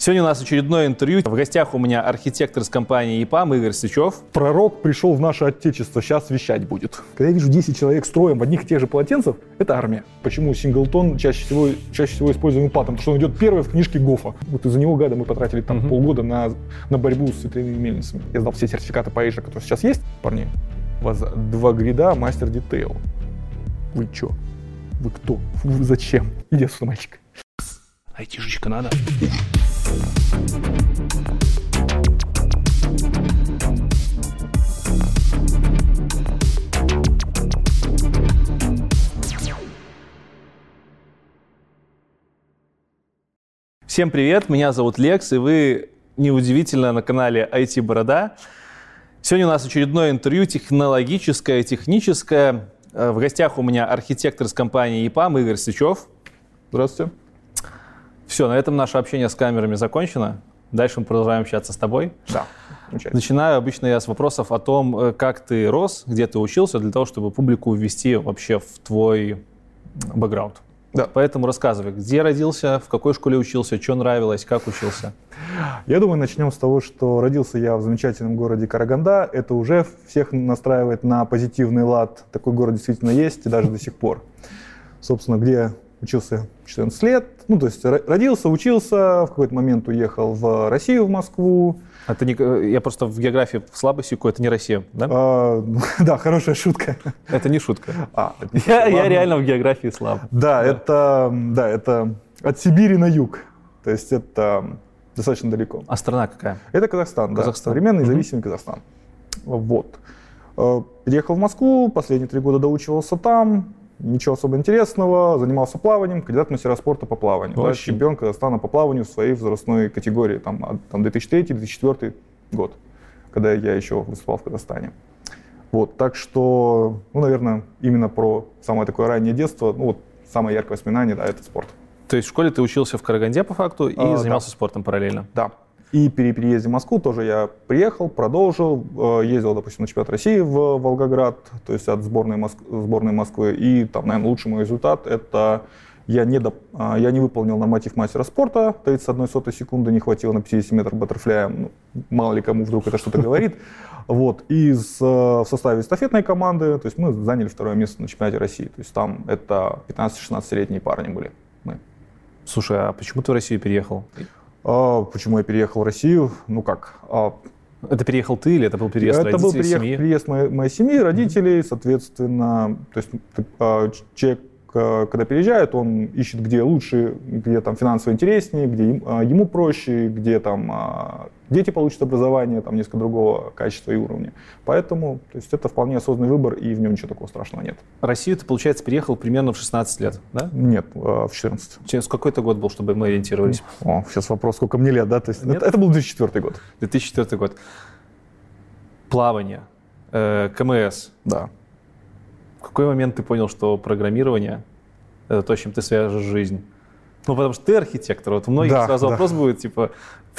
Сегодня у нас очередное интервью. В гостях у меня архитектор из компании ЕПАМ Игорь Сычев. Пророк пришел в наше отечество, сейчас вещать будет. Когда я вижу 10 человек строем в одних и тех же полотенцах, это армия. Почему синглтон чаще всего используем ИПА? Потому что он идет первый в книжке Гофа. Вот из-за него, гада, мы потратили там полгода на борьбу с ветряными мельницами. Я сдал все сертификаты по Asia, которые сейчас есть. Парни, у вас 2 грида, мастер детейл. Вы чё? Вы кто? Вы зачем? Иди отсюда, мальчик. Айтишечка надо. Всем привет, меня зовут Лекс, и вы, неудивительно, на канале IT Борода. Сегодня у нас очередное интервью технологическое, техническое. В гостях у меня архитектор из компании ЕПАМ Игорь Сычев. Здравствуйте. Все, на этом наше общение с камерами закончено. Дальше мы продолжаем общаться с тобой. Да. Начинаю обычно я с вопросов о том, как ты рос, где ты учился, для того, чтобы публику ввести вообще в твой бэкграунд. Да. Поэтому рассказывай, где родился, в какой школе учился, что нравилось, как учился? Я думаю, начнем с того, что родился я в замечательном городе Караганда. Это уже всех настраивает на позитивный лад. Такой город действительно есть и даже до сих пор. Собственно, где учился 14 лет. Ну, то есть родился, учился, в какой-то момент уехал в Россию, в Москву. Это не, я просто в географии слабо секу, это не Россия, да? Да, хорошая шутка. Это не шутка. Это я реально в географии слаб. Да, это от Сибири на юг. То есть это достаточно далеко. А страна какая? Это Казахстан, да. Современный независимый Казахстан. Вот. Переехал в Москву, последние 3 года доучивался там. Ничего особо интересного, занимался плаванием, кандидат в мастера спорта по плаванию. Да, чемпион Казахстана по плаванию в своей возрастной категории, там 2003-2004 год, когда я еще выступал в Казахстане. Вот, так что, наверное, именно про самое такое раннее детство, самое яркое воспоминание, да, это спорт. То есть в школе ты учился в Караганде по факту и занимался спортом параллельно? Да. И при переезде в Москву тоже я приехал, продолжил, ездил, допустим, на чемпионат России в Волгоград, то есть от сборной Москвы. И там, наверное, лучший мой результат – это я не выполнил норматив мастера спорта, 31/100 секунды не хватило на 50 метров баттерфляя, мало ли кому вдруг это что-то говорит. Вот. И в составе эстафетной команды, то есть мы заняли 2-е место на чемпионате России. То есть там это 15-16-летние парни были. Мы. Слушай, а почему ты в Россию переехал? Почему я переехал в Россию? Это переехал ты или это был переезд родителей, семьи? Это был переезд моей семьи, родителей, соответственно. То есть человек, когда переезжает, он ищет, где лучше, где там финансово интереснее, где ему проще, где там дети получат образование, там несколько другого качества и уровня. Поэтому, то есть это вполне осознанный выбор, и в нем ничего такого страшного нет. В Россию ты, получается, переехал примерно в 16 лет, да? Нет, в 14. Через какой это год был, чтобы мы ориентировались? Сейчас вопрос, сколько мне лет, да? То есть это был 2004 год. 2004 год. Плавание, КМС. Да. В какой момент ты понял, что программирование — это то, с чем ты свяжешь жизнь? Потому что ты архитектор. Вот у многих сразу вопрос будет, типа,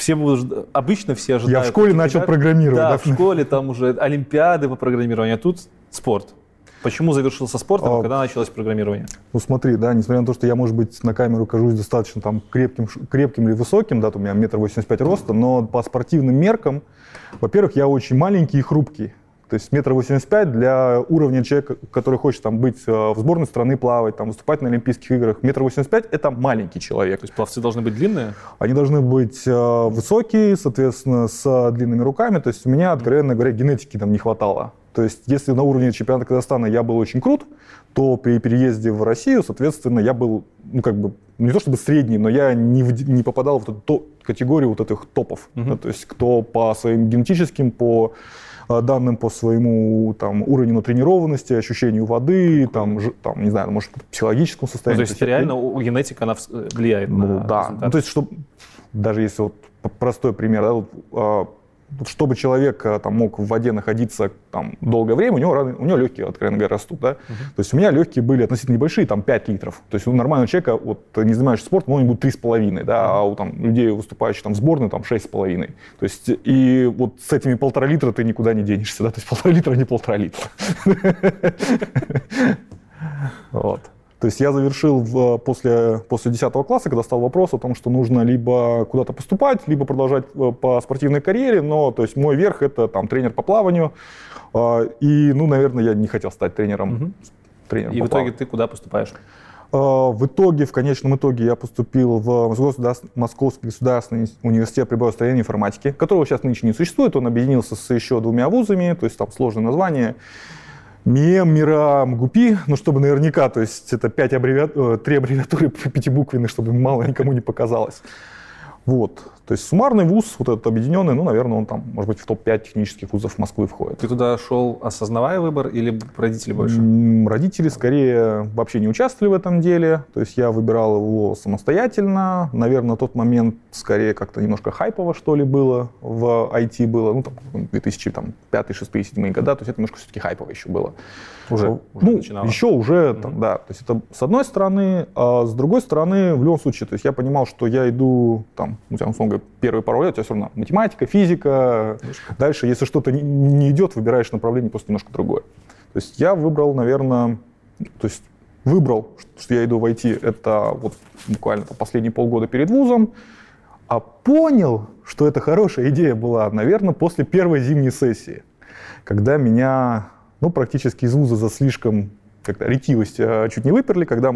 обычно все ожидают... Я в школе начал программировать. Да, в школе там уже олимпиады по программированию, а тут спорт. Почему завершился спортом, а когда началось программирование? Смотри, да, несмотря на то, что я, может быть, на камеру кажусь достаточно там крепким или высоким, да, у меня 1,85 м роста, но по спортивным меркам, во-первых, я очень маленький и хрупкий. То есть 1,85 м для уровня человека, который хочет там быть в сборной страны плавать, там, выступать на Олимпийских играх. 1,85 м это маленький человек. То есть пловцы должны быть длинные? Они должны быть высокие, соответственно, с длинными руками. То есть у меня, откровенно говоря, генетики там не хватало. То есть если на уровне чемпионата Казахстана я был очень крут, то при переезде в Россию, соответственно, я был, не то чтобы средний, но я не попадал в эту категорию вот этих топов. Да, то есть кто по своим генетическим, по данным по своему уровню натренированности, ощущению воды, не знаю, может, по психологическому состоянию. То есть реально генетика, она влияет на результат? То есть, даже если простой пример, чтобы человек мог в воде находиться долгое время, у него легкие, откровенно говоря, растут. Да? То есть у меня легкие были относительно небольшие, 5 литров. То есть у нормального человека, не занимаешься спортом, он будет 3,5, да? А у людей, выступающих в сборной, 6,5. То есть и вот с этими 1,5 литра ты никуда не денешься. Да? То есть 1,5 литра не 1,5 литра. Вот. То есть я завершил после 10 класса, когда стал вопрос о том, что нужно либо куда-то поступать, либо продолжать по спортивной карьере, но то есть мой верх — это там тренер по плаванию, и, ну, наверное, я не хотел стать тренером. тренером И в итоге ты куда поступаешь? В конечном итоге я поступил в Московский государственный университет приборостроения и информатики, которого сейчас нынче не существует, он объединился с еще 2 вузами, то есть там сложное название. МИЭМ, МИРА, МГУПИ, ну, чтобы наверняка, то есть это 3 аббревиатуры 5-буквенные, чтобы мало никому не показалось. Вот. То есть суммарный вуз, вот этот объединенный, ну, наверное, он там, может быть, в топ-5 технических вузов Москвы входит. Ты туда шел, осознавая выбор, или родители больше? Родители скорее вообще не участвовали в этом деле. То есть я выбирал его самостоятельно. Наверное, на тот момент скорее как-то немножко хайпово, что ли, было в IT было. Ну, там, 2005, 2006, 2007 года. То есть это немножко все-таки хайпово еще было. Уже начинало? Еще, там, да. То есть это с одной стороны. А с другой стороны, в любом случае, то есть я понимал, что я иду, там, у тебя, условно говоря, первые пару лет, у тебя все равно математика, физика. Дальше, если что-то не идет, выбираешь направление просто немножко другое. То есть я выбрал, наверное, что я иду в IT, это вот буквально последние полгода перед вузом, а понял, что это хорошая идея была, наверное, после первой зимней сессии, когда меня, ну, практически из вуза за слишком как-то ретивость чуть не выперли, когда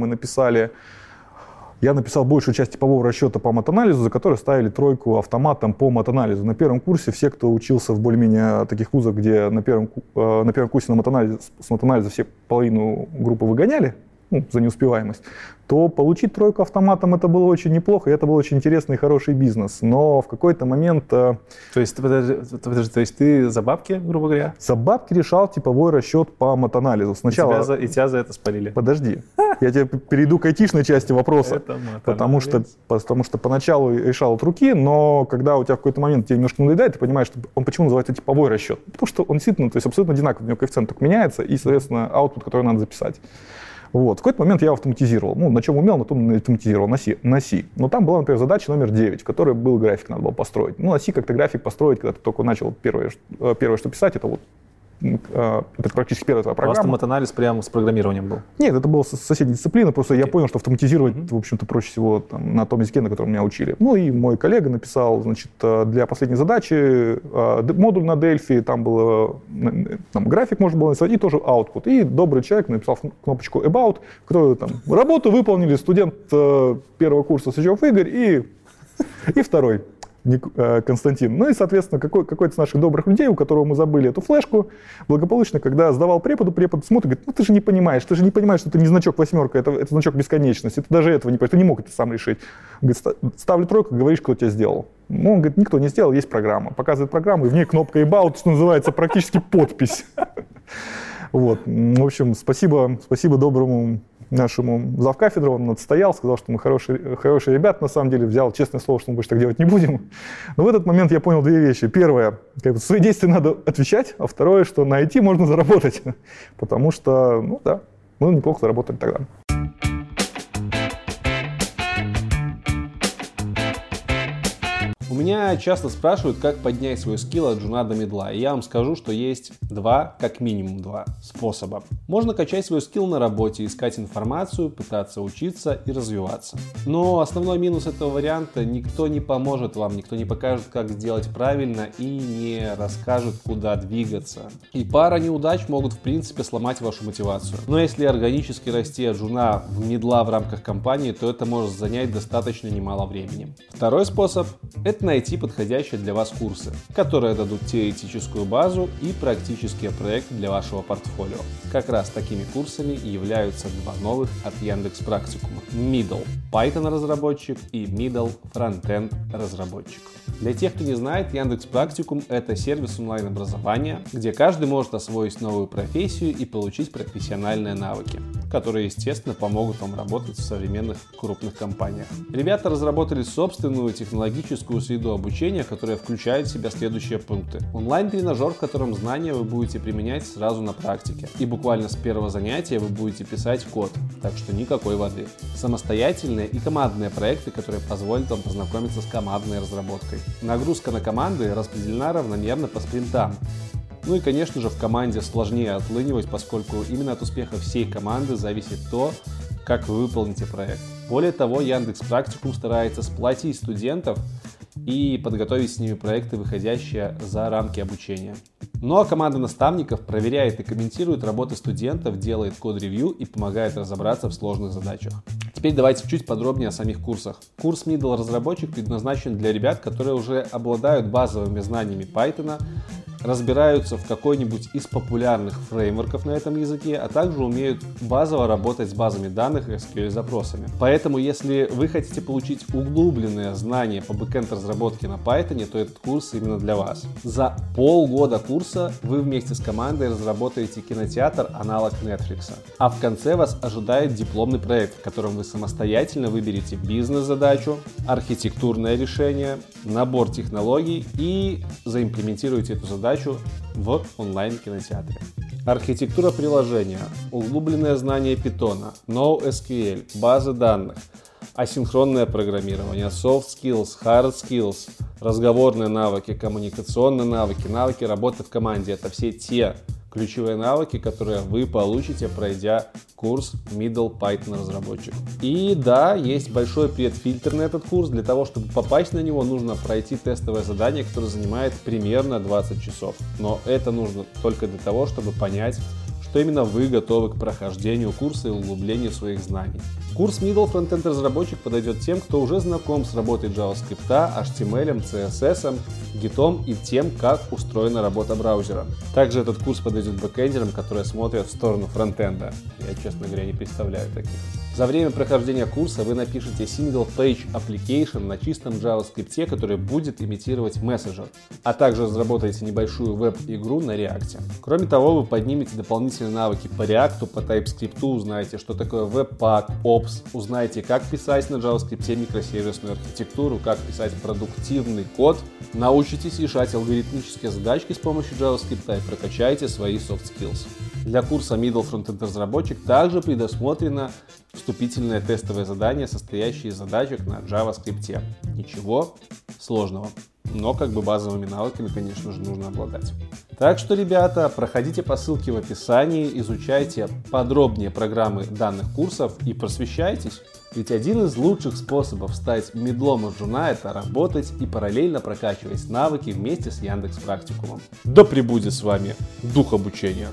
я написал большую часть типового расчета по матанализу, за который ставили 3 автоматом по матанализу. На первом курсе все, кто учился в более-менее таких вузах, где на первом курсе с матанализа все половину группы выгоняли, ну, за неуспеваемость, то получить 3 автоматом это было очень неплохо, и это был очень интересный и хороший бизнес. Но в какой-то момент... То есть ты за бабки, грубо говоря? За бабки решал типовой расчет по матанализу. Сначала... И тебя за это спалили? Подожди, я тебе перейду к айтишной части вопроса. Потому что поначалу решал от руки, но когда у тебя в какой-то момент тебе немножко надоедает, ты понимаешь, что он почему называется типовой расчет? Потому что он действительно, то есть абсолютно одинаковый, у него коэффициент только меняется, и, соответственно, output, который надо записать. Вот. В какой-то момент я автоматизировал. Ну, на чем умел, на том автоматизировал, на C. Но там была, например, задача номер 9, в которой был график, надо было построить. Ну, на C как-то график построить, когда ты только начал первое, что писать, это вот это практически первая твоя программа. У вас там матанализ прямо с программированием был? Нет, это было соседняя дисциплина, просто я понял, что автоматизировать, в общем-то, проще всего там, на том языке, на котором меня учили. Ну и мой коллега написал, значит, для последней задачи модуль на Delphi, там было график можно было написать, и тоже output. И добрый человек написал кнопочку About, в которой там работу выполнили студент первого курса Сычев Игорь и второй. Константин. Ну и, соответственно, какой-то из наших добрых людей, у которого мы забыли эту флешку, благополучно, когда сдавал препод смотрит, говорит, ну ты же не понимаешь, что это не значок 8, это значок бесконечности, ты даже этого не понимаешь, ты не мог это сам решить. Говорит, ставлю 3, говоришь, кто тебя сделал. Ну, он говорит, никто не сделал, есть программа. Показывает программу, и в ней кнопка About, что называется, практически подпись. Вот. В общем, спасибо доброму нашему завкафедру, он отстоял, сказал, что мы хорошие ребята, на самом деле, взял честное слово, что мы больше так делать не будем. Но в этот момент я понял 2 вещи. Первое, свои действия надо отвечать, а второе, что на IT можно заработать, потому что, ну да, мы неплохо заработали тогда. У меня часто спрашивают, как поднять свой скилл от джуна до мидла, и я вам скажу, что есть как минимум два способа. Можно качать свой скилл на работе, искать информацию, пытаться учиться и развиваться. Но основной минус этого варианта: никто не поможет вам, никто не покажет, как сделать правильно и не расскажет, куда двигаться. И пара неудач могут в принципе сломать вашу мотивацию. Но если органически расти от джуна в мидла в рамках компании, то это может занять достаточно немало времени. Второй способ — это найти подходящие для вас курсы, которые дадут теоретическую базу и практические проекты для вашего портфолио. Как раз такими курсами и являются 2 новых от Яндекс.Практикума: Middle Python разработчик и Middle Frontend разработчик. Для тех, кто не знает, Яндекс.Практикум — это сервис онлайн-образования, где каждый может освоить новую профессию и получить профессиональные навыки, которые, естественно, помогут вам работать в современных крупных компаниях. Ребята разработали собственную технологическую среду обучения, которая включает в себя следующие пункты. Онлайн-тренажер, в котором знания вы будете применять сразу на практике. И буквально с первого занятия вы будете писать код, так что никакой воды. Самостоятельные и командные проекты, которые позволят вам познакомиться с командной разработкой. Нагрузка на команды распределена равномерно по спринтам. Ну и, конечно же, в команде сложнее отлынивать, поскольку именно от успеха всей команды зависит то, как вы выполните проект. Более того, Яндекс.Практикум старается сплотить студентов и подготовить с ними проекты, выходящие за рамки обучения. Ну а команда наставников проверяет и комментирует работы студентов, делает код-ревью и помогает разобраться в сложных задачах. Теперь давайте чуть подробнее о самих курсах. Курс Middle разработчик предназначен для ребят, которые уже обладают базовыми знаниями Python, разбираются в какой-нибудь из популярных фреймворков на этом языке, а также умеют базово работать с базами данных и SQL-запросами. Поэтому, если вы хотите получить углубленные знания по бэкэнд разработке на Python, то этот курс именно для вас. За полгода курса вы вместе с командой разработаете кинотеатр, аналог Netflix. А в конце вас ожидает дипломный проект, в котором вы самостоятельно выберете бизнес-задачу, архитектурное решение, набор технологий и заимплементируете эту задачу в онлайн-кинотеатре. Архитектура приложения, углубленное знание Python, NoSQL, базы данных, асинхронное программирование, soft skills, hard skills, разговорные навыки, коммуникационные навыки, навыки работы в команде. Это все те ключевые навыки, которые вы получите, пройдя курс Middle Python разработчик. И да, есть большой предфильтр на этот курс. Для того, чтобы попасть на него, нужно пройти тестовое задание, которое занимает примерно 20 часов. Но это нужно только для того, чтобы понять, что именно вы готовы к прохождению курса и углублению своих знаний. Курс Middle Frontend разработчик подойдет тем, кто уже знаком с работой JavaScript, HTML, CSS, Git и тем, как устроена работа браузера. Также этот курс подойдет бэкэндерам, которые смотрят в сторону фронтенда. Я, честно говоря, не представляю таких. За время прохождения курса вы напишите Single Page Application на чистом JavaScript, который будет имитировать мессенджер, а также разработаете небольшую веб-игру на React. Кроме того, вы поднимете дополнительные навыки по React, по TypeScript, узнаете, что такое Webpack, Ops, узнаете, как писать на JavaScript микросервисную архитектуру, как писать продуктивный код, научитесь решать алгоритмические задачки с помощью JavaScript и прокачаете свои soft skills. Для курса Middle Frontend разработчик также предусмотрено вступительное тестовое задание, состоящее из задачек на JavaScript. Ничего сложного, но базовыми навыками, конечно же, нужно обладать. Так что, ребята, проходите по ссылке в описании, изучайте подробнее программы данных курсов и просвещайтесь. Ведь один из лучших способов стать мидлом от джуна — это работать и параллельно прокачивать навыки вместе с Яндекс.Практикумом. Да пребудет с вами дух обучения!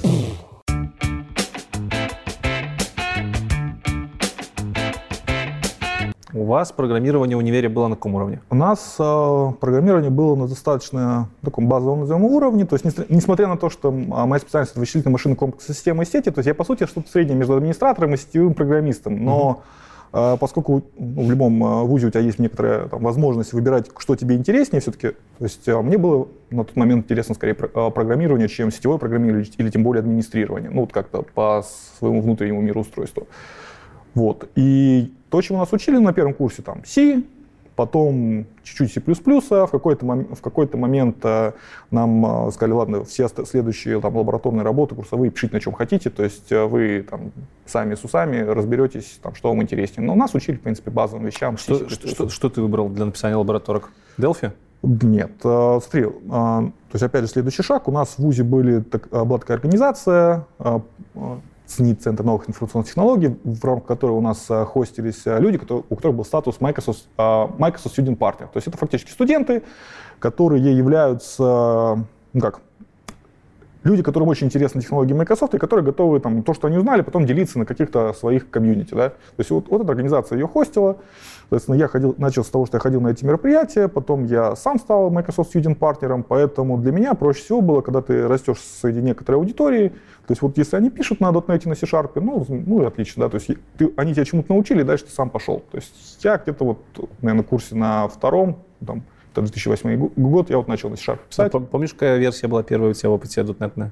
У вас программирование в универе было на каком уровне? У нас программирование было на достаточно таком базовом, назовем, уровне. То есть, несмотря на то, что моя специальность — это вычислительные машины, комплексные системы и сети, то есть я, по сути, что-то среднее между администратором и сетевым программистом. Но поскольку в любом вузе у тебя есть некоторая возможность выбирать, что тебе интереснее все-таки, то есть мне было на тот момент интересно скорее программирование, чем сетевое программирование или тем более администрирование. Ну, вот как-то по своему внутреннему мироустройству. Вот. И то, чему нас учили на первом курсе, там C, потом чуть-чуть C++, в какой-то момент нам сказали, ладно, все следующие лабораторные работы, курсовые, пишите на чем хотите, то есть вы сами с усами разберетесь, что вам интереснее. Но нас учили, в принципе, базовым вещам. Что ты выбрал для написания лабораторок? Delphi? Нет. Смотри, то есть, опять же, следующий шаг. У нас в ВУЗе была такая организация, СНИТ, Центр новых информационных технологий, в рамках которой у нас хостились люди, у которых был статус Microsoft Student Partner. То есть это фактически студенты, которые являются, люди, которым очень интересны технологии Microsoft и которые готовы то, что они узнали, потом делиться на каких-то своих комьюнити. Да? То есть вот эта организация ее хостила. Соответственно, я начал с того, что я ходил на эти мероприятия, потом я сам стал Microsoft Student партнером, поэтому для меня проще всего было, когда ты растешь среди некоторой аудитории, то есть вот если они пишут на .NET и на C#, ну и отлично, да, то есть они тебя чему-то научили, и дальше ты сам пошел. То есть я где-то наверное, курсе на втором, это 2008 год, я начал на C# писать. Помнишь, какая версия была первая у тебя в опыте .NET?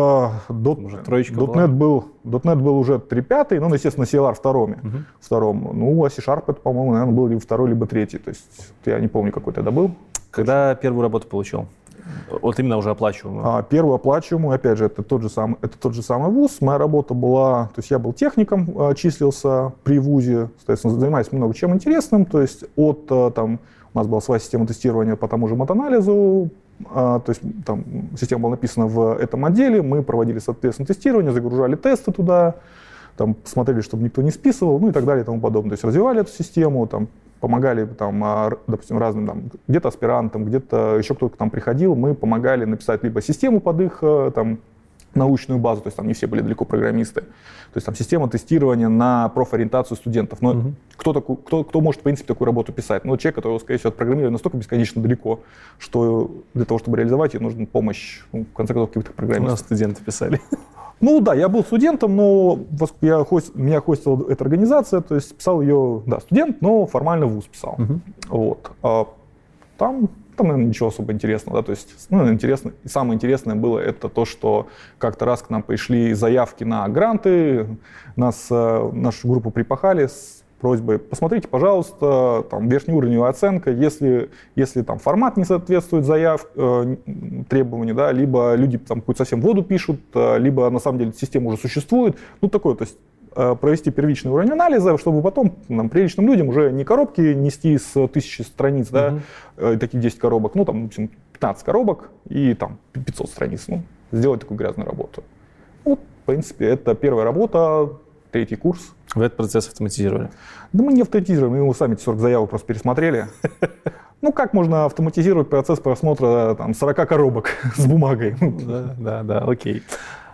.NET был уже 3.5, ну, естественно, CLR втором. Ну, а C# это, по-моему, наверное, был либо второй, либо третий. То есть я не помню, какой тогда был. Когда первую работу получил? Вот именно уже оплачиваемую. Первую оплачиваемую, опять же, это тот же самый вуз. Моя работа была, то есть я был техником, числился при вузе, соответственно, занимаюсь много чем интересным. То есть у нас была своя система тестирования по тому же матанализу. То есть там система была написана в этом отделе, мы проводили, соответственно, тестирование, загружали тесты туда. там смотрели, чтобы никто не списывал, ну и так далее и тому подобное. То есть развивали эту систему, там, помогали, там, допустим, разным, там, где-то аспирантам, где-то еще кто-то там приходил, мы помогали написать либо систему под их там, научную базу, то есть там не все были далеко программисты, то есть там система тестирования на профориентацию студентов. Но кто может, в принципе, такую работу писать? Ну, человек, который, скорее всего, от программирования настолько бесконечно далеко, что для того, чтобы реализовать, ей нужна помощь, ну, в конце концов, каких-то программистов. У нас студенты писали. Ну да, я был студентом, но меня хостила эта организация, то есть писал ее, да, студент, но формально вуз писал. Вот. Там, наверное, ничего особо интересного, да, то есть, ну, интересно, и самое интересное было это то, что как-то раз к нам пришли заявки на гранты, нашу группу припахали с просьбой: посмотрите, пожалуйста, там, верхнеуровневая оценка, если там формат не соответствует требованию, да, либо люди там какую-то совсем воду пишут, либо на самом деле система уже существует, ну, такое, то есть провести первичный уровень анализа, чтобы потом нам, приличным людям, уже не коробки нести с 1000 страниц, да, таких 10 коробок, ну, там, допустим, 15 коробок и там 500 страниц, ну, сделать такую грязную работу. Вот, в принципе, это первая работа, 3-й курс. Вы этот процесс автоматизировали? Да мы не автоматизировали, мы его сами 40 заявок просто пересмотрели. Ну, как можно автоматизировать процесс просмотра там, 40 коробок с бумагой? Да, окей.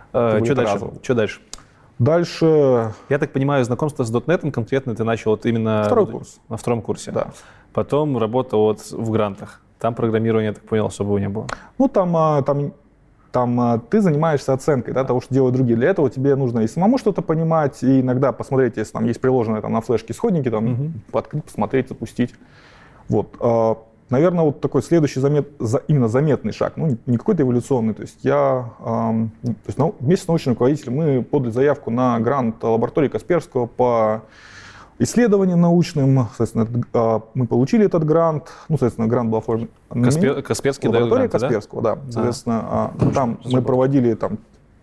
Что дальше? Дальше... Я так понимаю, знакомство с .NET конкретно ты начал вот именно... Второй курс. На втором курсе. Да. Потом работа вот в грантах. Там программирования, я так понял, особого не было. Ну, там ты занимаешься оценкой, да, того, что делают другие. Для этого тебе нужно и самому что-то понимать, и иногда посмотреть, если там есть приложенные там, на флешке исходники, там, открыть, посмотреть, запустить. Вот. Наверное, вот такой следующий именно заметный шаг, ну, не какой-то эволюционный. То есть вместе с научным руководителем мы подали заявку на грант лаборатории Касперского по исследованиям научным. Соответственно, мы получили этот грант. Ну, соответственно, грант был оформлен. Касперский лаборатория гранты, Касперского, да? Соответственно, там мы проводили там,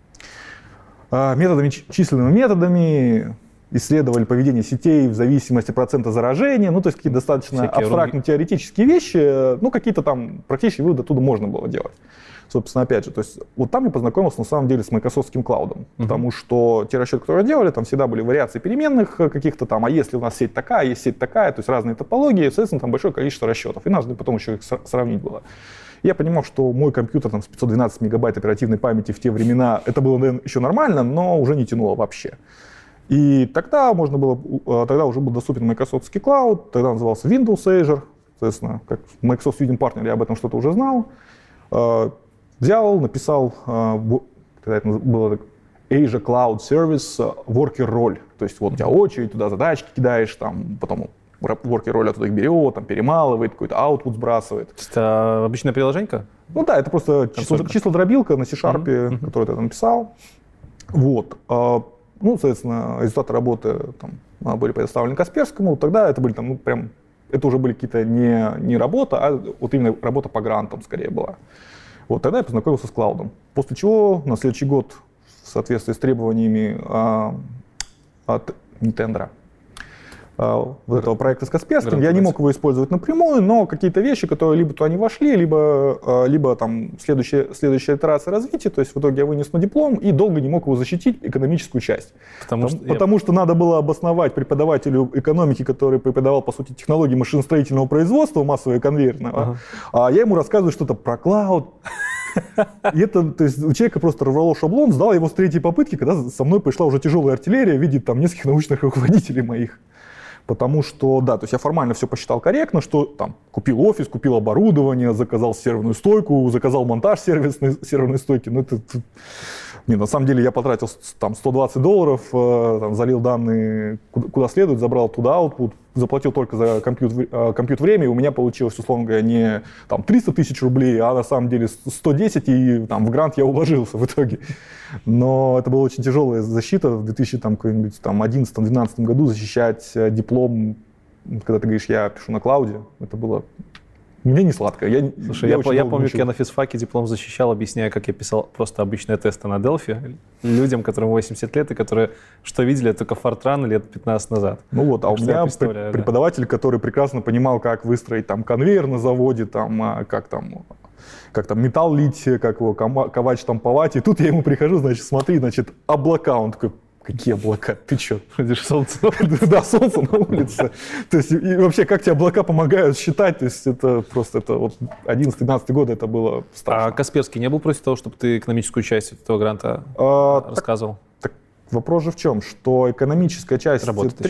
численными методами, исследовали поведение сетей в зависимости от процента заражения, ну, то есть какие-то достаточно абстрактные теоретические вещи, ну, какие-то там практические выводы оттуда можно было делать. Собственно, опять же, то есть вот там я познакомился на самом деле с Microsoftским клаудом, потому что те расчеты, которые делали, там всегда были вариации переменных каких-то там, а если у нас сеть такая, есть сеть такая, то есть разные топологии, соответственно, там большое количество расчетов, и надо потом еще их сравнить было. Я понимал, что мой компьютер там, с 512 мегабайт оперативной памяти в те времена, это было, наверное, еще нормально, но уже не тянуло вообще. И тогда уже был доступен Microsoftский клауд, тогда он назывался Windows Azure, соответственно, как Microsoft Student Partner, я об этом что-то уже знал. Взял, написал, тогда это было Azure Cloud Service Worker Role, то есть вот у тебя очередь, туда задачки кидаешь, там, потом Worker Role оттуда их берет, там, перемалывает, какой-то output сбрасывает. Это обычная приложенька? Ну да, это просто числодробилка на C-Sharp, которую я написал. Вот. Ну, соответственно, результаты работы там, были предоставлены Касперскому. Тогда это были там, ну, прям, это уже были какие-то не работа, а вот именно работа по грантам скорее была. Вот тогда я познакомился с клаудом. После чего на следующий год, в соответствии с требованиями от Nintendo, вот этого проекта с Касперским, я не мог его использовать напрямую, но какие-то вещи, которые либо туда не вошли, либо там следующая итерация развития, то есть в итоге я вынес на диплом и долго не мог его защитить, экономическую часть. Потому что надо было обосновать преподавателю экономики, который преподавал, по сути, технологии машиностроительного производства, массового и конвейерного, а я ему рассказываю что-то про клауд. И это, то есть у человека просто рвало шаблон, сдал его с 3-й попытки, когда со мной пришла уже тяжелая артиллерия в виде там нескольких научных руководителей моих. Потому что, да, то есть я формально все посчитал корректно, что там купил офис, купил оборудование, заказал серверную стойку, заказал монтаж серверной стойки. Ну, на самом деле я потратил там $120, там, залил данные куда следует, забрал туда output, заплатил только за компьют время, и у меня получилось, условно говоря, не там 300 тысяч рублей, а на самом деле 110, и там в грант я уложился в итоге. Но это была очень тяжелая защита в 2011-2012 году, защищать диплом, когда ты говоришь, я пишу на клауде, это было... Мне не сладко. Слушай, я помню, как я на физфаке диплом защищал, объясняя, как я писал просто обычные тесты на Delphi людям, которым 80 лет, и которые что видели только Fortran лет 15 назад. Ну вот, а у меня преподаватель, который прекрасно понимал, как выстроить там конвейер на заводе, там, как там металл лить, как его ковать, штамповать. И тут я ему прихожу, значит, смотри, значит, облака. Он такой, Какие облака? Ты что? Это же солнце. Да, солнце на улице. То есть, и вообще, как тебе облака помогают считать? То есть, это просто, это вот 11-12 годы это было страшно. А Касперский не был против того, чтобы ты экономическую часть этого гранта рассказывал? Так вопрос же в чем? Что экономическая часть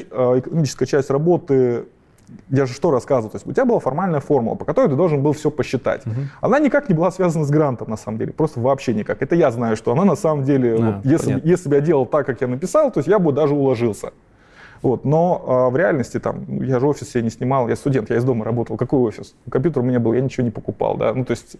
работы, я же что рассказывал? То есть, у тебя была формальная формула, по которой ты должен был все посчитать. Она никак не была связана с грантом, на самом деле. Просто вообще никак. Это я знаю, что она на самом деле, вот, если бы я делал так, как я написал, то есть я бы даже уложился. Вот. Но в реальности, там, я же офис себе не снимал, я студент, я из дома работал. Какой офис? Компьютер у меня был, я ничего не покупал. Да? Ну, то есть,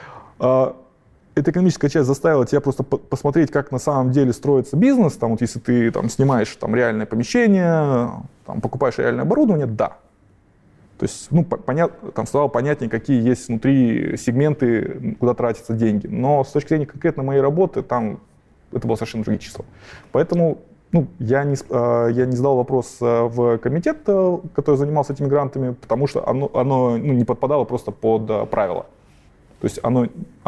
эта экономическая часть заставила тебя просто посмотреть, как на самом деле строится бизнес. Там, вот, если ты там, снимаешь там, реальное помещение, там, покупаешь реальное оборудование, да. То есть, ну, там стало понятнее, какие есть внутри сегменты, куда тратятся деньги. Но с точки зрения конкретно моей работы, там это было совершенно другие числа. Поэтому ну, я не задал вопрос в комитет, который занимался этими грантами, потому что оно не подпадало просто под правила. То есть это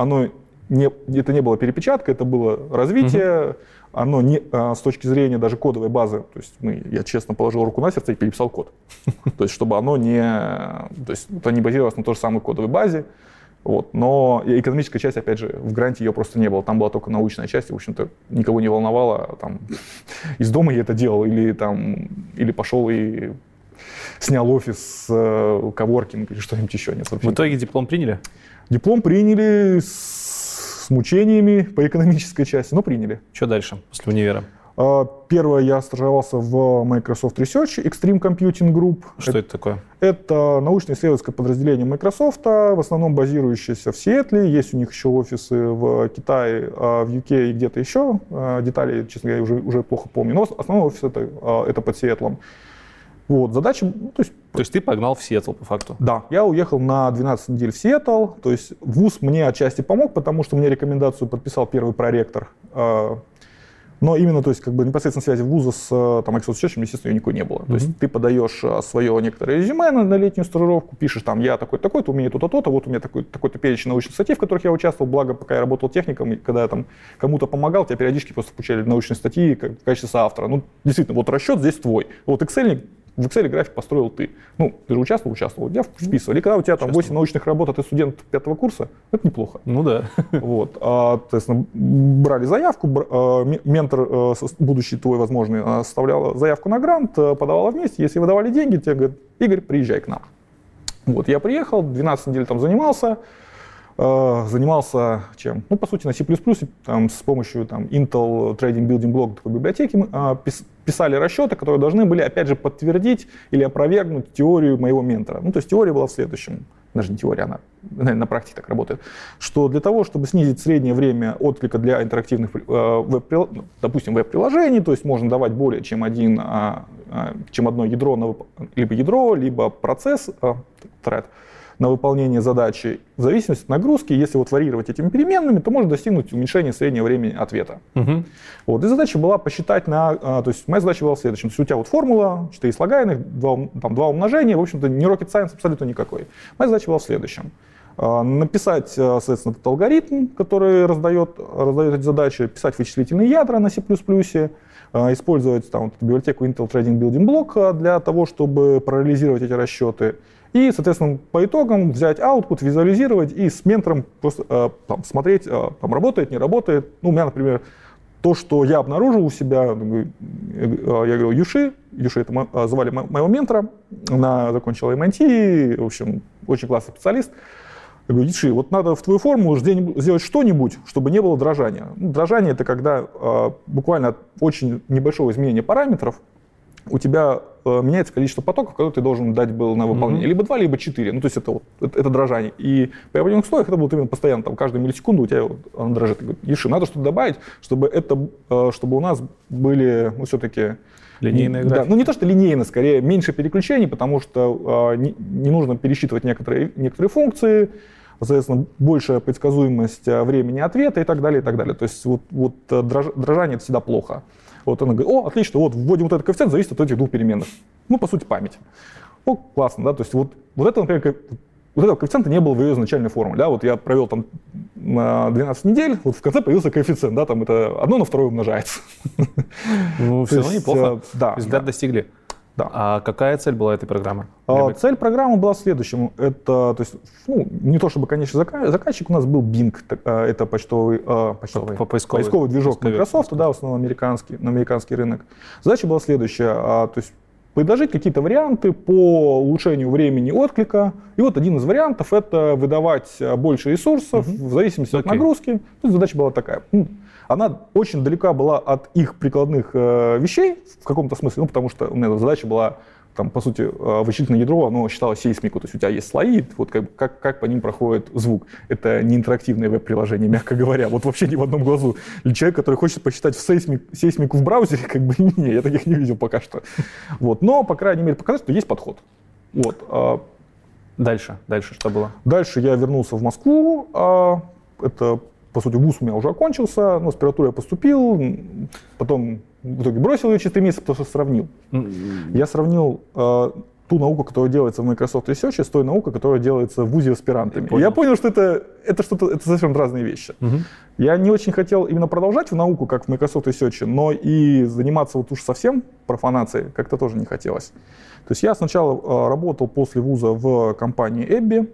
не было перепечатка, это было развитие. Оно не, с точки зрения даже кодовой базы, то есть я честно положил руку на сердце и переписал код. То есть чтобы оно не базировалось на той же самой кодовой базе. Вот. Но экономическая часть, опять же, в гранте ее просто не было. Там была только научная часть, и, в общем-то, никого не волновало. Там, из дома я это делал, или пошел и снял офис, коворкинг или что-нибудь еще. Нет, в итоге диплом приняли? Диплом приняли с мучениями по экономической части, но приняли. Что дальше после универа? Первое, я стажировался в Microsoft Research Extreme Computing Group. Что это такое? Это научно-исследовательское подразделение Microsoft, в основном базирующееся в Сиэтле. Есть у них еще офисы в Китае, в UK и где-то еще. Детали, честно говоря, уже плохо помню. Но основной офис это под Сиэтлом. Вот, задача... То есть ты погнал в Сиэтл, по факту? Да, я уехал на 12 недель в Сиэтл. То есть вуз мне отчасти помог, потому что мне рекомендацию подписал первый проректор. Но именно, то есть, как бы непосредственно связи вуза с Microsoft Research, естественно, ее никакой не было. То есть ты подаешь свое некоторое резюме на летнюю стажировку, пишешь там, я такой-то, у меня то-то, то-то, вот у меня такой-то перечень научных статей, в которых я участвовал, благо, пока я работал техником, и когда я там кому-то помогал, тебя периодически просто получали научные статьи в качестве соавтора. Ну, действительно, вот расчет здесь твой. Вот в Excel график построил ты. Ну, ты же участвовал, я вписывал. И когда у тебя там 8 научных работ, а ты студент 5-го курса, это неплохо. Ну да. Вот. Соответственно, брали заявку, ментор, будущий твой, возможный, составлял заявку на грант, подавала вместе. Если выдавали деньги, тебе говорят, Игорь, приезжай к нам. Вот, я приехал, 12 недель там занимался чем? Ну, по сути, на C++, там, с помощью там, Intel Trading Building Block такой библиотеки писали расчеты, которые должны были, опять же, подтвердить или опровергнуть теорию моего ментора. Ну, то есть теория была в следующем. Даже не теория, она на практике так работает. Что для того, чтобы снизить среднее время отклика для интерактивных, допустим, веб-приложений, то есть можно давать более чем одно ядро, либо процесс, thread, на выполнение задачи, в зависимости от нагрузки, если вот варьировать этими переменными, то можно достигнуть уменьшения среднего времени ответа. Вот. И задача была посчитать то есть моя задача была в следующем. То есть у тебя вот формула, 4 слагаемых, 2 умножения, в общем-то не rocket science абсолютно никакой. Моя задача была в следующем. Написать, соответственно, этот алгоритм, который раздает эти задачи, писать вычислительные ядра на C++, использовать там, библиотеку Intel Trading Building Block для того, чтобы параллелизировать эти расчеты. И, соответственно, по итогам взять output, визуализировать и с ментором просто смотреть, там работает, не работает. Ну, у меня, например, то, что я обнаружил у себя, я говорю, Юши это звали моего ментора, она закончила MIT, в общем, очень классный специалист. Я говорю, Юши, вот надо в твою формулу сделать что-нибудь, чтобы не было дрожания. Ну, дрожание — это когда буквально от очень небольшого изменения параметров у тебя меняется количество потоков, которые ты должен дать был на выполнение. Либо 2, либо 4. Ну, то есть это дрожание. И при определенных условиях это будет именно постоянно. Там, каждую миллисекунду у тебя оно дрожит. Еши, надо что-то добавить, чтобы у нас были, ну, все-таки... Линейные графики. Да, ну, не то, что линейно, скорее меньше переключений, потому что не нужно пересчитывать некоторые функции, соответственно, большая предсказуемость времени ответа и так далее, и так далее. То есть вот дрожание — это всегда плохо. Вот она говорит, отлично, вот вводим вот этот коэффициент, зависит от этих двух переменных. Ну, по сути, память. Классно, да, то есть вот это, например, вот этого коэффициента не было в ее изначальной формуле, да, вот я провел там на 12 недель, вот в конце появился коэффициент, да, там это 1 на 2 умножается. Ну, все равно неплохо. Да. Результат достигли. Да. А какая цель была этой программы? Цель программы была в следующем. Это, то есть, ну, не то чтобы конечный заказчик, у нас был Bing, это поисковый движок Microsoft, да, в основном на американский рынок. Задача была следующая, то есть предложить какие-то варианты по улучшению времени отклика. И вот один из вариантов — это выдавать больше ресурсов в зависимости от нагрузки. Тут задача была такая. Она очень далека была от их прикладных вещей в каком-то смысле, ну, потому что у меня задача была, там, по сути, вычислительное ядро, оно считало сейсмику, то есть у тебя есть слои, вот как по ним проходит звук. Это не интерактивное веб-приложение, мягко говоря, вот вообще ни в одном глазу. Или человек, который хочет посчитать сейсмику в браузере, как бы не, я таких не видел пока что. Вот. Но, по крайней мере, показать, что есть подход. Вот. Дальше что было? Дальше я вернулся в Москву, это... По сути, вуз у меня уже окончился, но аспиратуру я поступил, потом в итоге бросил ее через 3 месяца, потому что сравнил. Я сравнил ту науку, которая делается в Microsoft Research, с той наукой, которая делается в вузе аспирантами. Я понял, что это совершенно разные вещи. Я не очень хотел именно продолжать в науку, как в Microsoft Research, но и заниматься вот уж совсем профанацией как-то тоже не хотелось. То есть я сначала работал после вуза в компании Ebby,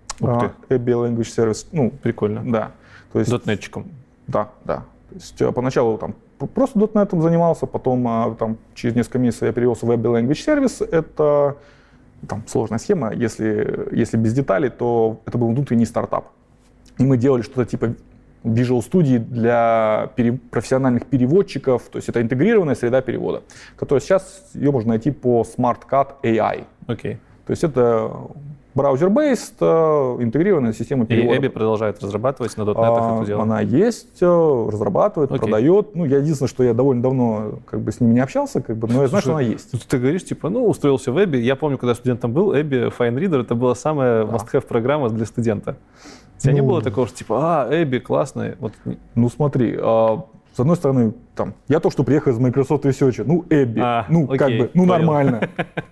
Ebby Language Service. Ну, прикольно. Да. То есть, .NET-чиком. Да. То есть поначалу там просто .NET занимался, потом там, через несколько месяцев я перевелся в Ebby Language Service. Это там сложная схема, если без деталей, то это был внутренний стартап. И мы делали что-то типа Visual Studio для профессиональных переводчиков, то есть это интегрированная среда перевода, которая сейчас, ее можно найти по SmartCut AI. Окей. То есть это браузер-based, интегрированная система перевода. И Ebby продолжает разрабатывать на .NET это дело? Она есть, разрабатывает, продает. Ну, я единственное, что я довольно давно как бы с ними не общался, как бы, но я знаю, что она есть. Ты говоришь, типа, устроился в Ebby. Я помню, когда студентом был, Ebby Fine Reader — это была самая must-have программа для студента. У тебя не было такого, что типа, Ebby классный? Вот. Ну, смотри, с одной стороны, там, я то, что приехал из Microsoft Research, Ebby, как бы, нормально.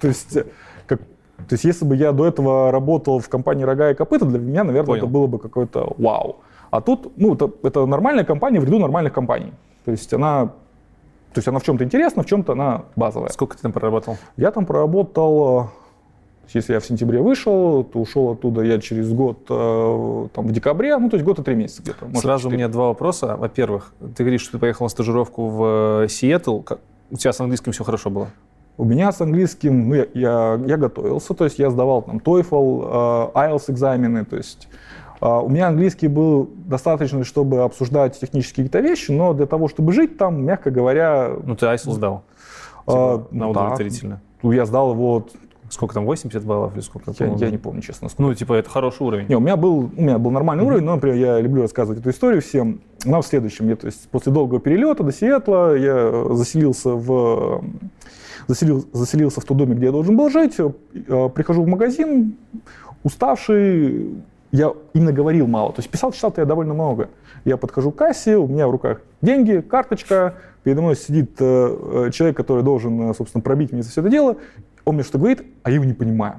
То есть, если бы я до этого работал в компании «Рога и копыта», для меня, наверное, это было бы какое-то вау. А тут, это нормальная компания в ряду нормальных компаний. То есть она в чем-то интересна, в чем-то она базовая. Сколько ты там проработал? Я там проработал, если я в сентябре вышел, то ушел оттуда я через год, там, в декабре, то есть год и 3 месяца где-то. Сразу у меня 2 вопроса. Во-первых, ты говоришь, что ты поехал на стажировку в Сиэтл. У тебя с английским все хорошо было? У меня с английским, я готовился, то есть я сдавал там TOEFL, IELTS экзамены, то есть у меня английский был достаточно, чтобы обсуждать технические какие-то вещи, но для того, чтобы жить там, мягко говоря... ты IELTS сдал? На удовлетворительно? Я сдал его... Сколько там, 80 баллов или сколько? Я не помню, честно. Сколько. Это хороший уровень. Не, у меня был нормальный уровень, но, например, я люблю рассказывать эту историю всем. Она в следующем. То есть после долгого перелета до Сиэтла я заселился в тот домик, где я должен был жить, прихожу в магазин, уставший, я именно говорил мало, то есть читал-то я довольно много. Я подхожу к кассе, у меня в руках деньги, карточка, передо мной сидит человек, который должен, собственно, пробить мне за все это дело, он мне что-то говорит, а я его не понимаю.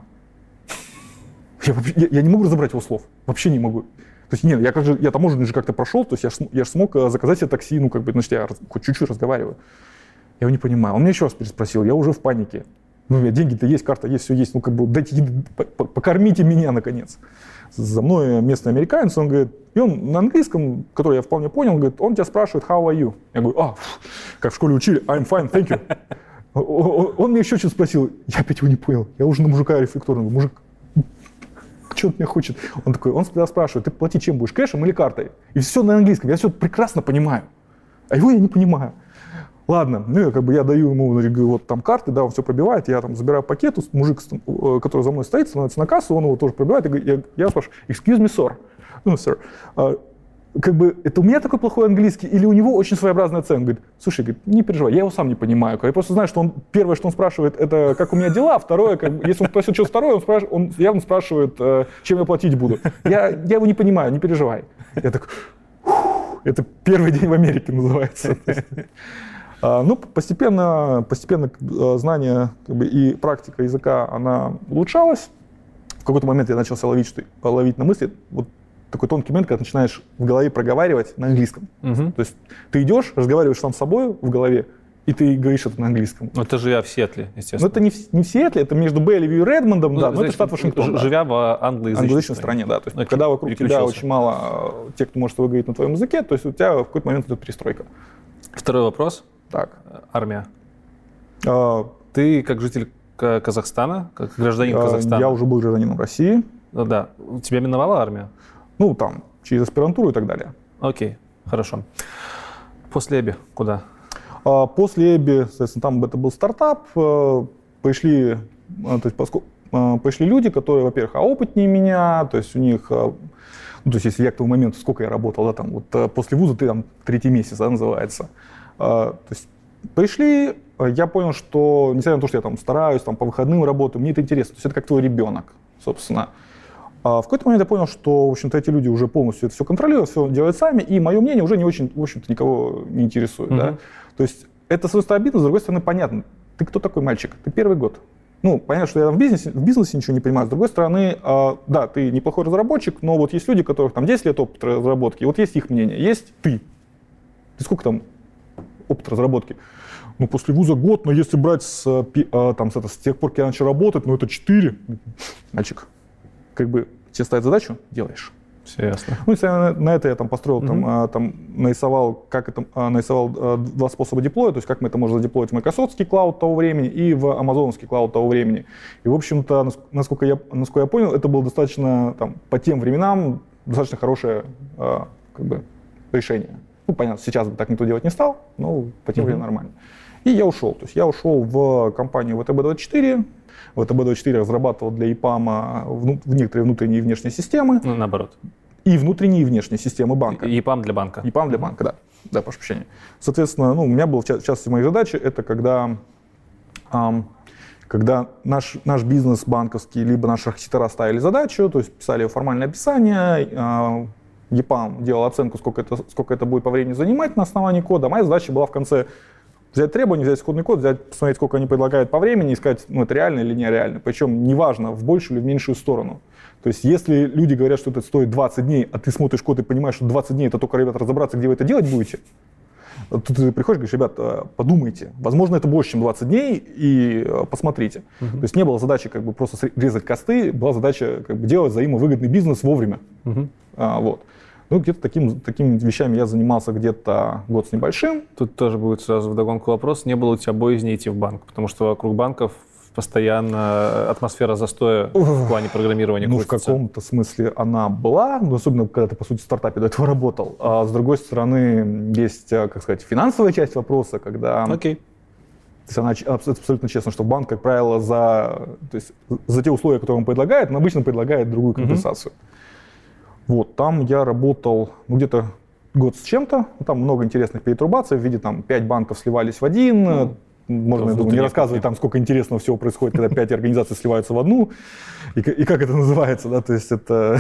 Я не могу разобрать его слов, вообще не могу. То есть, я таможенный же как-то прошел, то есть я же смог заказать себе такси, значит, я хоть чуть-чуть разговариваю. Я его не понимаю. Он меня еще раз переспросил, я уже в панике. У меня деньги-то есть, карта есть, все есть. Дайте еды, покормите меня, наконец. За мной местный американец, он говорит, и он на английском, который я вполне понял, он говорит, он тебя спрашивает, how are you? Я говорю, как в школе учили, I'm fine, thank you. Он меня еще что-то спросил, я опять его не понял. Я уже на мужика рефлекторно, мужик, что он меня хочет? Он спрашивает, ты платить чем будешь, кэшем или картой? И все на английском, я все прекрасно понимаю. А его я не понимаю. Ладно, я даю ему, вот там карты, да, он все пробивает, я там забираю пакет, мужик, который за мной стоит, становится на кассу, он его тоже пробивает, и я спрашиваю, excuse me, sir, sir, это у меня такой плохой английский, или у него очень своеобразный акцент? Говорит, слушай, не переживай, я его сам не понимаю, я просто знаю, что первое, что он спрашивает, это как у меня дела, второе, если он спросит что-то второе, он явно спрашивает, чем я платить буду. Я его не понимаю, не переживай. Я такой, это первый день в Америке называется. Постепенно знание и практика языка, она улучшалась. В какой-то момент я начал ловить на мысли, вот такой тонкий момент, когда ты начинаешь в голове проговаривать на английском. То есть ты идешь, разговариваешь сам с собой в голове, и ты говоришь это на английском. Ну, это живя в Сиэтле, естественно. Но это не в Сиэтле, это между Белливью и Редмондом, да, но это штат Вашингтон. Живя в англоязычной стране, да. То есть, когда вокруг тебя очень мало тех, кто может говорить на твоем языке, то есть у тебя в какой-то момент идет перестройка. Второй вопрос. Так. Армия. Ты как житель Казахстана, как гражданин Казахстана? Я уже был гражданином России. Да. Тебя миновала армия? Ну, там, через аспирантуру и так далее. Окей, хорошо. После ЭБИ куда? После ЭБИ, соответственно, там это был стартап. Пришли люди, которые, во-первых, опытнее меня, то есть у них, ну, то есть если я к тому моменту, сколько я работал, да, там, вот после вуза ты там 3-й месяц, да, называется. То есть пришли, я понял, что, несмотря на то, что я там стараюсь, там, по выходным работаю, мне это интересно, то есть это как твой ребенок, собственно. В какой-то момент я понял, что, в общем-то, эти люди уже полностью это все контролируют, все делают сами, и мое мнение уже не очень, в общем-то, никого не интересует. Да? То есть это, с одной стороны, обидно, с другой стороны, понятно. Ты кто такой мальчик? Ты первый год. Ну, понятно, что я в бизнесе ничего не понимаю. С другой стороны, да, ты неплохой разработчик, но вот есть люди, у которых там 10 лет опыта разработки, и вот есть их мнение, есть ты. Ты сколько там опыта разработки? Ну, после вуза год, но если брать с тех пор, как я начал работать, ну, это 4. Мальчик, как бы тебе ставят задачу, делаешь. Все ясно. Ну, и на это я там построил, нарисовал два способа деплоя, то есть как мы это можем задеплоить в Microsoftский клауд того времени и в Амазоновский клауд того времени. И, в общем-то, насколько я понял, это было достаточно, там, по тем временам, достаточно хорошее как бы, решение. Ну, понятно, сейчас бы так никто делать не стал, но по тем временам нормально. И я ушел. То есть я ушел в компанию ВТБ-24. ВТБ-24 разрабатывал для EPAM некоторые внутренние и внешние системы. Ну, наоборот. И внутренние и внешние системы банка. EPAM для банка. EPAM для банка, да. Да, прошу прощения. Соответственно, у меня была, в частности, моя задача, это когда наш бизнес банковский, либо наши архитектора ставили задачу, то есть писали формальное описание, EPAM делал оценку, сколько это будет по времени занимать на основании кода. Моя задача была в конце взять требования, взять исходный код, посмотреть, сколько они предлагают по времени, и сказать, это реально или нереально. Причем неважно, в большую или в меньшую сторону. То есть если люди говорят, что это стоит 20 дней, а ты смотришь код и понимаешь, что 20 дней это только, ребята, разобраться, где вы это делать будете, тут ты приходишь и говоришь, ребят, подумайте, возможно, это больше, чем 20 дней, и посмотрите. То есть не было задачи как бы просто резать косты, была задача как бы делать взаимовыгодный бизнес вовремя. Вот. Ну, где-то такими вещами я занимался где-то год с небольшим. Тут тоже будет сразу вдогонку вопрос, не было у тебя боязни идти в банк? Потому что вокруг банков постоянно атмосфера застоя в плане программирования крутится. Ну, в каком-то смысле она была, но особенно когда ты, по сути, в стартапе до этого работал. А с другой стороны, есть, как сказать, финансовая часть вопроса, когда... Окей. То есть она абсолютно честно, что банк, как правило, за те условия, которые он предлагает, он обычно предлагает другую компенсацию. Вот, там я работал где-то год с чем-то, там много интересных перетрубаций, в виде там 5 банков сливались в один, можно, я думаю, не рассказывать там, сколько интересного всего происходит, когда 5 организаций сливаются в одну, и как это называется, да, то есть это...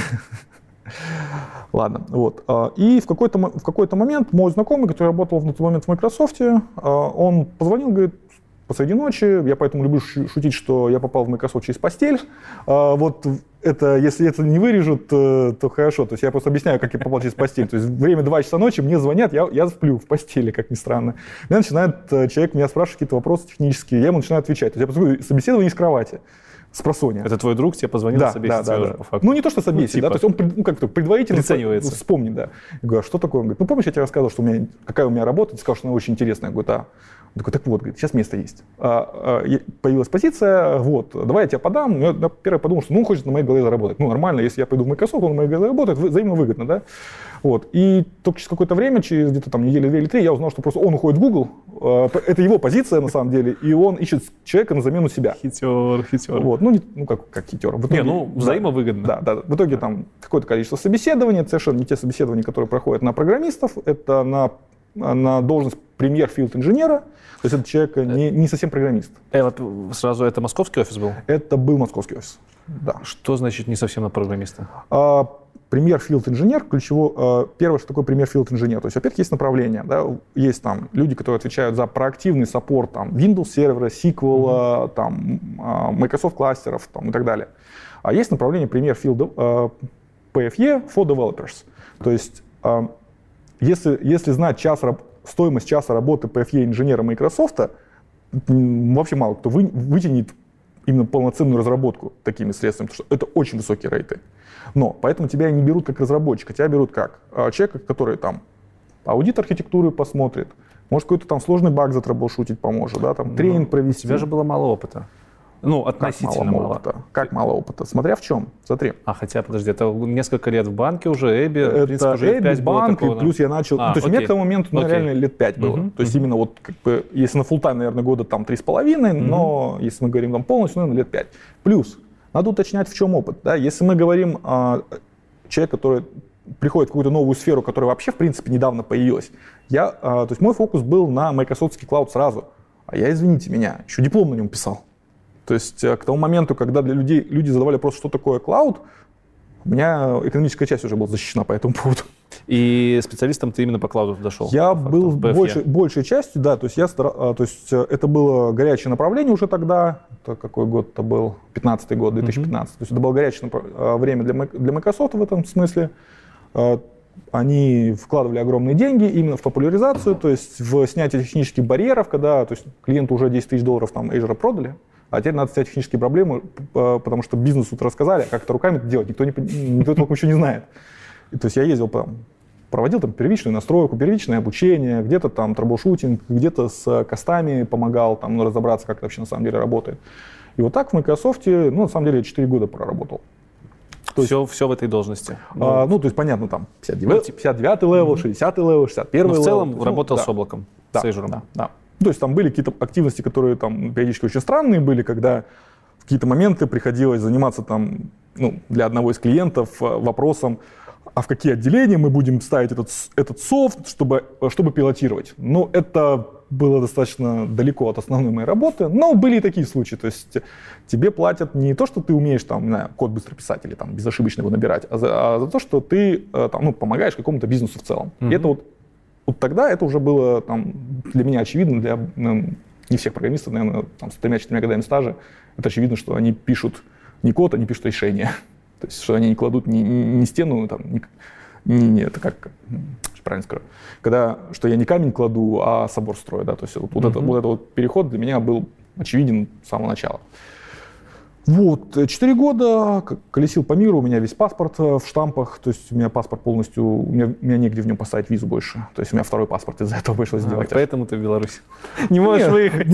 Ладно, вот. И в какой-то момент мой знакомый, который работал на тот момент в Microsoft, он позвонил, говорит, посреди ночи, я поэтому люблю шутить, что я попал в Microsoft через постель. Вот это, если это не вырежут, то хорошо. То есть я просто объясняю, как я попал через постель. То есть время 2 часа ночи, мне звонят, я сплю в постели, как ни странно. Меня начинает человек меня спрашивать какие-то вопросы технические, я ему начинаю отвечать. То есть я посмотрю собеседование с кровати. С просонья. Это твой друг тебе позвонил собесить тебя уже по факту? Ну, не то, что собесить, да, то есть он предварительно приценивается. Вспомнит, да. Я говорю, а что такое? Он говорит, помнишь, я тебе рассказывал, какая у меня работа, ты сказал, что она очень интересная. Я говорю, да. Он такой, так вот, говорит, сейчас место есть. Появилась позиция, вот, давай я тебя подам. Я первый подумал, что он хочет на моей голове заработать. Ну, нормально, если я пойду в Microsoft, он на моей голове работает, взаимно выгодно, да. Вот. И только через какое-то время, через где-то там неделю, 2 или 3, я узнал, что просто он уходит в Google. Это его позиция, на самом деле, и он ищет человека на замену себя. Хитер. Вот. как хитер. В итоге, взаимовыгодно. Да. В итоге там какое-то количество собеседований, это совершенно не те собеседования, которые проходят на программистов, это на должность премьер-филд-инженера, то есть это человек не совсем программист. Сразу это московский офис был? Это был московский офис, да. Что значит не совсем на программиста? Премьер-филд-инженер, первое, что такое премьер-филд-инженер. То есть, во-первых, есть направления, да, есть там люди, которые отвечают за проактивный саппорт там, Windows сервера, SQL, там, Microsoft кластеров там, и так далее. А есть направление PFE for developers. То есть, если знать стоимость часа работы PFE инженера Microsoft, вообще мало кто вытянет именно полноценную разработку такими средствами, потому что это очень высокие рейты. Но поэтому тебя не берут как разработчика, тебя берут как человека, который там аудит архитектуры посмотрит, может какой-то там сложный баг затраблшутить поможет, да, там тренинг провести. У тебя же было мало опыта. Ну, относительно мало. Как мало опыта? Смотря в чем. Смотри. Хотя, подожди, это несколько лет в банке уже, Эбби, в принципе, уже лет 5 было банк, такого. И плюс я начал... то есть у меня к тому моменту реально лет 5 было. То есть именно вот, как бы, если на фулл-тайм, наверное, года там 3,5, но если мы говорим там полностью, наверное, лет 5. Плюс, надо уточнять, в чем опыт. Да? Если мы говорим человек, который приходит в какую-то новую сферу, которая вообще, в принципе, недавно появилась, то есть мой фокус был на Microsoft Cloud сразу. А я, извините меня, еще диплом на нем писал. То есть к тому моменту, когда для людей люди задавали вопрос, что такое клауд, у меня экономическая часть уже была защищена по этому поводу. И специалистом ты именно по клауду дошел? Я был большей частью, да. То есть это было горячее направление уже тогда. Это какой год это был? 15-й год, 2015. То есть это было горячее время для Microsoft в этом смысле. Они вкладывали огромные деньги именно в популяризацию, то есть в снятие технических барьеров, когда клиенту уже $10 000 там Azure продали. А теперь надо снять технические проблемы, потому что бизнесу тут рассказали, а как это руками это делать, никто толком еще не знает. То есть я ездил, проводил там первичную настройку, первичное обучение, где-то там трэблшутинг, где-то с костами помогал там, разобраться, как это вообще на самом деле работает. И вот так в Microsoft, на самом деле, 4 года проработал. Все в этой должности? То есть, понятно, там 59-й левел, 60-й левел, 61-й левел. Но в целом работал с облаком, с Azure. Да. То есть там были какие-то активности, которые там периодически очень странные были, когда в какие-то моменты приходилось заниматься там, для одного из клиентов вопросом, а в какие отделения мы будем ставить этот софт, чтобы пилотировать. Это было достаточно далеко от основной моей работы, но были и такие случаи. То есть тебе платят не то, что ты умеешь там, код быстро писать или там, безошибочно его набирать, а за то, что ты помогаешь какому-то бизнесу в целом. И это вот тогда это уже было для меня очевидно, для не всех программистов, наверное, с 3-4 годами стажа, это очевидно, что они пишут не код, они пишут решение. То есть, что они не кладут не стену, это как правильно скажу, что я не камень кладу, а собор строю. Да? То есть вот этот переход для меня был очевиден с самого начала. 4 года колесил по миру, у меня весь паспорт в штампах, то есть у меня паспорт полностью, у меня негде в нем поставить визу больше. То есть у меня второй паспорт из-за этого пришлось сделать. Поэтому ты в Беларуси не можешь выехать.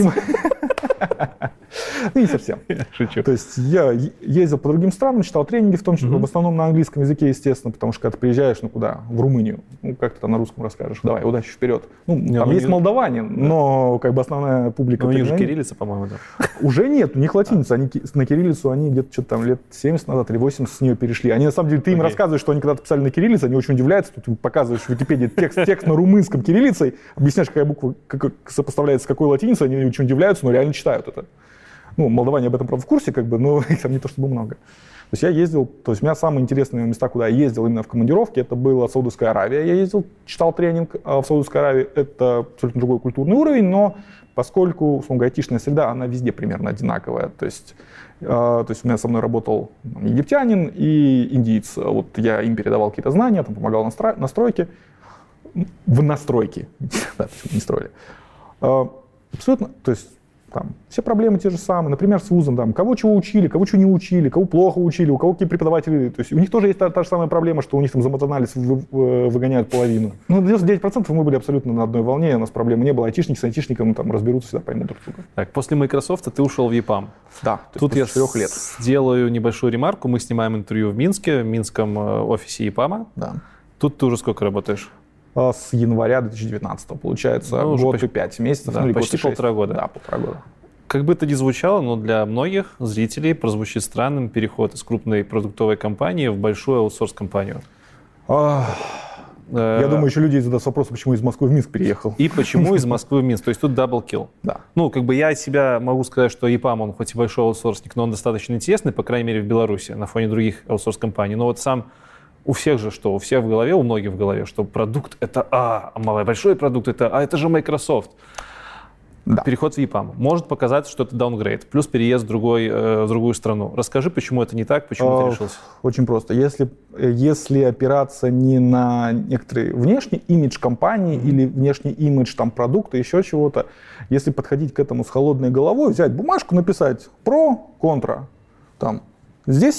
Не совсем. Шучу. То есть я ездил по другим странам, читал тренинги, в том числе, в основном на английском языке, естественно, потому что когда ты приезжаешь, куда? В Румынию, как ты там на русском расскажешь? Давай, удачи, вперед. Там есть молдаване, но основная публика... У них же кириллица, по-моему, да? Уже нет, у них латиница. На кириллицу они где-то что-то там лет 70 назад или 80 с нее перешли. Они, на самом деле, ты им рассказываешь, что они когда-то писали на кириллице, они очень удивляются, тут им показываешь в Википедии текст на румынском кириллицей, объясняешь, какая буква сопоставляется с какой латиницей, они очень удивляются, но реально читают это. Молдаване об этом, правда, в курсе, но их там не то чтобы много. То есть я ездил, у меня самые интересные места, куда я ездил именно в командировке, это была Саудовская Аравия. Я ездил, читал тренинг в Саудовской Аравии, это абсолютно другой культурный уровень, но поскольку, условно говоря, айтишная среда, она везде примерно одинаковая. То есть у меня со мной работал египтянин и индиец. Вот я им передавал какие-то знания, помогал настройке. В настройке, да, не строили. Абсолютно, то есть все проблемы те же самые, например, с вузом, кого чего учили, кого чего не учили, кого плохо учили, у кого какие преподаватели, то есть у них тоже есть та же самая проблема, что у них там за матанализ выгоняют половину. 99% мы были абсолютно на одной волне, у нас проблемы не было, айтишники с айтишником разберутся, всегда поймут друг друга. Так, после Microsoft ты ушел в EPAM. Да, тут я 4 лет. Сделаю небольшую ремарку, мы снимаем интервью в Минске, в минском офисе EPAM. Да. Тут ты уже сколько работаешь? С января 2019, получается, год и 5 месяцев. Да, почти 1,5 года. Да, 1,5 года. Как бы это ни звучало, но для многих зрителей прозвучит странным переход из крупной продуктовой компании в большую аутсорс-компанию. Я думаю, еще люди зададут вопрос, почему из Москвы в Минск переехал. И почему из Москвы в Минск. То есть тут даблкил. Да. Я себя могу сказать, что EPAM, он хоть и большой аутсорсник, но он достаточно интересный, по крайней мере, в Беларуси, на фоне других аутсорс-компаний. Но вот сам у всех же, что у всех в голове, у многих в голове, что продукт это большой продукт это же Microsoft. Да. Переход в EPAM может показаться, что это даунгрейд, плюс переезд в другую страну. Расскажи, почему это не так, почему ты решился? Очень просто. Если опираться не на некоторый внешний имидж компании или внешний имидж там, продукта, еще чего-то, если подходить к этому с холодной головой, взять бумажку, написать про, контра, там, здесь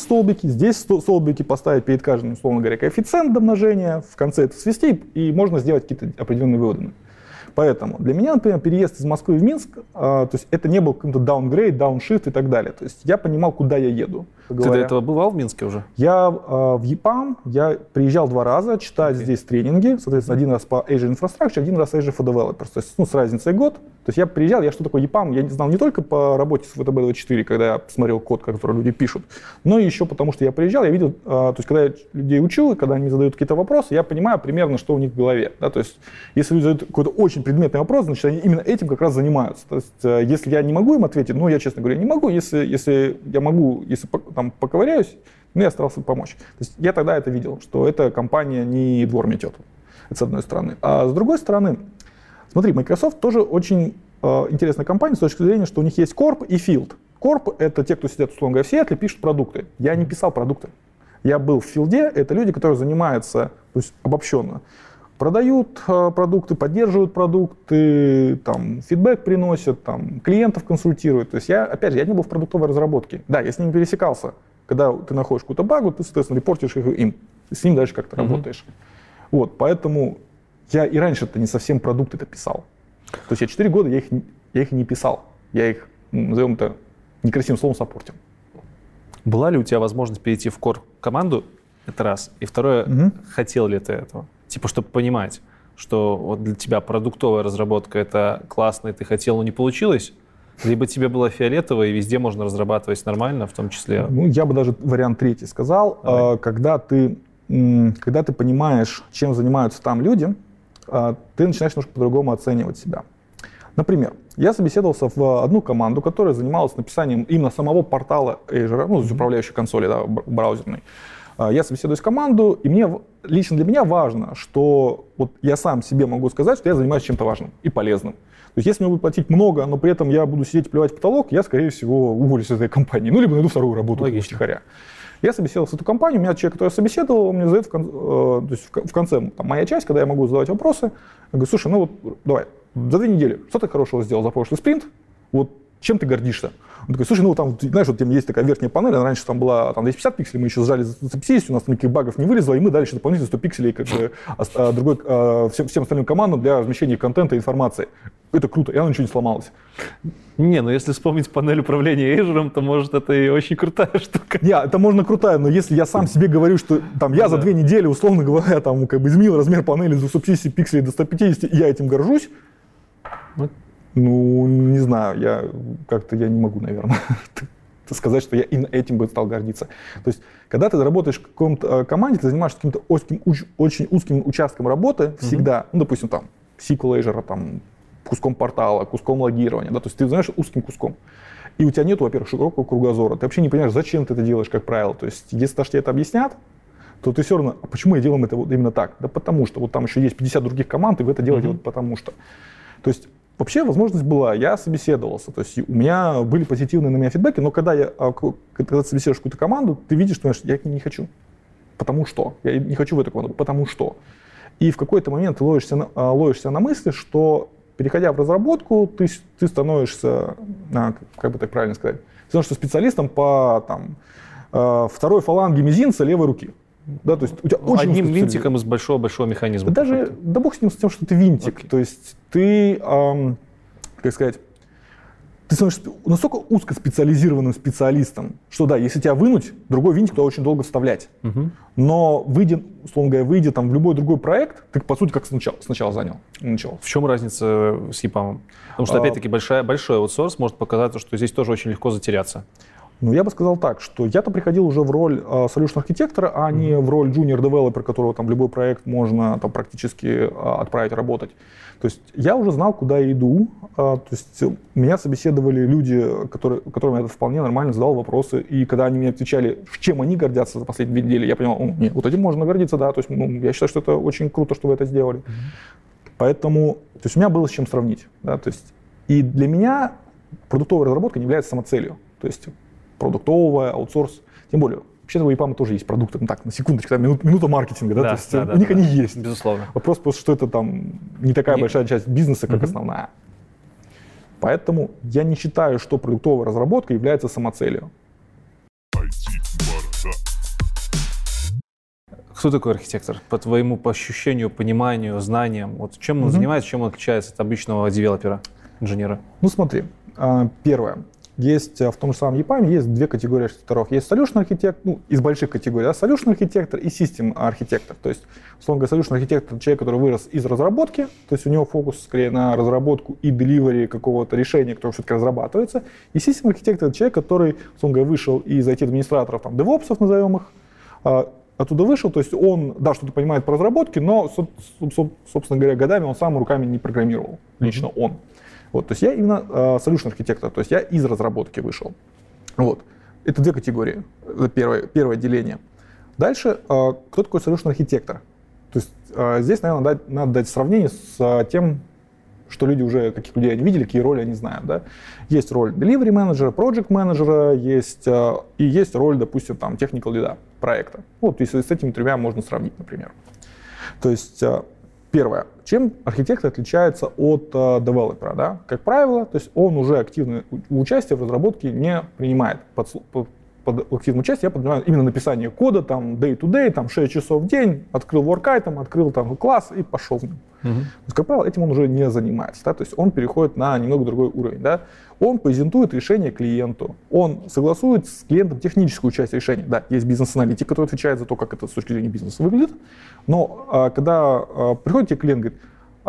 столбики поставить перед каждым, условно говоря, коэффициент домножения, в конце это свести, и можно сделать какие-то определенные выводы. Поэтому для меня, например, переезд из Москвы в Минск, то есть это не был какой-то даунгрейд, дауншифт и так далее. То есть я понимал, куда я еду. Ты до этого бывал в Минске уже? Я в EPAM, я приезжал 2 раза читать здесь тренинги, соответственно, 1 раз по Azure Infrastructure, 1 раз Azure for Developers, то есть с разницей год. То есть я приезжал, что такое EPAM, я не знал не только по работе с VTB24, когда я смотрел код, который люди пишут, но и еще потому, что я приезжал, я видел, то есть когда я людей учу, и когда они задают какие-то вопросы, я понимаю примерно, что у них в голове. Да? То есть если люди задают какой-то очень предметный вопрос, значит, они именно этим как раз занимаются. То есть если я не могу им ответить, я, честно говоря, не могу, если я могу, если там поковыряюсь, я старался помочь. То есть я тогда это видел, что эта компания не двор метет. Это с одной стороны. А с другой стороны, смотри, Microsoft тоже очень интересная компания с точки зрения, что у них есть Corp и Field. Corp — это те, кто сидят, условно говоря, в Сиэтле, пишут продукты. Я не писал продукты. Я был в Филде, это люди, которые занимаются, то есть обобщенно, продают продукты, поддерживают продукты, там, фидбэк приносят, там, клиентов консультируют. То есть я, опять же, я не был в продуктовой разработке. Да, я с ними пересекался. Когда ты находишь какую-то багу, ты, соответственно, репортишь их им. Ты с ним дальше как-то работаешь. Вот, поэтому я и раньше-то не совсем продукты-то писал. То есть я 4 года я их не писал. Я их, назовем это, некрасивым словом, саппортил. Была ли у тебя возможность перейти в core-команду? Это раз. И второе, хотел ли ты этого? Типа, чтобы понимать, что вот для тебя продуктовая разработка — это классно, и ты хотел, но не получилось? Либо тебе было фиолетово, и везде можно разрабатывать нормально, в том числе... Я бы даже вариант третий сказал. Когда ты понимаешь, чем занимаются там люди, ты начинаешь немножко по-другому оценивать себя. Например, я собеседовался в одну команду, которая занималась написанием именно самого портала Azure, управляющей консоли, да, браузерной. Я собеседуюсь в команду, и лично для меня важно, что вот я сам себе могу сказать, что я занимаюсь чем-то важным и полезным. То есть если мне будут платить много, но при этом я буду сидеть и плевать в потолок, я, скорее всего, уволюсь из этой компании. Либо найду вторую работу втихаря. Я собеседовался в эту компанию, у меня человек, который собеседовал, он мне задает в конце моя часть, когда я могу задавать вопросы. Я говорю, слушай, давай, за 2 недели, что ты хорошего сделал за прошлый спринт? Вот чем ты гордишься? Он такой, слушай, там, знаешь, вот есть такая верхняя панель, она раньше там была 250 пикселей, мы еще сжали за 150, у нас никаких багов не вылезло, и мы дали еще дополнительно 100 пикселей всем остальным командам для размещения контента и информации. Это круто, и она ничего не сломалась. Если вспомнить панель управления Azure, то, может, это и очень крутая штука. Это можно крутая, но если я сам себе говорю, что я за 2 недели, условно говоря, изменил размер панели с 250 пикселей до 150, и я этим горжусь, не знаю, я не могу, наверное, сказать, что я именно этим бы стал гордиться. То есть, когда ты работаешь в каком-то команде, ты занимаешься каким-то очень узким участком работы всегда, допустим, там, SQL Azure, там, куском портала, куском логирования, да, то есть ты занимаешься узким куском. И у тебя нет, во-первых, широкого кругозора. Ты вообще не понимаешь, зачем ты это делаешь, как правило. То есть, если даже тебе это объяснят, то ты все равно, а почему я делаю это вот именно так? Да потому что вот там еще есть 50 других команд, и вы это делаете вот потому что. То есть, вообще возможность была, я собеседовался, то есть у меня были позитивные на меня фидбэки, но когда ты собеседуешь какую-то команду, ты видишь, что я к ней не хочу. Потому что? Я не хочу в эту команду, потому что. И в какой-то момент ты ловишься на мысли, что переходя в разработку, ты становишься, как бы так правильно сказать, становишься специалистом по второй фаланге мизинца левой руки. Да, то есть у тебя очень одним винтиком из большого-большого механизма. Да бог с ним, с тем, что ты винтик. То есть ты, как сказать, ты становишься настолько узкоспециализированным специалистом, что да, если тебя вынуть, другой винтик туда очень долго вставлять. Но условно говоря, выйдя в любой другой проект, ты, по сути, как сначала начал. В чем разница с EPAM? Потому что, опять-таки, большой аутсорс может показаться, что здесь тоже очень легко затеряться. Я бы сказал так, что я-то приходил уже в роль solution архитектора, а не в роль junior developer, которого в любой проект можно практически отправить работать. То есть я уже знал, куда я иду. То есть меня собеседовали люди, которым я это вполне нормально задал вопросы. И когда они мне отвечали, чем они гордятся за последние 2 недели, я понимал, нет, вот этим можно гордиться, да. То есть я считаю, что это очень круто, что вы это сделали. Поэтому, то есть у меня было с чем сравнить. Да, то есть, И для меня продуктовая разработка не является самоцелью. То есть продуктовая, аутсорс, тем более. Вообще-то у EPAM тоже есть продукты, ну так, на секундочку, там, минута маркетинга, да, то есть у них они есть. Безусловно. Вопрос просто, что это там не такая большая часть бизнеса, как основная. Поэтому я не считаю, что продуктовая разработка является самоцелью. Кто такой архитектор? По твоему по ощущению, пониманию, знаниям, вот чем он занимается, чем он отличается от обычного девелопера, инженера? Ну смотри, первое. Есть в том же самом EPAM есть две категории архитекторов. Есть solution архитектор, ну, из больших категорий, да, solution архитектор и system архитектор. То есть, условно говоря, solution архитектор — человек, который вырос из разработки, то есть у него фокус скорее на разработку и деливери какого-то решения, которое все-таки разрабатывается. И system архитектор — это человек, который, условно говоря, вышел из IT-администраторов, там, DevOps'ов, назовем их, оттуда вышел, то есть он, да, что-то понимает по разработке, но, собственно говоря, годами он сам руками не программировал, лично он. Вот, то есть я именно solution архитектор, то есть я из разработки вышел. Вот. Это две категории, это первое деление. Дальше, кто такой solution архитектор? То есть здесь, наверное, надо дать сравнение с тем, что люди уже, каких людей они видели, какие роли они знают. Да? Есть роль delivery менеджера, project менеджера, есть роль, допустим, там, technical lead проекта. Вот, если с этими тремя можно сравнить, например. То есть первое. Чем архитектор отличается от девелопера? Да? Как правило, то есть он уже активное участие в разработке не принимает. Под активным участием я подразумеваю именно написание кода, там, day-to-day, там, 6 часов в день, открыл work-item, открыл там, класс и пошел в нем. То есть, как правило, этим он уже не занимается. Да? То есть он переходит на немного другой уровень. Да? Он презентует решение клиенту, он согласует с клиентом техническую часть решения. Да, есть бизнес-аналитик, который отвечает за то, как это с точки зрения бизнеса выглядит. Но когда приходит тебе клиент, говорит,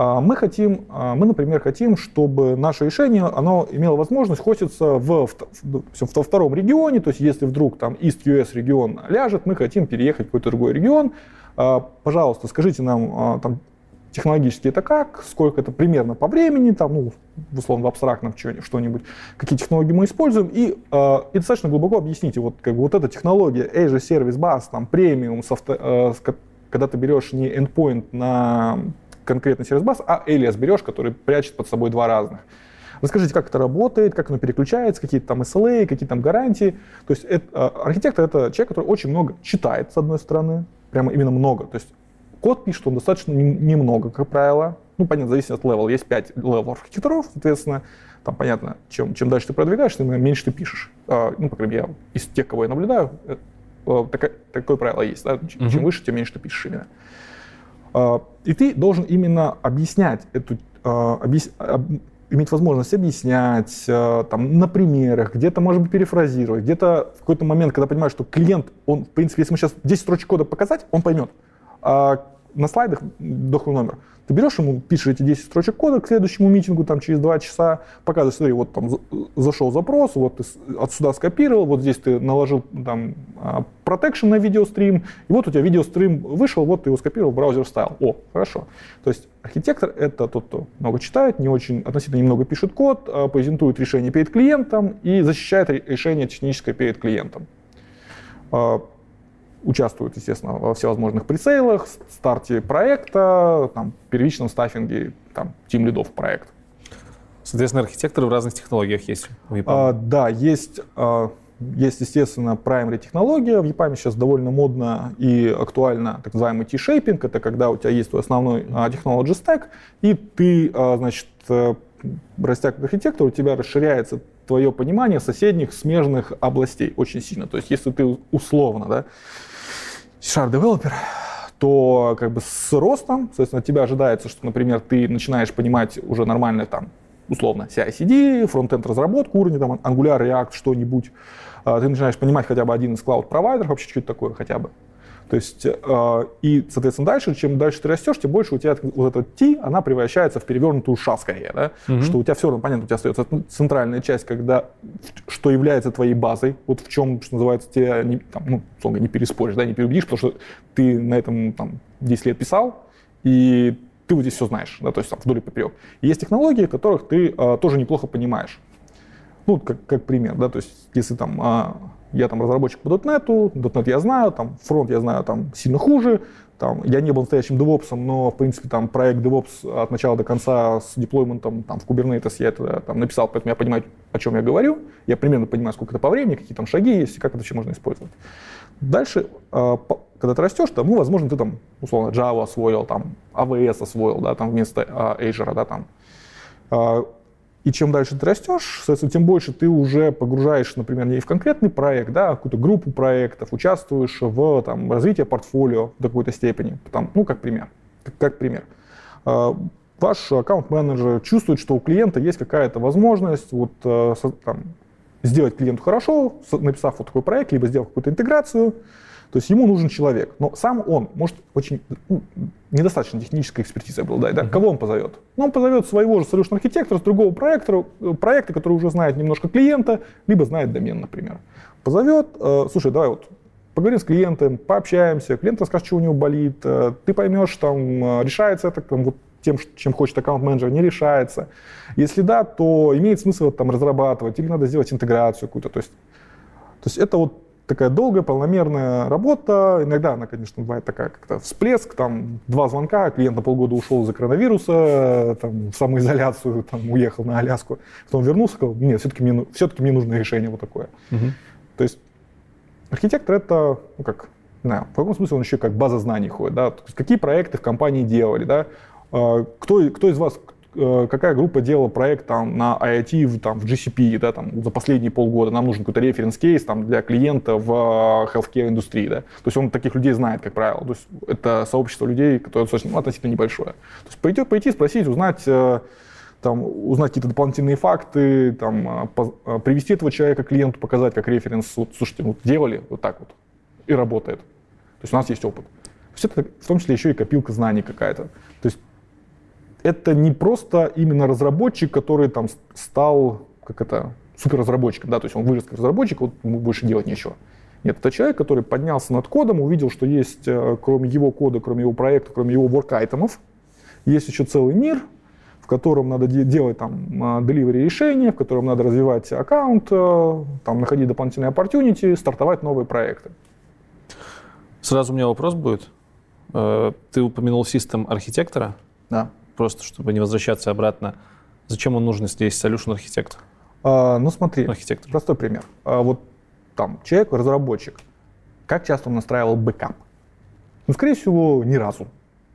мы, например, хотим, чтобы наше решение, оно имело возможность хоститься во втором регионе, то есть если вдруг там East US регион ляжет, мы хотим переехать в какой-то другой регион. Пожалуйста, скажите нам там, технологически это как, сколько это примерно по времени, там, ну, условно, в абстрактном что-нибудь, какие технологии мы используем, и достаточно глубоко объясните, вот, как бы, вот эта технология Azure Service Bus, там, премиум, когда ты берешь не endpoint на конкретный сервис бас, а alias берешь, который прячет под собой два разных. Расскажите, как это работает, как оно переключается, какие-то там SLA, какие там гарантии. То есть архитектор — это человек, который очень много читает, с одной стороны, прямо именно много. То есть код пишет он достаточно немного, как правило. Ну, понятно, зависит от левела. Есть 5 левелов архитекторов, соответственно, там понятно, чем дальше ты продвигаешься, тем меньше ты пишешь. Ну, по крайней мере, из тех, кого я наблюдаю, такое правило есть. Да? Чем выше, тем меньше ты пишешь именно. И ты должен именно объяснять иметь возможность объяснять там, на примерах, где-то, может быть, перефразировать, где-то в какой-то момент, когда понимаешь, что клиент, он, в принципе, если ему сейчас 10 строчек кода показать, он поймет. На слайдах дохлый номер. Ты берешь ему, пишешь эти 10 строчек кода к следующему митингу, там, через 2 часа, показываешь, смотри, вот там зашел запрос, вот ты отсюда скопировал, вот здесь ты наложил там protection на видеострим, и вот у тебя видеострим вышел, вот ты его скопировал, браузер вставил. О, хорошо. То есть архитектор — это тот, кто много читает, относительно немного пишет код, презентует решение перед клиентом и защищает решение техническое перед клиентом. Участвует, естественно, во всевозможных пресейлах, старте проекта, там, первичном стаффинге, там, тимлидов проект. Соответственно, архитекторы в разных технологиях есть в EPAM? Да, есть, естественно, primary технология. В EPAM сейчас довольно модно и актуально так называемый T-shaping. Это когда у тебя есть твой основной technology stack, и ты, значит, растя как архитектор, у тебя расширяется твое понимание соседних смежных областей очень сильно. То есть, если ты условно, да, C-Sharp-девелопер, то как бы с ростом, соответственно, от тебя ожидается, что, например, ты начинаешь понимать уже нормально там, условно, CI/CD, фронт-энд разработку уровня, там, Angular, React, что-нибудь. Ты начинаешь понимать хотя бы один из клауд-провайдеров, вообще что-то такое хотя бы. То есть, и, соответственно, дальше, чем дальше ты растешь, тем больше у тебя вот эта T, она превращается в перевернутую ша скорее, да? Что у тебя все равно, понятно, у тебя остается центральная часть, когда, что является твоей базой, вот в чем, что называется, тебя, там, ну, условно, не переспоришь, да, не переубедишь, потому что ты на этом там 10 лет писал, и ты вот здесь все знаешь, да, то есть там, вдоль и поперек. И есть технологии, которых ты тоже неплохо понимаешь. Ну, как пример, да, то есть если там я там разработчик по .NET, .NET я знаю, там фронт я знаю там сильно хуже, там, я не был настоящим DevOps, но, в принципе, там проект DevOps от начала до конца с деплойментом там, в Kubernetes я это там, написал, поэтому я понимаю, о чем я говорю. Я примерно понимаю, сколько это по времени, какие там шаги есть и как это вообще можно использовать. Дальше, когда ты растешь, там, ну, возможно, ты там, условно, Java освоил, там, AWS освоил, да, там, вместо Azure, да, там. И чем дальше ты растешь, соответственно, тем больше ты уже погружаешь, например, не в конкретный проект, да, а какую-то группу проектов, участвуешь в там, развитии портфолио до какой-то степени. Там, ну, как пример. Как пример. Ваш аккаунт-менеджер чувствует, что у клиента есть какая-то возможность вот, там, сделать клиенту хорошо, написав вот такой проект, либо сделав какую-то интеграцию. То есть ему нужен человек, но сам он может очень недостаточно технической экспертизы обладать. Да? Кого он позовет? Ну, он позовет своего же solution архитектора с другого проекта, который уже знает немножко клиента, либо знает домен, например. Позовет, слушай, давай вот поговорим с клиентом, пообщаемся, клиент расскажет, что у него болит, ты поймешь, там, решается это там, вот, тем, чем хочет аккаунт-менеджер, не решается. Если да, то имеет смысл там разрабатывать или надо сделать интеграцию какую-то. То есть это вот такая долгая, полномерная работа. Иногда она, конечно, бывает такая, как-то всплеск, там 2 звонка, клиент на полгода ушел из-за коронавируса, там, в самоизоляцию, там, уехал на Аляску, потом вернулся, сказал, нет, все-таки мне нужно решение вот такое. То есть архитектор это, ну как, не знаю, в каком смысле он еще как база знаний ходит, да, то есть какие проекты в компании делали, да, кто из вас, какая группа делала проект там, на IoT там, в GCP да, там, за последние полгода, нам нужен какой-то референс-кейс там, для клиента в healthcare индустрии. Да? То есть он таких людей знает, как правило. То есть это сообщество людей, которое достаточно, относительно небольшое. То есть пойти спросить, узнать какие-то дополнительные факты, там, привести этого человека к клиенту, показать как референс. Вот, слушайте, вот делали вот так вот и работает. То есть у нас есть опыт. То есть это в том числе еще и копилка знаний какая-то. То есть это не просто именно разработчик, который там стал суперразработчиком, да, то есть он вырос как разработчик, вот ему больше делать нечего. Нет, это человек, который поднялся над кодом, увидел, что есть, кроме его кода, кроме его проекта, кроме его ворк-айтемов, есть еще целый мир, в котором надо делать там delivery решения, в котором надо развивать аккаунт, там, находить дополнительные opportunity, стартовать новые проекты. Сразу у меня вопрос будет. Ты упомянул систем архитектора. Да. Просто чтобы не возвращаться обратно. Зачем он нужен, если есть solution архитектор? Ну смотри, простой пример. Вот там человек, разработчик, как часто он настраивал бэкап? Ну, скорее всего, ни разу.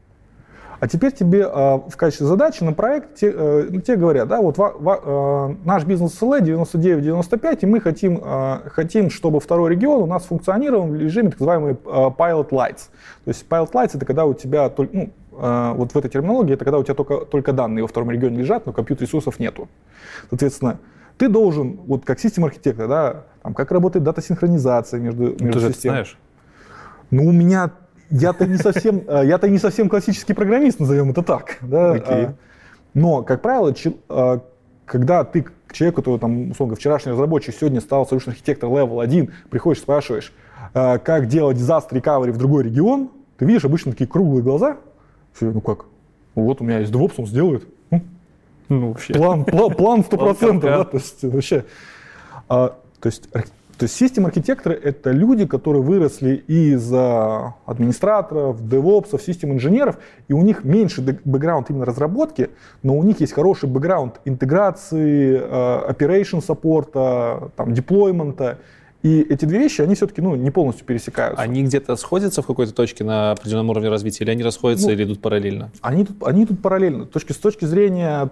А теперь тебе в качестве задачи на проект тебе говорят, да, вот наш бизнес SLA 99-95, и мы хотим, чтобы второй регион у нас функционировал в режиме так называемый pilot lights. То есть pilot lights это когда у тебя, вот в этой терминологии, это когда у тебя только данные во втором регионе лежат, но компьютер-ресурсов нету. Соответственно, ты должен, вот как систем-архитектор, да, там, как работает дата-синхронизация между ты же системами. это знаешь? Ну, у меня... Я-то не совсем классический программист, назовем это так. Да? Okay. Но, как правило, когда ты к человеку, который, там, условно, вчерашний разработчик, сегодня стал solution архитектор level 1, приходишь, спрашиваешь, как делать disaster recovery в другой регион, ты видишь обычно такие круглые глаза. Все, ну как? Вот у меня есть DevOps, он сделает. Ну, вообще. План 100%. Да? То есть, вообще, то есть систем-архитекторы — это люди, которые выросли из администраторов, девопсов, систем-инженеров, и у них меньше бэкграунд именно разработки, но у них есть хороший бэкграунд интеграции, operation саппорта, деплоймента. И эти две вещи, они все-таки не полностью пересекаются. Они где-то сходятся в какой-то точке на определенном уровне развития, или они расходятся, или идут параллельно? Они идут параллельно. С точки зрения,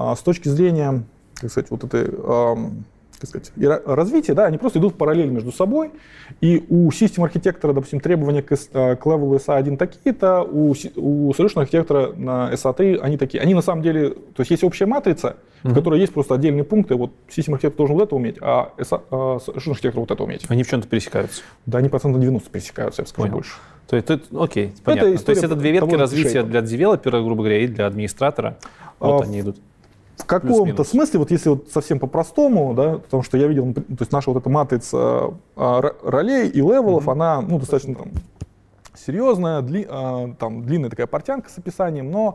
как сказать, вот этой... развитие, да, они просто идут в параллель между собой, и у систем-архитектора, допустим, требования к левелу SA1 такие-то, у solution архитектора на SA3 они такие. Они на самом деле, то есть общая матрица, в которой есть просто отдельные пункты, вот систем-архитектор должен вот это уметь, а solution архитектор вот это уметь. Они в чем-то пересекаются? Да, они 90% пересекаются, я бы сказал, больше. То есть, окей, понятно. То есть это две ветки развития для девелопера, грубо говоря, и для администратора, вот они идут. В каком-то смысле, вот если вот совсем по-простому, да, потому что я видел, то есть наша вот эта матрица ролей и левелов, она достаточно серьезная, длинная такая портянка с описанием, но,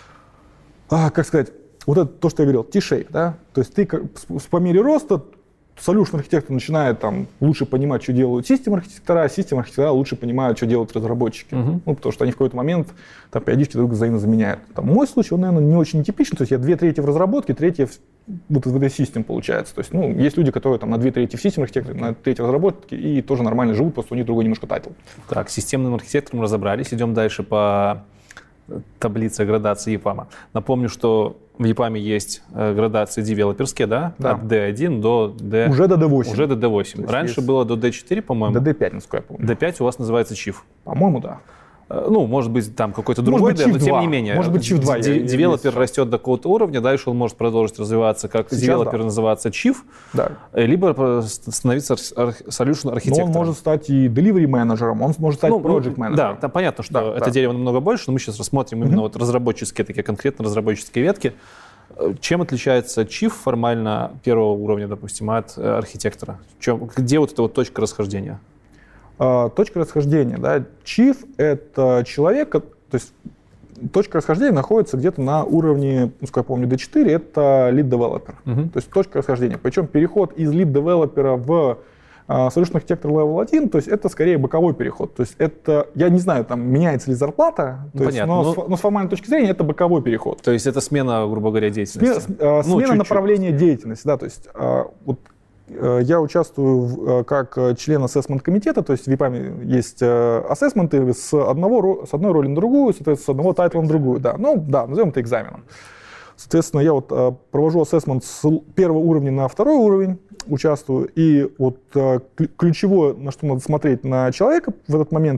как сказать, вот это то, что я говорил, T-shape, да, то есть ты по мере роста solution архитектор начинает там лучше понимать, что делают систем-архитектора лучше понимают, что делают разработчики. Ну, потому что они в какой-то момент там периодически друг друга взаимно заменяют. Там, мой случай, он, наверное, не очень типичный. То есть я 2/3 в разработке, 1/3 вот в этой системе получается. То есть, ну, есть люди, которые там на 2/3 в систем-архитекторе, на 1/3 в разработке и тоже нормально живут, просто у них другой немножко тайтл. Так, с системным архитектором разобрались. Идем дальше по таблице градации EPAM. Напомню, что в EPAM есть градации девелоперские, да? От D1 до D... Уже до D8. Уже до D8. Раньше было до D4, по-моему. До D5, насколько я помню. D5 у вас называется Chief. По-моему, да. Ну, может быть, там какой-то другой, быть, но тем не менее. Может быть, Chief 2. Девелопер растет до какого-то уровня, дальше он может продолжить развиваться как девелопер, называться Chief, либо становиться solution архитектором. Но он может стать и delivery менеджером, он может стать project менеджером. Да, там понятно, что это дерево намного больше, но мы сейчас рассмотрим именно вот разработческие, такие конкретно разработческие ветки. Чем отличается Chief формально первого уровня, допустим, от архитектора? Где вот эта вот точка расхождения? Точка расхождения, да, Chief — это человек, то есть точка расхождения находится где-то на уровне, насколько я помню, D4, это lead developer. То есть точка расхождения. Причем переход из lead developer в solution architector level 1, то есть это скорее боковой переход. То есть это, я не знаю, там меняется ли зарплата, то есть, но с формальной точки зрения это боковой переход. То есть это смена, грубо говоря, деятельности? Смена направления деятельности, да, то есть вот я участвую как член ассессмент-комитета, то есть в EPAM есть ассессменты с одной роли на другую, соответственно, с одного тайтла на другую. Да. Ну, да, назовем это экзаменом. Соответственно, я вот провожу ассессмент с первого уровня на второй уровень, участвую, и вот ключевое, на что надо смотреть на человека в этот момент,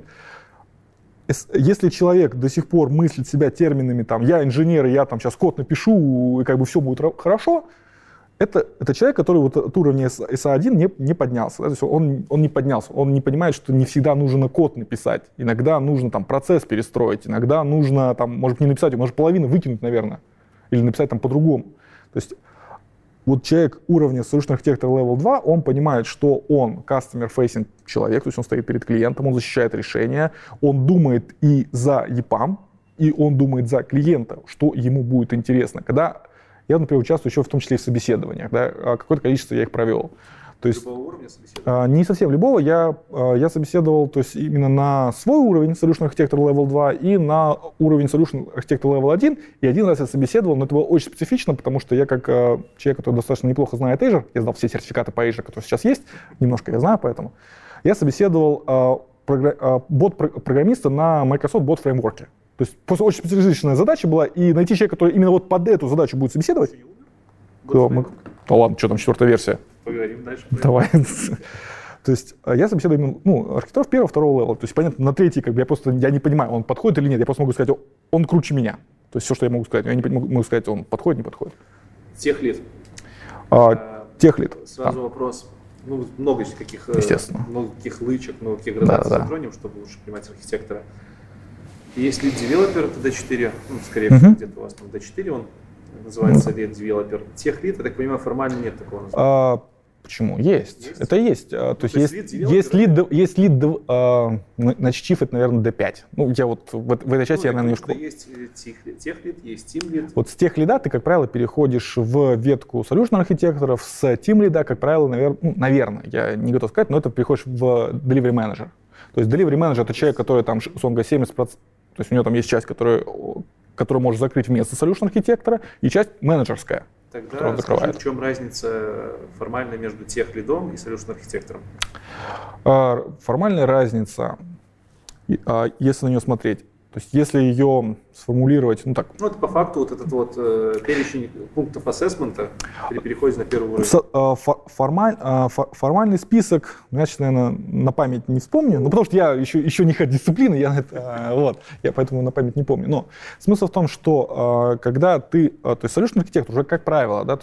если человек до сих пор мыслит себя терминами, там, я инженер, я там сейчас код напишу, и как бы все будет хорошо, это человек, который вот от уровня SA1 не поднялся. Да? То есть он не поднялся, он не понимает, что не всегда нужно код написать. Иногда нужно там процесс перестроить, иногда нужно, там, может не написать, может половину выкинуть, наверное, или написать там по-другому. То есть вот человек уровня Solution Architector Level 2, он понимает, что он customer-facing человек, то есть он стоит перед клиентом, он защищает решения, он думает и за EPAM, и он думает за клиента, что ему будет интересно. Когда я, например, участвую еще в том числе и в собеседованиях, да, какое-то количество я их провел. То есть, любого уровня собеседования? Не совсем любого, я собеседовал, то есть именно на свой уровень Solution Architector Level 2 и на уровень Solution Architector Level 1, и один раз я собеседовал, но это было очень специфично, потому что я как человек, который достаточно неплохо знает Azure, я сдал все сертификаты по Azure, которые сейчас есть, немножко я знаю поэтому, я собеседовал бот-программиста на Microsoft Bot Framework. То есть просто очень специфичная задача была, и найти человека, который именно вот под эту задачу будет собеседовать. Ну ладно, что там, 4-я версия. Поговорим дальше. Давай. То есть я собеседую именно, архитекторов первого, второго левела. То есть, понятно, на третий, как бы я не понимаю, он подходит или нет. Я просто могу сказать, он круче меня. То есть все, что я могу сказать. Я не могу сказать, он подходит, не подходит. Техлид. Техлид. Сразу вопрос. Много каких лычек, много каких градаций затронем, чтобы лучше понимать архитектора. Если девелопер, это D4, скорее всего, где-то у вас там D4, он называется lead-девелопер. Техлид, я так понимаю, формально нет такого названия. Почему? Есть. Это есть. То есть есть lead, значит, chief это, наверное, D5. Ну, я вот в этой части, я, наверное, немножко... Есть техлид, есть тимлид. Вот с техлида ты, как правило, переходишь в ветку solution архитекторов, с тимлида, как правило, наверное, я не готов сказать, но это переходишь в delivery manager. То есть delivery manager это человек, который там, условно говоря, 70%, то есть у него там есть часть, которую может закрыть вместо solution архитектора, и часть менеджерская. Тогда скажи, в чем разница формальная между техлидом и solution архитектором? Формальная разница, если на нее смотреть, то есть если ее сформулировать, это по факту вот этот вот перечень пунктов ассессмента при переходе на первый уровень. Формальный список, я сейчас, наверное, на память не вспомню, потому что я еще не ход дисциплины, я поэтому на память не помню. Но смысл в том, что когда ты, то есть solution архитектор уже как правило, да, то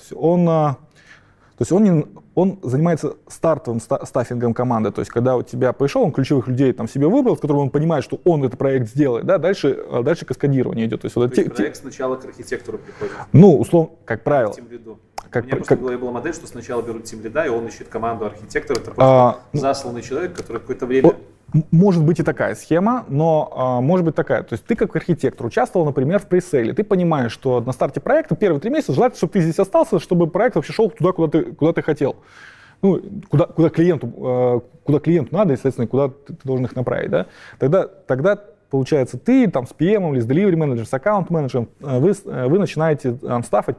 есть он занимается стартовым стаффингом команды, то есть когда у тебя пришел, он ключевых людей там себе выбрал, с которым он понимает, что он этот проект сделает, да, дальше каскадирование идет. То есть проект сначала к архитектору приходит? Условно, как правило. У меня просто была модель, что сначала берут тимлида, и он ищет команду архитектора, это просто засланный человек, который какое-то время... Может быть и такая схема, но может быть такая. То есть ты как архитектор участвовал, например, в пресейле. Ты понимаешь, что на старте проекта первые 3 месяца желательно, чтобы ты здесь остался, чтобы проект вообще шел туда, куда ты хотел. ну, куда клиенту надо, и, соответственно, куда ты должен их направить, да, тогда получается, ты там с PM или с delivery менеджером, с аккаунт-менеджером, вы начинаете стафать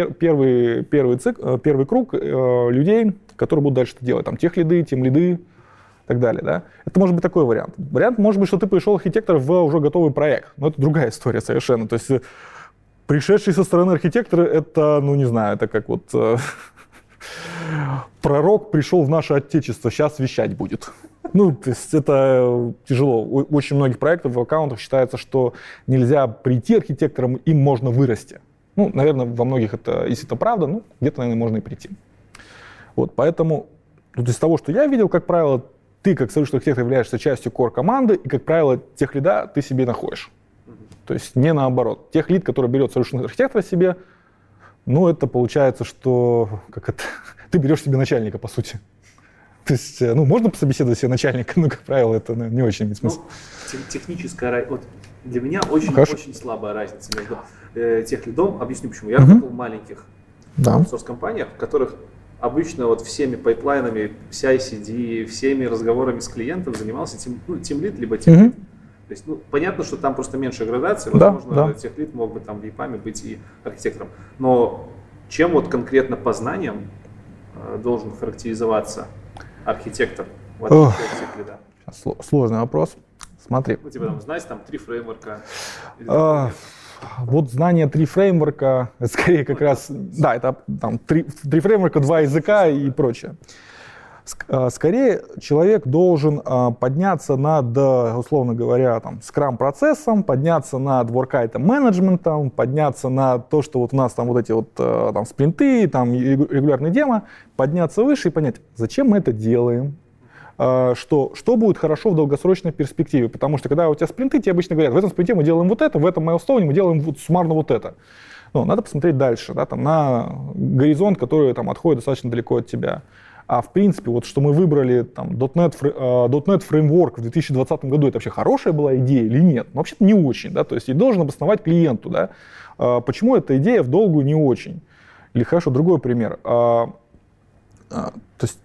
первый круг людей, которые будут дальше это делать, там, техлиды, тимлиды и так далее, да. Это может быть такой вариант. Вариант может быть, что ты пришел архитектор в уже готовый проект, но это другая история совершенно, то есть пришедший со стороны архитектора, это, ну, не знаю, это как вот пророк пришел в наше отечество, сейчас вещать будет. Ну, то есть это тяжело. У очень многих проектов в аккаунтах считается, что нельзя прийти архитектором, им можно вырасти. Ну, наверное, во многих это, если это правда, ну, где-то, наверное, можно и прийти. Вот, поэтому, вот из того, что я видел, как правило, ты, как solution архитектор, являешься частью core-команды, и, как правило, техлида ты себе находишь. То есть не наоборот. Техлид, который берет solution архитектора себе, ну, это получается, что ты берешь себе начальника, по сути. То есть, ну, можно пособеседовать себе начальника, но, как правило, это не очень имеет смысл. Ну, техническая, вот для меня очень слабая разница между техлидом. Объясню почему. Я работал в маленьких аутсорс-компаниях, в которых обычно вот всеми пайплайнами, CI/CD, всеми разговорами с клиентом занимался тимлид, либо техлид. То есть, ну, понятно, что там просто меньше градации, возможно, техлид мог бы там випами быть и архитектором. Но чем вот конкретно по знаниям должен характеризоваться архитектор в отличие от техлида? Сложный вопрос. Смотри. Ну, типа там знать там 3 фреймворка. Вот знание 3 фреймворка, это скорее как раз, да, это там 3 фреймворка, 2 языка и прочее. Скорее человек должен подняться над, условно говоря, там, скрам-процессом, подняться над work-item-менеджментом, подняться на то, что вот у нас там вот эти вот там, спринты, там, регулярные демо, подняться выше и понять, зачем мы это делаем, что будет хорошо в долгосрочной перспективе. Потому что когда у тебя спринты, тебе обычно говорят, в этом спринте мы делаем вот это, в этом майлстоуне мы делаем вот суммарно вот это. Но надо посмотреть дальше, да, там, на горизонт, который там, отходит достаточно далеко от тебя. А в принципе, вот что мы выбрали там, .NET фреймворк в 2020 году, это вообще хорошая была идея или нет? Ну, вообще-то не очень, да, то есть и должен обосновать клиенту, да, почему эта идея в долгую не очень. Или хорошо, другой пример. То есть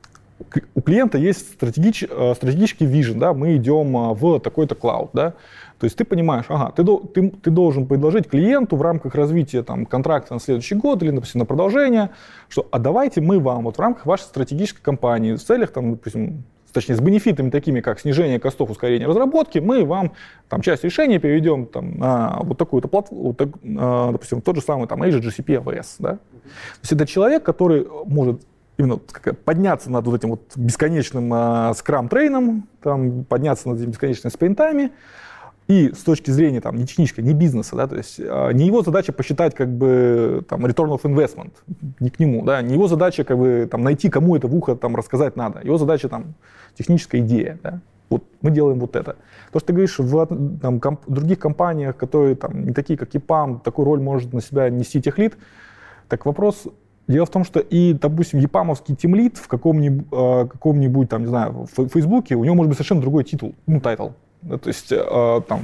у клиента есть стратегический вижен, да, мы идем в такой-то клауд, да, то есть ты понимаешь, ага, ты должен предложить клиенту в рамках развития там, контракта на следующий год или, допустим, на продолжение, что а давайте мы вам вот в рамках вашей стратегической кампании в целях, там, допустим, точнее, с бенефитами такими, как снижение костов, ускорение разработки, мы вам там, часть решения переведем там, на вот такую-то платформу, допустим, тот же самый там, Azure GCP AWS. Да? То есть это человек, который может именно подняться над вот этим вот бесконечным скрам-трейном, там, подняться над этими бесконечными спринтами. И с точки зрения там, не технической, не бизнеса, да, то есть не его задача посчитать как бы там, return of investment, не к нему, да, не его задача как бы там, найти, кому это в ухо там, рассказать надо. Его задача там, техническая идея. Да. Вот мы делаем вот это. То, что ты говоришь, в там, других компаниях, которые там, не такие, как EPAM, такую роль может на себя нести техлид, так вопрос... Дело в том, что и, допустим, епамовский тимлид в каком-нибудь, там, не знаю, в Фейсбуке, у него может быть совершенно другой титул, ну, тайтл. Да, то есть там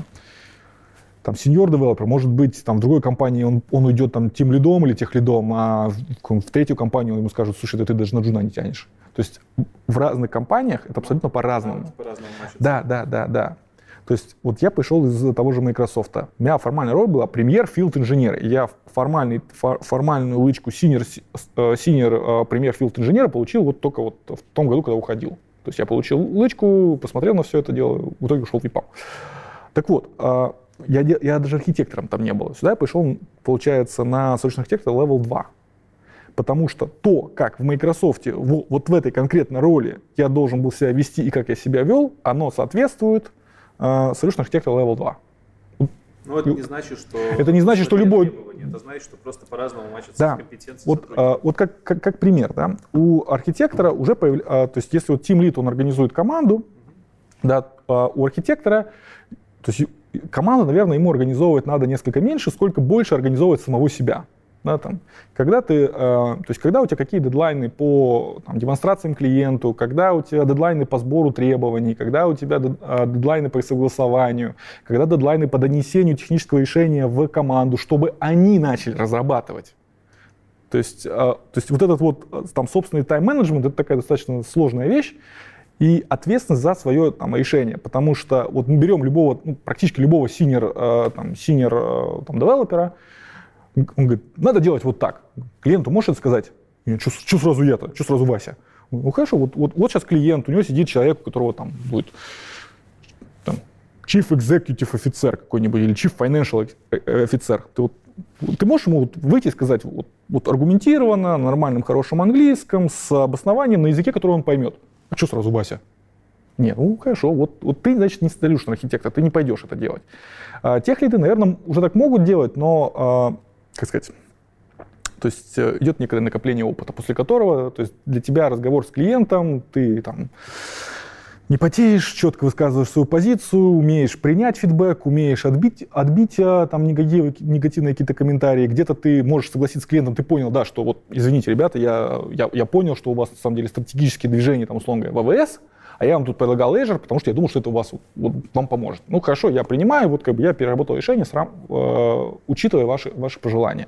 senior developer, может быть, там, в другой компании он уйдет там тимлидом или техлидом, а в третью компанию ему скажут, слушай, да ты даже на джуна не тянешь. То есть в разных компаниях это абсолютно по-разному. Да. То есть вот я пришел из того же Microsoft. У меня формальная роль была премьер-филд-инженер. Я формальную лычку senior премьер-филд-инженера получил вот только вот в том году, когда уходил. То есть я получил лычку, посмотрел на все это дело, в итоге ушел в EPAM. Так вот, я даже архитектором там не был. Сюда я пришел, получается, на solution архитектора level 2. Потому что то, как в Microsoft вот в этой конкретной роли я должен был себя вести и как я себя вел, оно соответствует solution архитектора level 2. Но это не значит, что... Это не значит, что любой... Это значит, что просто по-разному мачатся компетенции. Вот как пример, да, у архитектора уже появляется... То есть если вот Team Lead, он организует команду, да, у архитектора... То есть команду, наверное, ему организовывать надо несколько меньше, сколько больше организовывать самого себя. Да, там, когда у тебя какие дедлайны по там, демонстрациям клиенту, когда у тебя дедлайны по сбору требований, когда у тебя дедлайны по согласованию, когда дедлайны по донесению технического решения в команду, чтобы они начали разрабатывать. То есть вот этот вот там собственный тайм-менеджмент — это такая достаточно сложная вещь, и ответственность за свое там решение, потому что вот мы берем любого, практически любого senior девелопера, он говорит, надо делать вот так. Клиенту можешь это сказать? Нет, что сразу я-то, что сразу Вася? Ну хорошо, вот сейчас клиент, у него сидит человек, у которого там будет там, Chief Executive офицер какой-нибудь или Chief Financial офицер. Ты можешь ему выйти и сказать вот аргументированно, на нормальном, хорошем английском, с обоснованием на языке, который он поймет. А что сразу Вася? Нет, ну хорошо, вот ты, значит, не solution архитектор, ты не пойдешь это делать. Техлиды, наверное, уже так могут делать, но, как сказать, то есть идет некое накопление опыта, после которого, то есть для тебя разговор с клиентом, ты там не потеешь, четко высказываешь свою позицию, умеешь принять фидбэк, умеешь отбить там негативные какие-то комментарии. Где-то ты можешь согласиться с клиентом, ты понял, да, что вот, извините, ребята, я понял, что у вас на самом деле стратегические движения, там, условно говоря, в АВС, а я вам тут предлагал Azure, потому что я думал, что это у вас вам поможет. Ну хорошо, я принимаю, вот как бы я переработал решение, учитывая ваши пожелания.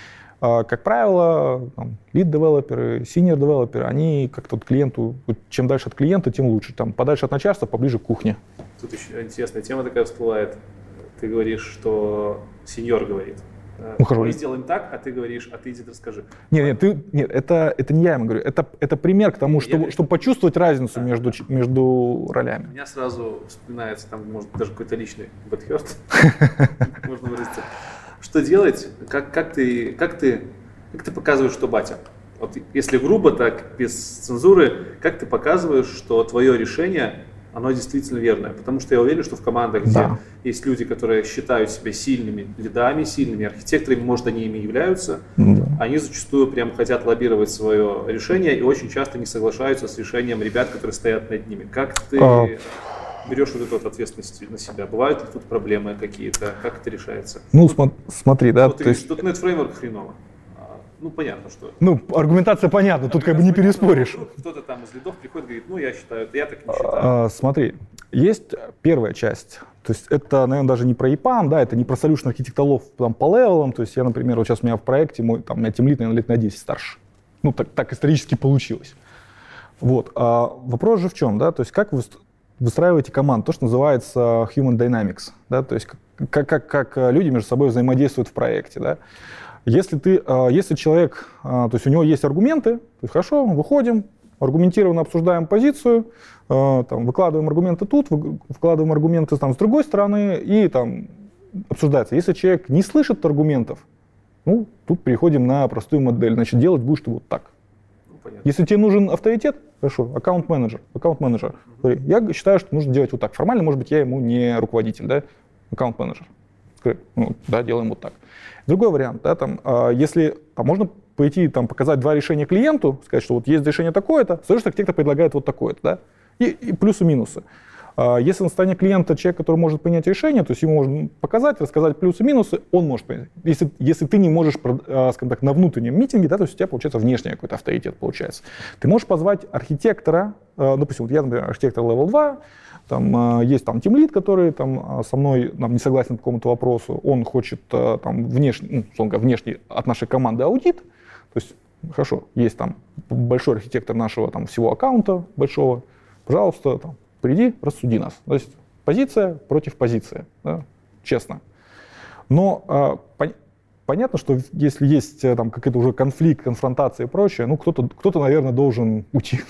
Как правило, лид-девелоперы, синьор-девелоперы, они как-то клиенту, чем дальше от клиента, тем лучше. Там, подальше от начальства, поближе к кухне. Тут еще интересная тема такая всплывает. Ты говоришь, что сеньор говорит. Мы сделаем так, а ты говоришь, а ты иди расскажи. Нет, это не я ему говорю. Это пример к тому, чтобы почувствовать разницу между ролями. У меня сразу вспоминается, там, может, даже какой-то личный бэдхёрст. Можно выразиться. Что делать? Как ты показываешь, что батя? Вот если грубо так, без цензуры, как ты показываешь, что твое решение, оно действительно верное? Потому что я уверен, что в командах, где есть люди, которые считают себя сильными лидами, сильными архитекторами, может, они ими являются, они зачастую прям хотят лоббировать свое решение и очень часто не соглашаются с решением ребят, которые стоят над ними. Как ты берешь вот эту вот ответственность на себя? Бывают ли тут проблемы какие-то? Как это решается? Ну, смотри, да. Вот, то есть .NET фреймворк хреново. Ну, понятно, что... Ну, аргументация понятна, тут как бы не переспоришь. Кто-то там из лидов приходит и говорит, я считаю, я так не считаю. Смотри, есть первая часть. То есть это, наверное, даже не про EPAM, да, это не про solution архитекторов там, по левелам. То есть я, например, вот сейчас у меня в проекте, у меня тимлид, наверное, лет на 10 старше. Ну, так исторически получилось. Вот. Вопрос же в чем, да, то есть как вы выстраиваете команду, то, что называется human dynamics, да, то есть как люди между собой взаимодействуют в проекте, да. Если человек, то есть у него есть аргументы, то есть хорошо, выходим, аргументированно обсуждаем позицию, там, выкладываем аргументы тут, выкладываем аргументы там, с другой стороны, и там обсуждается. Если человек не слышит аргументов, тут переходим на простую модель, значит, делать будешь ты вот так. Если тебе нужен авторитет, хорошо, аккаунт-менеджер. Я считаю, что нужно делать вот так. Формально, может быть, я ему не руководитель, да, аккаунт-менеджер. Да, делаем вот так. Другой вариант, да, там, если можно пойти там, показать два решения клиенту, сказать, что вот есть решение такое-то, solution архитектор предлагает вот такое-то, да, и плюсы-минусы. Если на стороне клиента человек, который может принять решение, то есть ему можно показать, рассказать плюсы-минусы, он может принять. Если ты не можешь, скажем так, на внутреннем митинге, да, то есть у тебя получается внешний какой-то авторитет получается. Ты можешь позвать архитектора, допустим, вот я, например, архитектор Level 2, там есть там тимлид, который там со мной не согласен по какому-то вопросу, он хочет там внешний от нашей команды аудит, то есть хорошо, есть там большой архитектор нашего там всего аккаунта большого, пожалуйста, там, приди, рассуди нас. То есть позиция против позиции, да, честно. Но понятно, что если есть там какой-то уже конфликт, конфронтация и прочее, кто-то, наверное, должен уйти.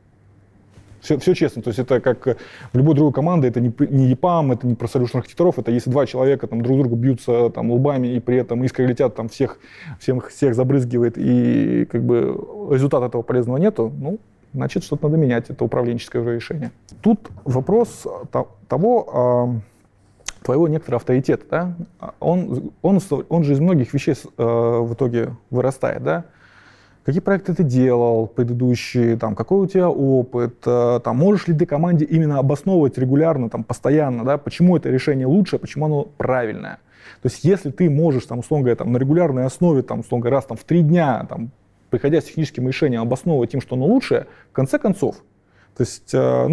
Все честно, то есть это как в любой другой команде, это не EPAM, это не про solution архитекторов, это если два человека там друг друга бьются там лбами и при этом искры летят, там всех забрызгивает и как бы результата этого полезного нету, значит что-то надо менять, это управленческое уже решение. Тут вопрос того, твоего некоторого авторитета, да? Он же из многих вещей в итоге вырастает, да? Какие проекты ты делал предыдущие, там, какой у тебя опыт, там, можешь ли ты команде именно обосновывать регулярно, там, постоянно, да, почему это решение лучше, почему оно правильное. То есть если ты можешь, там, условно говоря, там, на регулярной основе, там, условно говоря, раз там, в 3 дня, там, приходя с техническим решением, обосновывать тем, что оно лучшее, в конце концов, то есть,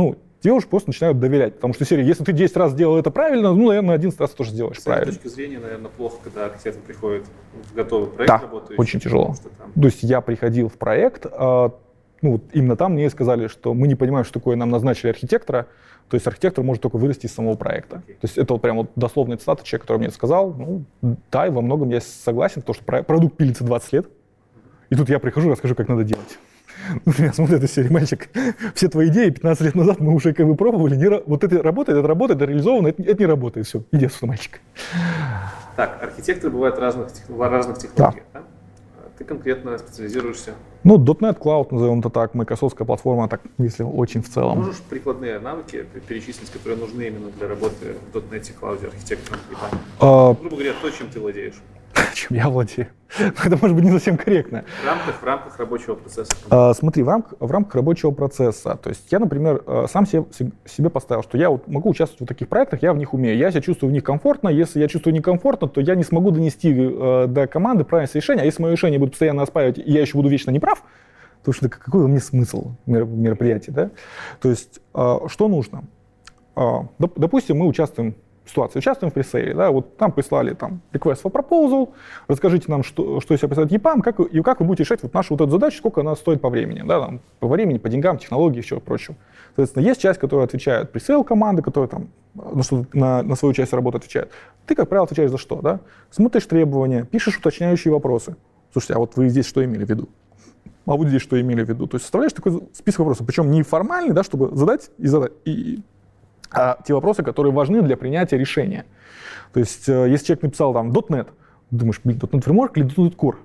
тебе уже просто начинают доверять. Потому что, серия, если ты 10 раз сделал это правильно, ну, наверное, 11 раз тоже сделаешь правильно. С этой точки зрения, наверное, плохо, когда архитектор приходит в готовый проект работающий. Да, очень тяжело. То есть я приходил в проект, ну, именно там мне сказали, что мы не понимаем, что такое, нам назначили архитектора, то есть архитектор может только вырасти из самого проекта. То есть это вот прям вот дословная цитата человека, который мне сказал, ну, да, и во многом я согласен, потому что продукт пилится 20 лет, и тут я прихожу и расскажу, как надо делать. Ну, меня смотрят из серии, мальчик, все твои идеи 15 лет назад мы уже как бы пробовали, вот это работает, это реализовано, это не работает, все, иди отсюда, мальчик. Так, архитекторы бывают в разных технологиях, да? Ты конкретно специализируешься? Ну, .NET Cloud, назовем это так, майкрософтская платформа, так, если очень в целом. Можешь прикладные навыки перечислить, которые нужны именно для работы в .NET Cloud архитектором? Грубо говоря, то, чем ты владеешь. Чем я владею. Это может быть не совсем корректно. В рамках рабочего процесса. Смотри, в рамках рабочего процесса. То есть я, например, сам себе поставил, что я вот могу участвовать в таких проектах, я в них умею, я себя чувствую в них комфортно. Если я чувствую некомфортно, то я не смогу донести до команды правильное решение. А если мое решение будет постоянно оспаривать, и я еще буду вечно неправ, то что какой мне смысл мероприятия, да? То есть что нужно? Допустим, мы участвуем в пресейле, да, вот там прислали там request for proposal, расскажите нам, что из себя представляет EPAM, как вы будете решать вот нашу вот эту задачу, сколько она стоит по времени, да, там, по времени, по деньгам, технологии и всего прочего. Соответственно, есть часть, которая отвечает пресейл команды, которая там на свою часть работы отвечает. Ты, как правило, отвечаешь за что, да? Смотришь требования, пишешь уточняющие вопросы. Слушайте, а вот вы здесь что имели в виду? А вот здесь что имели в виду? То есть составляешь такой список вопросов, причем не формальный, да, чтобы задать, а те вопросы, которые важны для принятия решения. То есть, если человек написал там .NET, думаешь, блин, .NET Framework или .NET Core?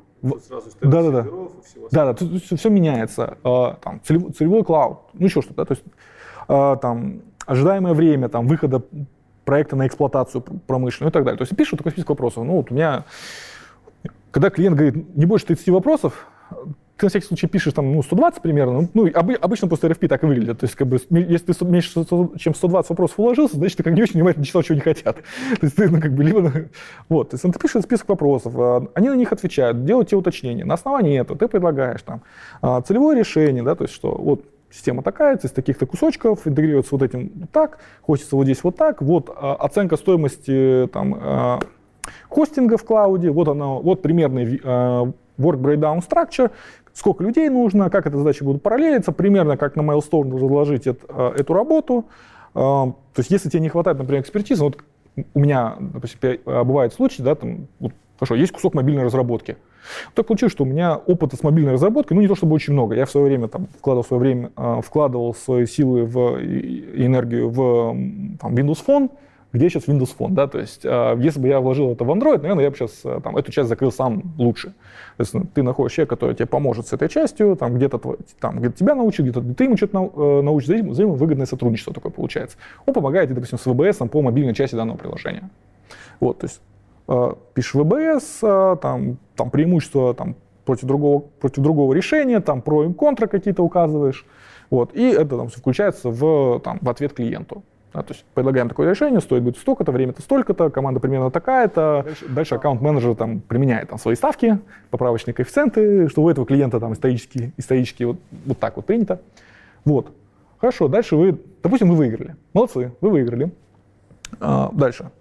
Да, тут все меняется. Там, целевой клауд, ну еще что-то. Да? То есть, там, ожидаемое время там, выхода проекта на эксплуатацию промышленную и так далее. То есть, пишешь такой список вопросов. Ну, вот у меня, когда клиент говорит, не больше 30 вопросов, ты на всякий случай пишешь там, 120 примерно, обычно после RFP так и выглядит. То есть, как бы, если ты меньше, чем 120 вопросов уложился, значит, ты как не очень внимательно читал, чего не хотят. То есть, ты, вот, то есть, ты пишешь список вопросов, они на них отвечают, делают те уточнения. На основании этого ты предлагаешь там целевое решение, да, то есть, что вот система такая, из таких-то кусочков, интегрируется вот этим вот так, хочется вот здесь вот так, вот оценка стоимости там, хостинга в клауде, вот примерный work breakdown structure, сколько людей нужно, как эта задача будет параллелиться, примерно как на Milestone нужно заложить эту работу. То есть если тебе не хватает, например, экспертизы, вот у меня, допустим, бывают случаи, да, там, вот, хорошо, есть кусок мобильной разработки. Так получилось, что у меня опыта с мобильной разработкой, не то чтобы очень много. Я в свое время там, вкладывал свои силы и энергию в там, Windows Phone, где сейчас Windows Phone, да, то есть если бы я вложил это в Android, наверное, я бы сейчас там, эту часть закрыл сам лучше. То есть ты находишь человека, который тебе поможет с этой частью, там где-то тебя научит, где-то ты ему что-то научишь, взаимовыгодное сотрудничество такое получается. Он помогает, допустим, с VBS по мобильной части данного приложения. Вот, то есть пишешь VBS, там преимущества там, против другого решения, там про и контра какие-то указываешь, вот, и это там, включается в ответ клиенту. Да, то есть предлагаем такое решение, стоит будет столько-то, время-то столько-то, команда примерно такая-то. Дальше аккаунт-менеджер там, применяет там, свои ставки, поправочные коэффициенты, что у этого клиента там, исторически вот так вот принято. Вот. Хорошо, дальше допустим, вы выиграли. Молодцы, вы выиграли. Дальше.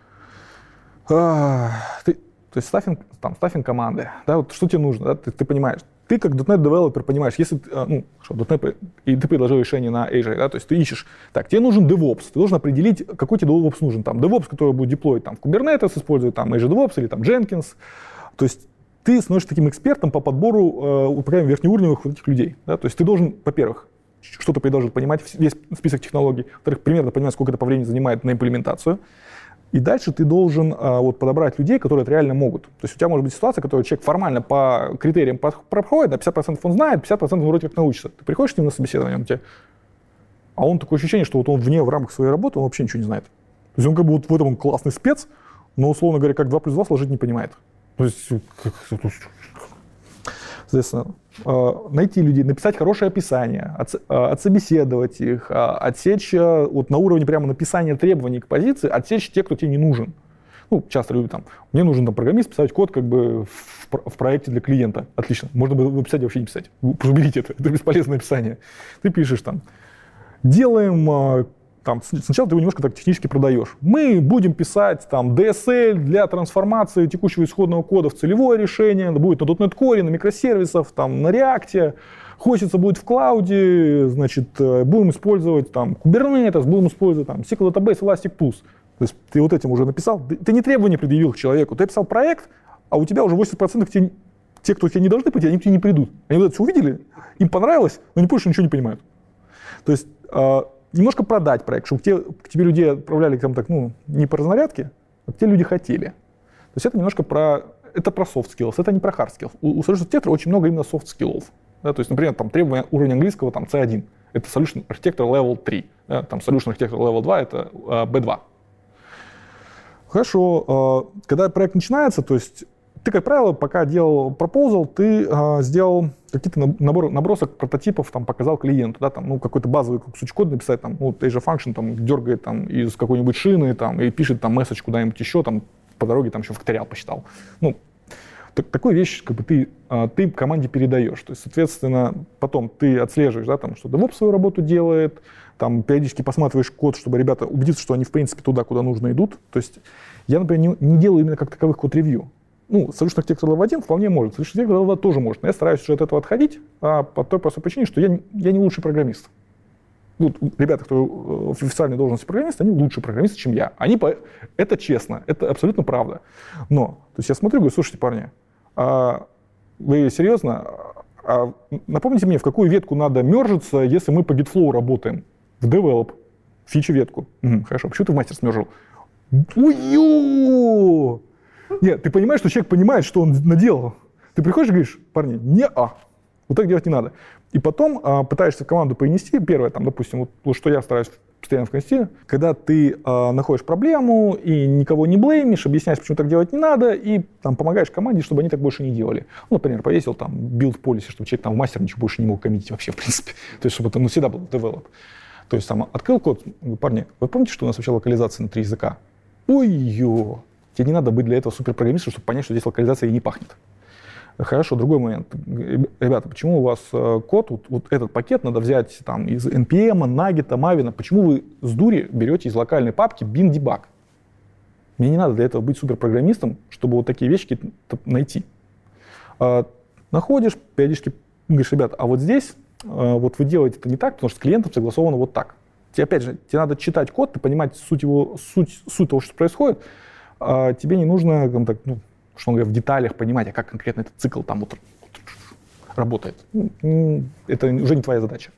То есть стаффинг команды. Да, вот что тебе нужно, да, ты понимаешь. Ты как .NET-девелопер понимаешь, если .NET, и ты предложил решение на Azure, да, то есть ты ищешь, так, тебе нужен DevOps, ты должен определить, какой тебе DevOps нужен. Там, DevOps, который будет деплоить там, в Kubernetes, использует там, Azure DevOps или там, Jenkins. То есть ты становишься таким экспертом по подбору верхнеуровневых вот этих людей. Да? То есть ты должен, во-первых, что-то должен понимать, весь список технологий, во-вторых, примерно понимать, сколько это по времени занимает на имплементацию. И дальше ты должен подобрать людей, которые это реально могут. То есть у тебя может быть ситуация, которую человек формально по критериям проходит, на 50% он знает, 50% он вроде как научится. Ты приходишь к нему на собеседование, а он такое ощущение, что вот он в рамках своей работы, он вообще ничего не знает. То есть он как бы вот в этом он классный спец, но, условно говоря, как 2 плюс 2 сложить не понимает. То есть, соответственно, найти людей, написать хорошее описание, отсобеседовать их, отсечь вот на уровне прямо написания требований к позиции, отсечь те, кто тебе не нужен. Ну, часто люди там, мне нужен там программист писать код как бы в проекте для клиента. Отлично, можно было бы писать и вообще не писать. Уберите это бесполезное описание. Ты пишешь там, делаем, там, сначала ты его немножко так технически продаешь. Мы будем писать там DSL для трансформации текущего исходного кода в целевое решение, будет на .NET Core, на микросервисах, там, на React. Хочется будет в клауде, значит, будем использовать там Kubernetes, будем использовать там SQL Database, Elastic Plus. То есть ты вот этим уже написал, ты не требования предъявил к человеку, ты описал проект, а у тебя уже 80% те, кто тебе не должны прийти, они к тебе не придут. Они вот это все увидели, им понравилось, но они больше ничего не понимают. То есть немножко продать проект, чтобы к тебе людей отправляли там, так, не по разнарядке, а те люди хотели. То есть это немножко про soft skills, это не про hard skills. У solution architecture очень много именно soft skills. Да, то есть, например, там, требования уровня английского там, C1, это solution architecture level 3, да, там, solution architecture level 2 это B2. Хорошо, когда проект начинается, то есть ты, как правило, пока делал proposal, ты сделал какие-то набросок прототипов, там, показал клиенту, да, там, какой-то базовый кусочек кода написать, там, Azure Function там, дергает там, из какой-нибудь шины там, и пишет там месседж куда-нибудь еще, там, по дороге там еще факториал посчитал. Такую вещь как бы ты команде передаешь. То есть, соответственно, потом ты отслеживаешь, да, там, что DevOps свою работу делает, там, периодически посматриваешь код, чтобы ребята убедиться, что они, в принципе, туда, куда нужно, идут. То есть я, например, не делаю именно как таковых код-ревью. Solution Architecture Level 1 вполне может, Solution Architecture Level 2 тоже может. Но я стараюсь уже от этого отходить по той простой причине, что я не лучший программист. Ребята, кто в официальной должности программиста, они лучше программисты, чем я. Это честно, это абсолютно правда. Но, то есть я смотрю, говорю, слушайте, парни, вы серьезно? Напомните мне, в какую ветку надо мержиться, если мы по GitFlow работаем? В Develop, фичу ветку. Хорошо, почему ты в мастер смержил? Ой-ё! Нет, ты понимаешь, что человек понимает, что он наделал. Ты приходишь и говоришь, парни, вот так делать не надо. И потом пытаешься в команду принести, первое, там, допустим, вот что я стараюсь постоянно вконести, когда ты находишь проблему и никого не блеймишь, объясняешь, почему так делать не надо, и там, помогаешь команде, чтобы они так больше не делали. Например, повесил там build policy, чтобы человек там в мастер ничего больше не мог коммитить вообще, в принципе. То есть, чтобы это всегда был develop. То есть, там, открыл код, говорю, парни, вы помните, что у нас вообще локализация на 3 языка? Ой-ё! Тебе не надо быть для этого суперпрограммистом, чтобы понять, что здесь локализация и не пахнет. Хорошо, другой момент. Ребята, почему у вас код, вот этот пакет надо взять там, из NPM, Nugget, Maven, почему вы с дури берете из локальной папки bin debug? Мне не надо для этого быть суперпрограммистом, чтобы вот такие вещи найти. Находишь, периодически говоришь, ребята, а вот здесь вот вы делаете это не так, потому что с клиентом согласовано вот так. Опять же, тебе надо читать код, понимать суть того, что происходит. Тебе не нужно, что говоря, в деталях понимать, а как конкретно этот цикл там вот работает. Это уже не твоя задача.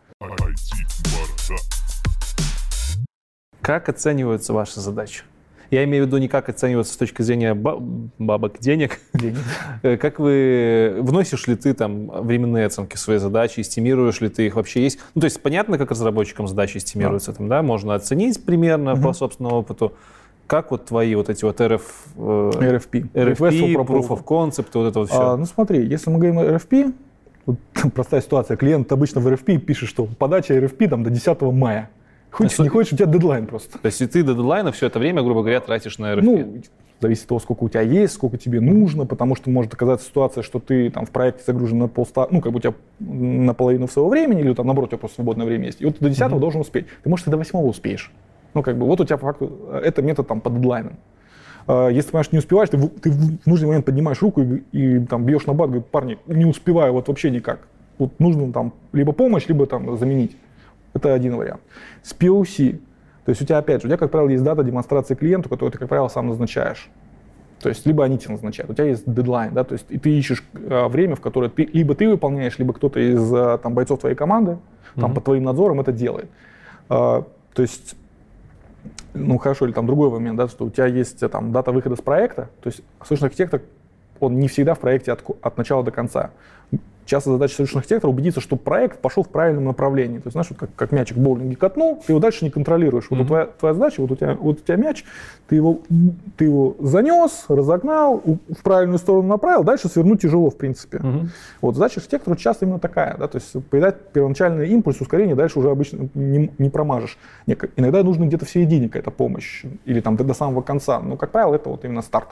Как оцениваются ваши задачи? Я имею в виду не как оцениваются с точки зрения бабок, денег. Как вносишь ли ты там временные оценки своей задачи, эстимируешь ли ты их, вообще есть? То есть понятно, как разработчикам задачи эстимируются, там, да? Можно оценить примерно по собственному опыту. Как вот твои вот эти вот RFP, Proof of Concept, вот это вот все? Смотри, если мы говорим о RFP, вот, простая ситуация, клиент обычно в RFP пишет, что подача RFP там, до 10 мая. Хочешь, не хочешь, у тебя дедлайн просто. То есть и ты до дедлайна все это время, грубо говоря, тратишь на RFP? Зависит от того, сколько у тебя есть, сколько тебе нужно, потому что может оказаться ситуация, что ты там в проекте загружен на как бы у тебя наполовину своего времени, или там наоборот, у тебя просто свободное время есть. И вот ты до 10 должен успеть. Ты, может, и до 8 успеешь. Вот у тебя по факту, это метод там по дедлайнам. Если ты, понимаешь, не успеваешь, ты в нужный момент поднимаешь руку и там бьешь на бат, говоришь, парни, не успеваю вот вообще никак. Вот нужно там либо помощь, либо там заменить. Это один вариант. С POC, то есть у тебя, опять же, как правило, есть дата демонстрации клиенту, которую ты, как правило, сам назначаешь. То есть либо они тебя назначают, у тебя есть дедлайн, да, то есть и ты ищешь время, в которое либо ты выполняешь, либо кто-то из там, бойцов твоей команды там, под твоим надзором это делает. То есть хорошо, или там другой момент, да, что у тебя есть там дата выхода с проекта, то есть solution architector, он не всегда в проекте от начала до конца. Часто задача solution architector убедиться, что проект пошел в правильном направлении. То есть, знаешь, вот как мячик в боулинге катнул, ты его дальше не контролируешь. Вот твоя задача, вот у тебя мяч, ты его занес, разогнал, в правильную сторону направил, дальше свернуть тяжело, в принципе. Вот задача архитектора часто именно такая, да, то есть передать первоначальный импульс, ускорение, дальше уже обычно не промажешь. Иногда нужно где-то в середине какая-то помощь, или там до самого конца, но, как правило, это вот именно старт.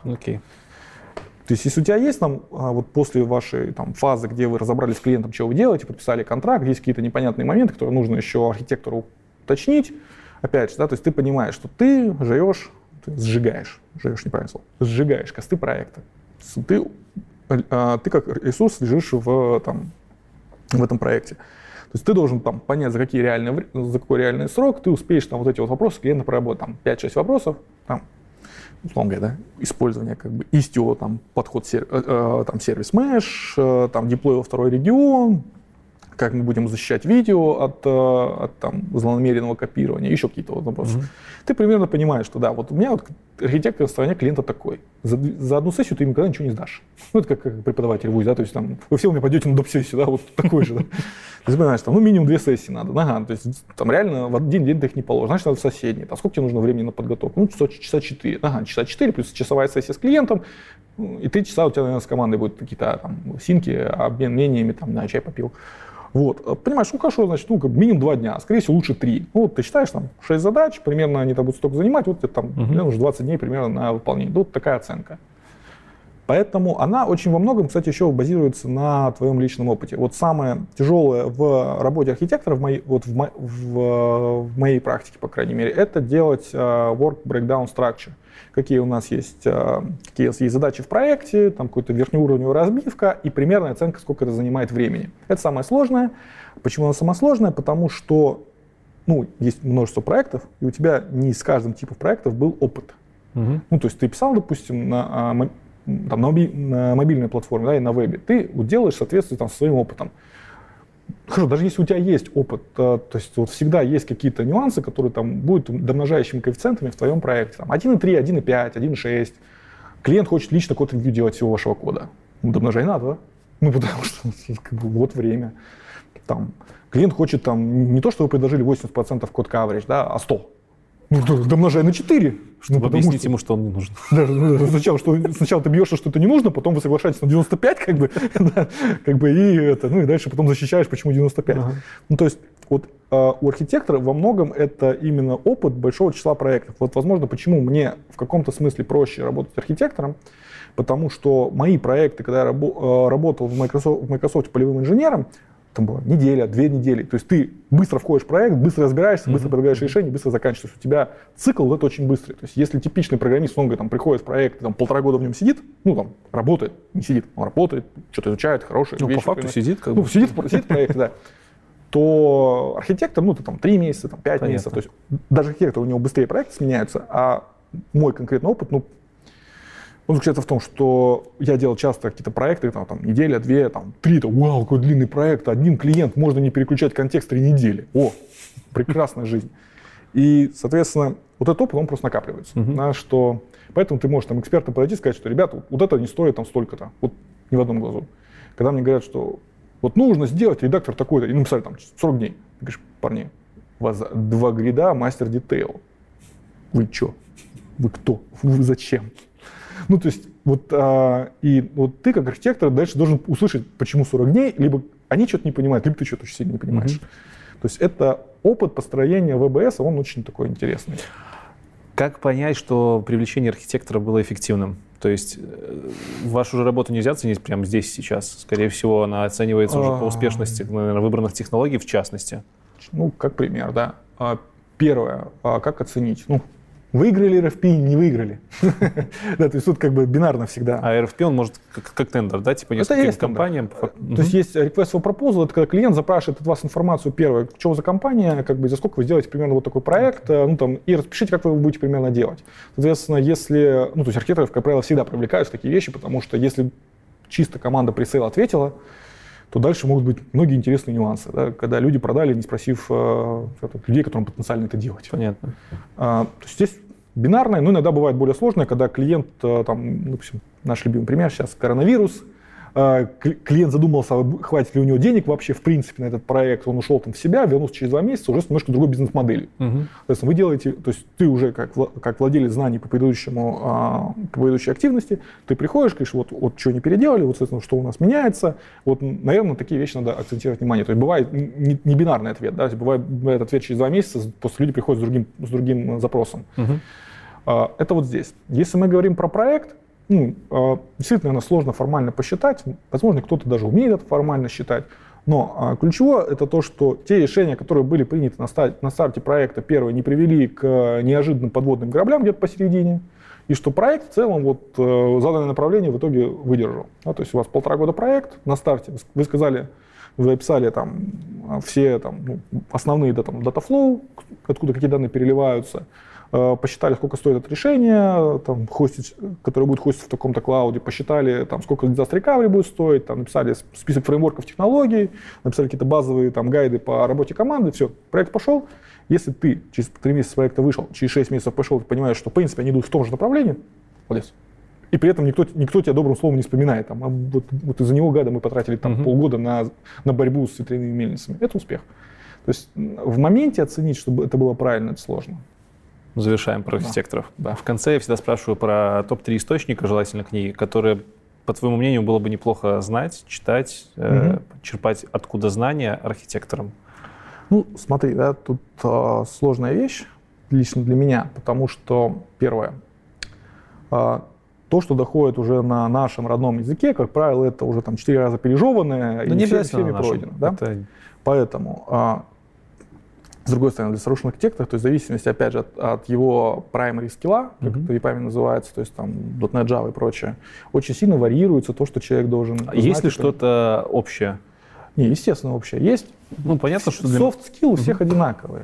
То есть, если у тебя есть там, вот после вашей там, фазы, где вы разобрались с клиентом, что вы делаете, подписали контракт, есть какие-то непонятные моменты, которые нужно еще архитектору уточнить. Опять же, да, то есть ты понимаешь, что ты сжигаешь косты проекта. Ты как ресурс лежишь в этом проекте. То есть ты должен понять, за какой реальный срок ты успеешь вот эти вот вопросы клиента проработать. 5-6 вопросов, условно говоря, да, использование Istio, подход сервис mesh, деплой во второй регион, как мы будем защищать видео от злонамеренного копирования, еще какие-то вопросы. Ты примерно понимаешь, что да, вот у меня архитектор в стороне клиента такой. За одну сессию ты ему никогда ничего не сдашь. Это как преподаватель в ВУЗе, да, то есть вы все у меня пойдете на доп-сессию, да, вот такой же. Да. То есть понимаешь, минимум 2 сессии надо. Ага, то есть реально в один день ты их не положишь. Значит, надо в соседний. Сколько тебе нужно времени на подготовку? Часа 4. Ага, часа 4 плюс часовая сессия с клиентом. И 3 часа у тебя, наверное, с командой будут какие-то синки, обмен мнениями, чай попил. Вот. Понимаешь, хорошо, значит, минимум 2 дня, скорее всего, лучше 3. Ты считаешь, 6 задач, примерно они будут столько занимать, вот тебе уже 20 дней примерно на выполнение. Вот такая оценка. Поэтому она очень во многом, кстати, еще базируется на твоем личном опыте. Вот самое тяжелое в работе архитектора, в моей практике, по крайней мере, это делать work breakdown structure. Какие у нас есть задачи в проекте, какая-то верхнеуровневая разбивка и примерная оценка, сколько это занимает времени. Это самое сложное. Почему оно самое сложное? Потому что есть множество проектов, и у тебя не с каждым типом проектов был опыт. То есть ты писал, допустим, на мобильной платформе, да, и на вебе, ты делаешь в соответствии со своим опытом. Хорошо, даже если у тебя есть опыт, то есть всегда есть какие-то нюансы, которые будут домножающими коэффициентами в твоем проекте. 1.3, 1.5, 1.6. Клиент хочет лично код-ревью делать всего вашего кода. Домножай надо, да? Потому что вот время. Клиент хочет не то, что вы предложили 80% код-каверидж, да, а 100%. Домножай на 4. Объясните ему, что он не нужен. Сначала ты бьешься, что это не нужно, потом вы соглашаетесь на 95, и дальше потом защищаешь, почему 95. То есть у архитектора во многом это именно опыт большого числа проектов. Возможно, почему мне в каком-то смысле проще работать архитектором, потому что мои проекты, когда я работал в Microsoft полевым инженером, там была неделя, 2 недели. То есть ты быстро входишь в проект, быстро разбираешься, быстро предлагаешь решение, быстро заканчиваешь. То есть у тебя цикл это очень быстрый. То есть если типичный программист, он приходит в проект, 1,5 года в нем сидит, работает, не сидит, он работает, что-то изучает, хорошие вещи. По факту сидит. Сидит в проекте, да. То архитектор, 3 месяца, 5 месяцев. То есть даже архитектор, у него быстрее проекты сменяются, а мой конкретный опыт, он заключается в том, что я делал часто какие-то проекты, неделя, 2, 3, вау, какой длинный проект, один клиент, можно не переключать контекст 3 недели. О, прекрасная жизнь. И, соответственно, этот опыт, он просто накапливается. Поэтому ты можешь экспертам подойти и сказать, что, ребята, вот это не стоит столько-то, ни в одном глазу. Когда мне говорят, что нужно сделать редактор такой-то, и написали 40 дней. Ты говоришь, парни, у вас 2 грида, мастер детейл. Вы что? Вы кто? Вы зачем? То есть, ты как архитектор дальше должен услышать, почему 40 дней, либо они что-то не понимают, либо ты что-то очень сильно не понимаешь. То есть это опыт построения ВБС, он очень такой интересный. Как понять, что привлечение архитектора было эффективным? То есть вашу же работу нельзя оценить прямо здесь сейчас. Скорее всего, она оценивается уже по успешности, наверное, выбранных технологий в частности. Как пример, да. Первое, как оценить? Выиграли RFP, не выиграли. Да, то есть тут бинарно всегда. А RFP, он может как тендер, да, нескольким компаниям? То есть есть request for proposal, это когда клиент запрашивает от вас информацию первое, что вы за компания, за сколько вы сделаете примерно такой проект, и распишите, как вы его будете примерно делать. Соответственно, если, то есть архитекторов, как правило, всегда привлекают в такие вещи, потому что если чисто команда пресейл ответила, то дальше могут быть многие интересные нюансы, да, когда люди продали, не спросив людей, которым потенциально это делать. Понятно. То есть здесь бинарное, но иногда бывает более сложное, когда клиент, допустим, наш любимый пример сейчас, коронавирус, клиент задумался, хватит ли у него денег вообще в принципе на этот проект, он ушел в себя, вернулся через 2 месяца уже с немножко другой бизнес-моделью. Соответственно, вы делаете, то есть ты уже как владелец знаний по предыдущей активности, ты приходишь, говоришь, вот что не переделали, соответственно, что у нас меняется, наверное, такие вещи надо акцентировать внимание. То есть бывает не бинарный ответ, да, бывает ответ через 2 месяца, после люди приходят с другим запросом. Это здесь. Если мы говорим про проект, действительно, наверное, сложно формально посчитать. Возможно, кто-то даже умеет это формально считать. Но ключевое это то, что те решения, которые были приняты на старте проекта, первое, не привели к неожиданным подводным кораблям где-то посередине, и что проект в целом заданное направление в итоге выдержал. То есть у вас 1,5 года проект, на старте вы сказали, вы описали все основные data flow, откуда какие данные переливаются, посчитали, сколько стоит это решение, которое будет хоститься в таком-то клауде, посчитали, сколько disaster recovery будет стоить, написали список фреймворков технологий, написали какие-то базовые гайды по работе команды, все, проект пошел. Если ты через 3 месяца проекта вышел, через 6 месяцев пошел, ты понимаешь, что в принципе они идут в том же направлении, молодец. И при этом никто тебя добрым словом не вспоминает. Вот из-за него, гада, мы потратили полгода на борьбу с ветряными мельницами. Это успех. То есть в моменте оценить, чтобы это было правильно, это сложно. Завершаем про архитекторов. Да. В конце я всегда спрашиваю про топ-3 источника, желательно книги, которые, по твоему мнению, было бы неплохо знать, читать, черпать откуда знания архитекторам. Смотри, тут сложная вещь лично для меня, потому что, первое, то, что доходит уже на нашем родном языке, как правило, это уже 4 раза пережеванное и всеми пройдено. Да? Поэтому, с другой стороны, для solution архитектора, то есть в зависимости, опять же, от его primary скилла, как это в EPAM называется, то есть .NET, Java и прочее, очень сильно вариируется то, что человек должен знать. Есть ли что-то общее? Не, естественно, общее. Есть. Понятно, что soft skill у всех одинаковые.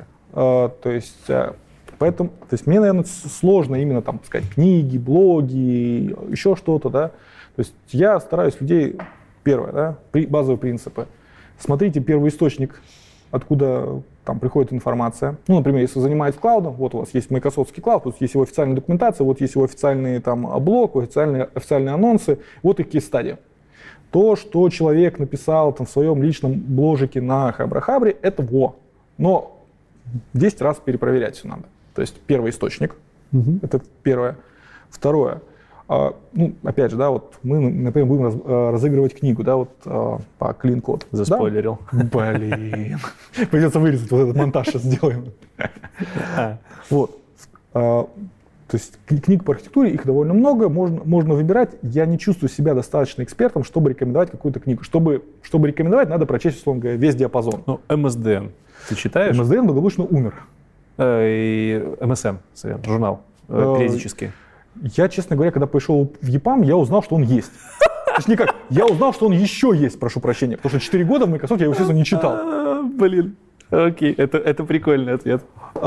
Поэтому, мне, наверное, сложно именно сказать книги, блоги, еще что-то, да. То есть я стараюсь людей, первое, базовые принципы. Смотрите первый источник, откуда приходит информация. Например, если вы занимаетесь клаудом, вот у вас есть Microsoftский клауд, тут есть его официальная документация, вот есть его официальный блог, официальные анонсы, вот их кейс-стадия. То, что человек написал в своем личном бложике на Хабра-Хабре, это но 10 раз перепроверять все надо. То есть первый источник, это первое. Второе, опять же, мы, например, будем разыгрывать книгу, по Clean Code. Заспойлерил. Блин. Придется вырезать, этот монтаж сейчас сделаем. То есть книг по архитектуре, их довольно много, можно выбирать. Я не чувствую себя достаточно экспертом, чтобы рекомендовать какую-то книгу. Чтобы рекомендовать, надо прочесть, условно говоря, весь диапазон. МСДН ты читаешь? МСДН благополучно умер. И МСМ, журнал, периодически. Я, честно говоря, когда пришел в EPAM, я узнал, что он есть. Точнее как, я узнал, что он еще есть, прошу прощения, потому что 4 года в Microsoft я его, естественно, не читал. Блин, окей, это прикольный ответ.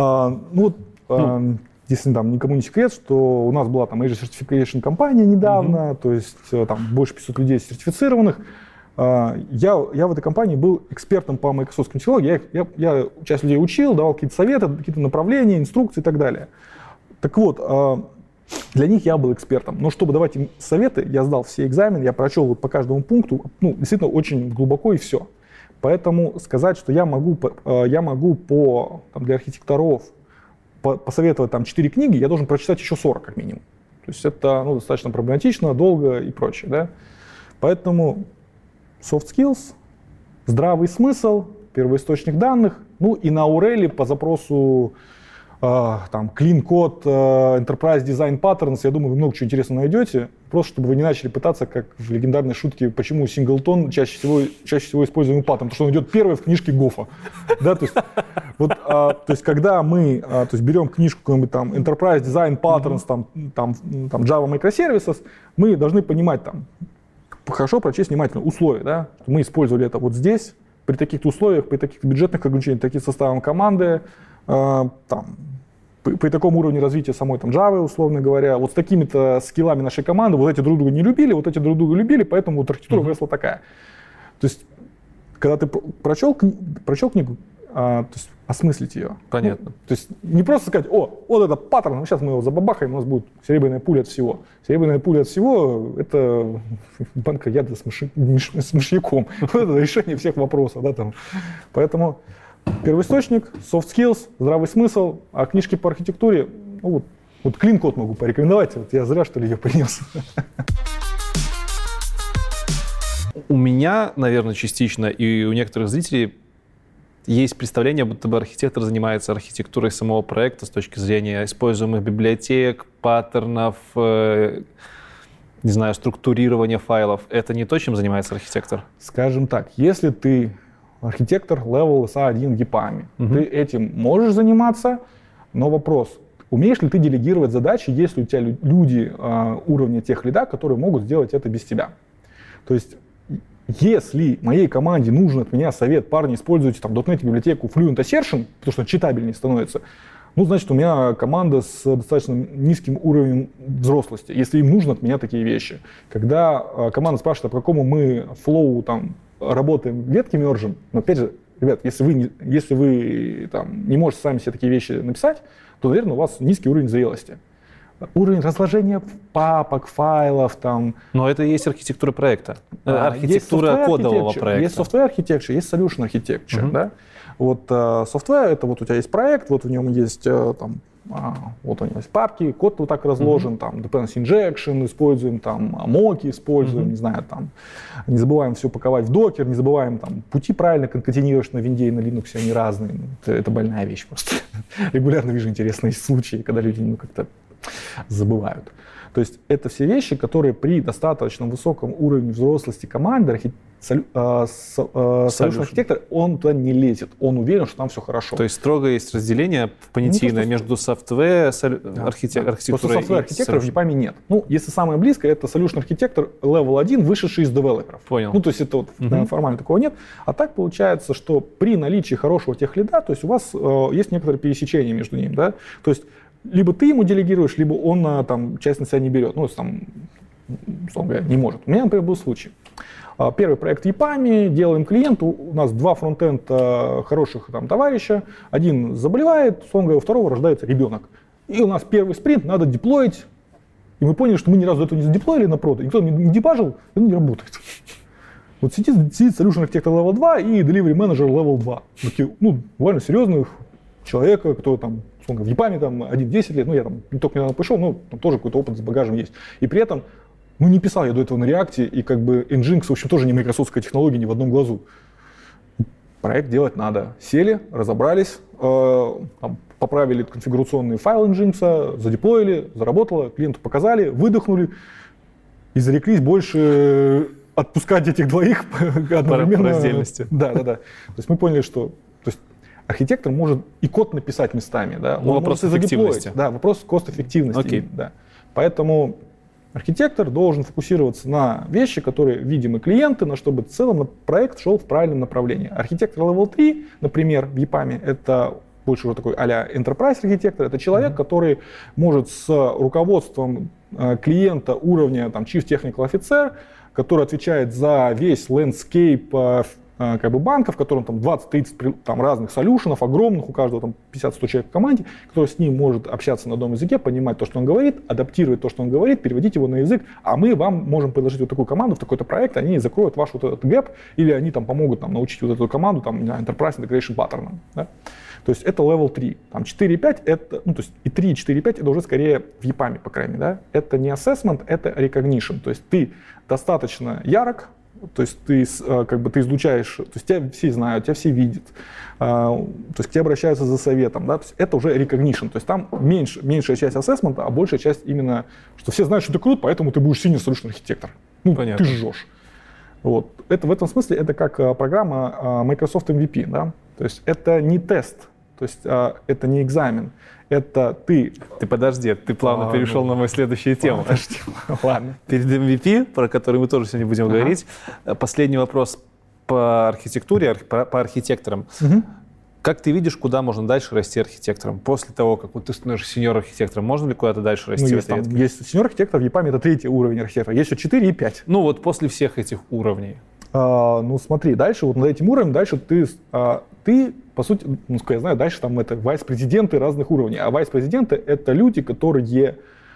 Если никому не секрет, что у нас была Azure Certification компания недавно, то есть больше 500 людей сертифицированных. Я в этой компании был экспертом по Microsoft технологиям. Я часть людей учил, давал какие-то советы, какие-то направления, инструкции и так далее. Так вот, для них я был экспертом. Но чтобы давать им советы, я сдал все экзамены, я прочел по каждому пункту, действительно очень глубоко и все. Поэтому сказать, что я могу для архитекторов посоветовать 4 книги, я должен прочитать еще 40 как минимум. То есть это достаточно проблематично, долго и прочее. Да? Поэтому soft skills, здравый смысл, первоисточник данных, и на Aurel по запросу Clean Code, Enterprise Design Patterns, я думаю, вы много чего интересного найдете, просто чтобы вы не начали пытаться, как в легендарной шутке, почему синглтон чаще всего используемый паттерн, потому что он идет первый в книжке Гофа. Да, то есть, когда мы берем книжку какой-нибудь Enterprise Design Patterns, Java Microservices, мы должны понимать, хорошо прочесть внимательно условия, да, что мы использовали это вот здесь, при таких-то условиях, при таких бюджетных ограничениях, таким составом команды, при таком уровне развития самой Java, условно говоря, вот с такими-то скиллами нашей команды, вот эти друг друга не любили, вот эти друг друга любили, поэтому вот архитектура выросла такая. То есть, когда ты прочел книгу, то есть осмыслить ее. Понятно. То есть не просто сказать, вот это паттерн, сейчас мы его забабахаем, у нас будет серебряная пуля от всего. Серебряная пуля от всего — это банка яда с мышьяком. Вот это решение всех вопросов. Поэтому первоисточник, soft skills, здравый смысл, а книжки по архитектуре, вот Clean Code могу порекомендовать, я зря, что ли, ее принес. У меня, наверное, частично, и у некоторых зрителей есть представление, будто бы архитектор занимается архитектурой самого проекта с точки зрения используемых библиотек, паттернов, не знаю, структурирование файлов, это не то, чем занимается архитектор? Скажем так, если ты архитектор level SA1 в EPAM, ты этим можешь заниматься, но вопрос, умеешь ли ты делегировать задачи, если у тебя люди уровня тех лида, которые могут сделать это без тебя? То есть, если моей команде нужен от меня совет, парни, используйте там .NET библиотеку Fluent Assertion, потому что он читабельнее становится, ну, значит, у меня команда с достаточно низким уровнем взрослости, если им нужно от меня такие вещи. Когда команда спрашивает, а по какому мы флоу там работаем, ветки мержим, но опять же, ребят, если вы там, не можете сами себе такие вещи написать, то, наверное, у вас низкий уровень зрелости. Уровень разложения папок, файлов там. Но это и есть архитектура проекта, архитектура кодового проекта. Есть software architecture, есть solution architecture, да? Вот software, это вот у тебя есть проект, вот в нем есть там, вот у него есть папки, код вот так разложен, там dependency injection используем, там моки используем, не знаю, там не забываем все паковать в докер, не забываем там пути правильно конкатинируешь на винде и на Linux, они разные. Это больная вещь просто. Регулярно вижу интересные случаи, когда люди как-то забывают. То есть это все вещи, которые при достаточно высоком уровне взрослости команды solution архитектор, он туда не лезет, он уверен, что там все хорошо. То есть строго есть разделение понятийное между software архитектурой просто software архитектора в EPAM нет. Ну, если самое близкое, это solution архитектор level 1, вышедший из девелоперов. Понял. Ну, то есть это вот формально такого нет. А так получается, что при наличии хорошего техлида, то есть у вас есть некоторые пересечения между ними, да, то есть либо ты ему делегируешь, либо он там часть на себя не берет, ну, там, условно говоря, не может. У меня, например, был случай. Первый проект в EPAM, делаем клиенту, у нас два фронтенда хороших там товарища, один заболевает, условно говоря, у второго рождается ребенок. И у нас первый спринт надо деплоить, и мы поняли, что мы ни разу этого не задеплоили на прод, никто не дебажил, это не работает. Вот сидит solution architector level 2 и delivery manager level 2. Такие, ну, буквально серьезных человека, кто там, условно, в EPAM там 1-10 лет, ну, я там только недавно пришел, но там тоже какой-то опыт с багажем есть. И при этом ну, не писал я до этого на React, и как бы Nginx, в общем, тоже не майкрософтская технология ни в одном глазу. Проект делать надо. Сели, разобрались, там, поправили конфигурационный файл Nginx, задеплоили, заработало, клиенту показали, выдохнули и зареклись больше отпускать этих двоих одновременно. По раздельности. Да. То есть мы поняли, что архитектор может и код написать местами. Да? Он вопрос эффективности. Да, вопрос кост-эффективности. Okay. Да. Поэтому архитектор должен фокусироваться на вещи, которые видимы клиенты, но чтобы в целом проект шел в правильном направлении. Архитектор Level 3, например, в EPAM, это больше уже такой а-ля enterprise архитектор, это человек, который может с руководством клиента уровня там, Chief Technical Officer, который отвечает за весь landscape как бы банка, в котором там 20-30 там, разных солюшенов, огромных, у каждого там 50-100 человек в команде, который с ним может общаться на одном языке, понимать то, что он говорит, адаптировать то, что он говорит, переводить его на язык, а мы вам можем предложить вот такую команду в такой-то проект, они закроют ваш вот этот гэп, или они там помогут там, научить вот эту команду там, Enterprise Integration Pattern. Да? То есть это level 3. Там 4.5 это, ну то есть и 3, и 4.5 это уже скорее в EPAM, по крайней мере. Да? Это не assessment, это recognition. То есть ты достаточно ярок, то есть ты как бы ты излучаешь, то есть тебя все знают, тебя все видят, то есть к тебе обращаются за советом, да, то есть это уже recognition, то есть там меньшая часть ассессмента, а большая часть именно, что все знают, что ты крут, поэтому ты будешь senior solution архитектор. Ну, понятно. Ты жжешь. Вот. Это в этом смысле это как программа Microsoft MVP, да, то есть это не тест, то есть это не экзамен. Это ты... Ты подожди, ты плавно перешел на мою следующую тему. Подожди, ладно. Перед MVP, про который мы тоже сегодня будем говорить, последний вопрос по архитектуре, по архитекторам. Как ты видишь, куда можно дальше расти архитектором? После того, как вот ты становишься сеньор-архитектором, можно ли куда-то дальше расти? Ну, есть сеньор-архитектор, в EPAM это 3-й уровень архитектора, есть еще 4 и 5. Ну вот после всех этих уровней. Ну смотри, дальше вот над этим уровнем, дальше ты, по сути, ну, я знаю, дальше там это вайс-президенты разных уровней. А вайс-президенты это люди, которые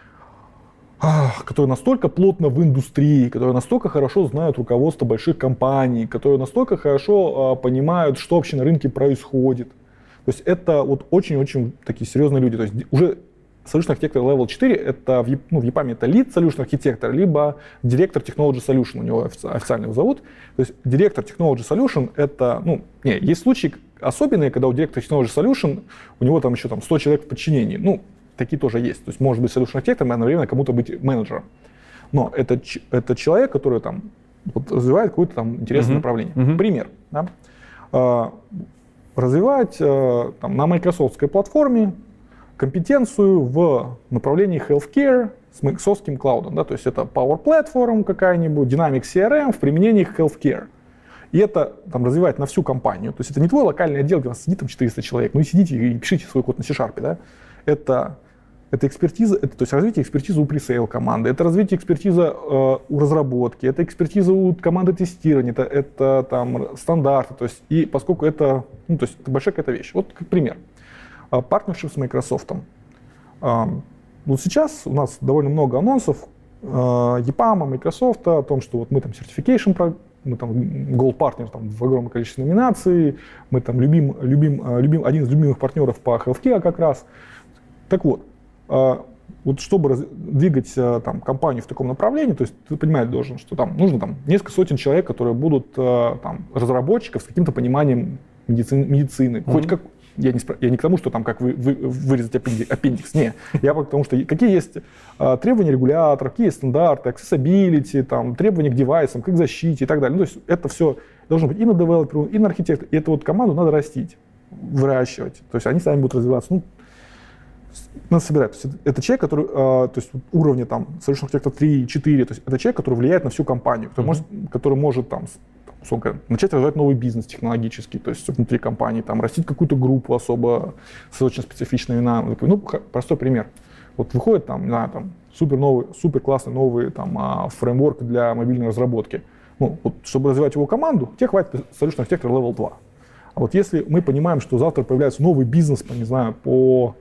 настолько плотно в индустрии, которые настолько хорошо знают руководство больших компаний, которые настолько хорошо понимают, что вообще на рынке происходит. То есть это вот очень-очень такие серьезные люди. То есть уже Solution Architector Level 4 это в EPAM это Lead Solution Architector, либо Director Technology Solution, у него официально его зовут. То есть Director Technology Solution это, есть случаи особенные, когда у Director Technology Solution у него там еще 100 человек в подчинении. Ну, такие тоже есть. То есть может быть Solution Architector и одновременно кому-то быть менеджером. но это человек, который там вот развивает какое-то там интересное направление. Пример. Да? Развивать там, на майкрософтской платформе компетенцию в направлении healthcare с Microsoftским клаудом. Да? То есть это Power Platform какая-нибудь, Dynamics CRM в применении healthcare. И это там, развивать на всю компанию. То есть это не твой локальный отдел, где у вас сидит там 400 человек. Ну и сидите и пишите свой код на C#. Да? Это экспертиза, то есть развитие экспертизы у пресейл команды, это развитие экспертизы у разработки, это экспертиза у команды тестирования, это там стандарты. То есть, и поскольку это, ну, то есть это большая какая-то вещь. Вот как пример. Партнершип с Microsoft. Вот сейчас у нас довольно много анонсов EPAM, Microsoft о том, что вот мы там certification, мы там Gold Partner там, в огромном количестве номинаций, мы там любим один из любимых партнеров по healthcare как раз. Так вот, вот чтобы двигать там, компанию в таком направлении, то есть ты понимать должен, что там нужно там, несколько сотен человек, которые будут там, разработчиков с каким-то пониманием медицины. Хоть как, я не к тому, что там как вырезать аппендикс, не. Я к тому, что какие есть требования регуляторов, какие есть стандарты, accessibility, там, требования к девайсам, к их защите и так далее. Ну, то есть это все должно быть и на девелоперу, и на архитекторе. И эту вот команду надо растить, выращивать. То есть они сами будут развиваться. Ну, надо собирать. То есть это человек, который, то есть уровня там Solution Architect 3, 4, то есть это человек, который влияет на всю компанию, который может там, начать развивать новый бизнес технологический, то есть внутри компании, там, растить какую-то группу особо с очень специфичными навыками. Ну, простой пример. Вот выходит там, не знаю, там супер классный новый там фреймворк для мобильной разработки. Ну, вот, чтобы развивать его команду, тебе хватит Solution Architect Level 2. А вот если мы понимаем, что завтра появляется новый бизнес, не знаю, по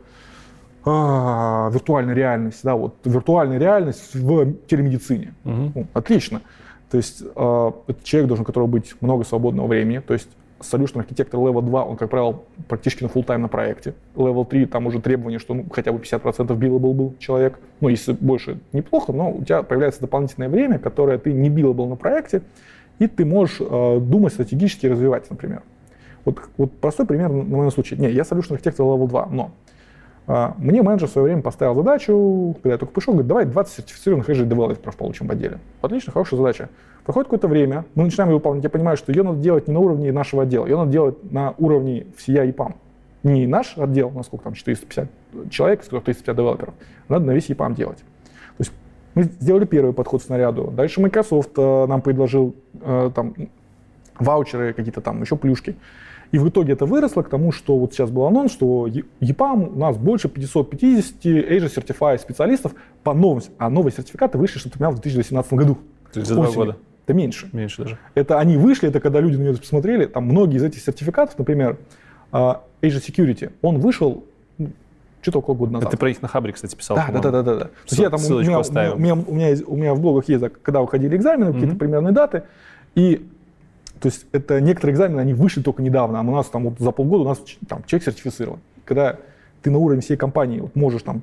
виртуальной реальности, да, вот виртуальная реальность в телемедицине. Ну, отлично. То есть это человек должен, у которого быть много свободного времени. То есть Solution Architect Level 2, он, как правило, практически на full-time на проекте. Level 3, там уже требование, что ну, хотя бы 50% billable был человек. Ну, если больше, неплохо, но у тебя появляется дополнительное время, которое ты не billable на проекте, и ты можешь думать стратегически и развивать, например. Вот простой пример на моем случае. Не, я Solution Architect Level 2, но мне менеджер в свое время поставил задачу, когда я только пришел, говорит, давай 20 сертифицированных Azure девелоперов получим в отделе. Отлично, хорошая задача. Проходит какое-то время, мы начинаем ее выполнять, я понимаю, что ее надо делать не на уровне нашего отдела, ее надо делать на уровне всея EPAM. Не наш отдел, насколько там 450 человек, из которых 350 девелоперов, надо на весь EPAM делать. То есть мы сделали первый подход к снаряду, дальше Microsoft нам предложил там ваучеры, какие-то там еще плюшки. И в итоге это выросло к тому, что вот сейчас был анонс, что EPAM у нас больше 550 Azure Certified специалистов по новым, а новые сертификаты вышли, что-то в 2018 году. То есть за 2 года? Это меньше. Меньше даже. Это они вышли, это когда люди на нее посмотрели, там многие из этих сертификатов, например, Azure Security, он вышел что-то около года назад. Ты про них на Хабре, кстати, писал. Да. То есть я там, у меня в блогах есть, когда выходили экзамены, какие-то примерные даты, и то есть это некоторые экзамены, они вышли только недавно, а у нас там вот за полгода у нас там человек сертифицирован. Когда ты на уровне всей компании вот, можешь там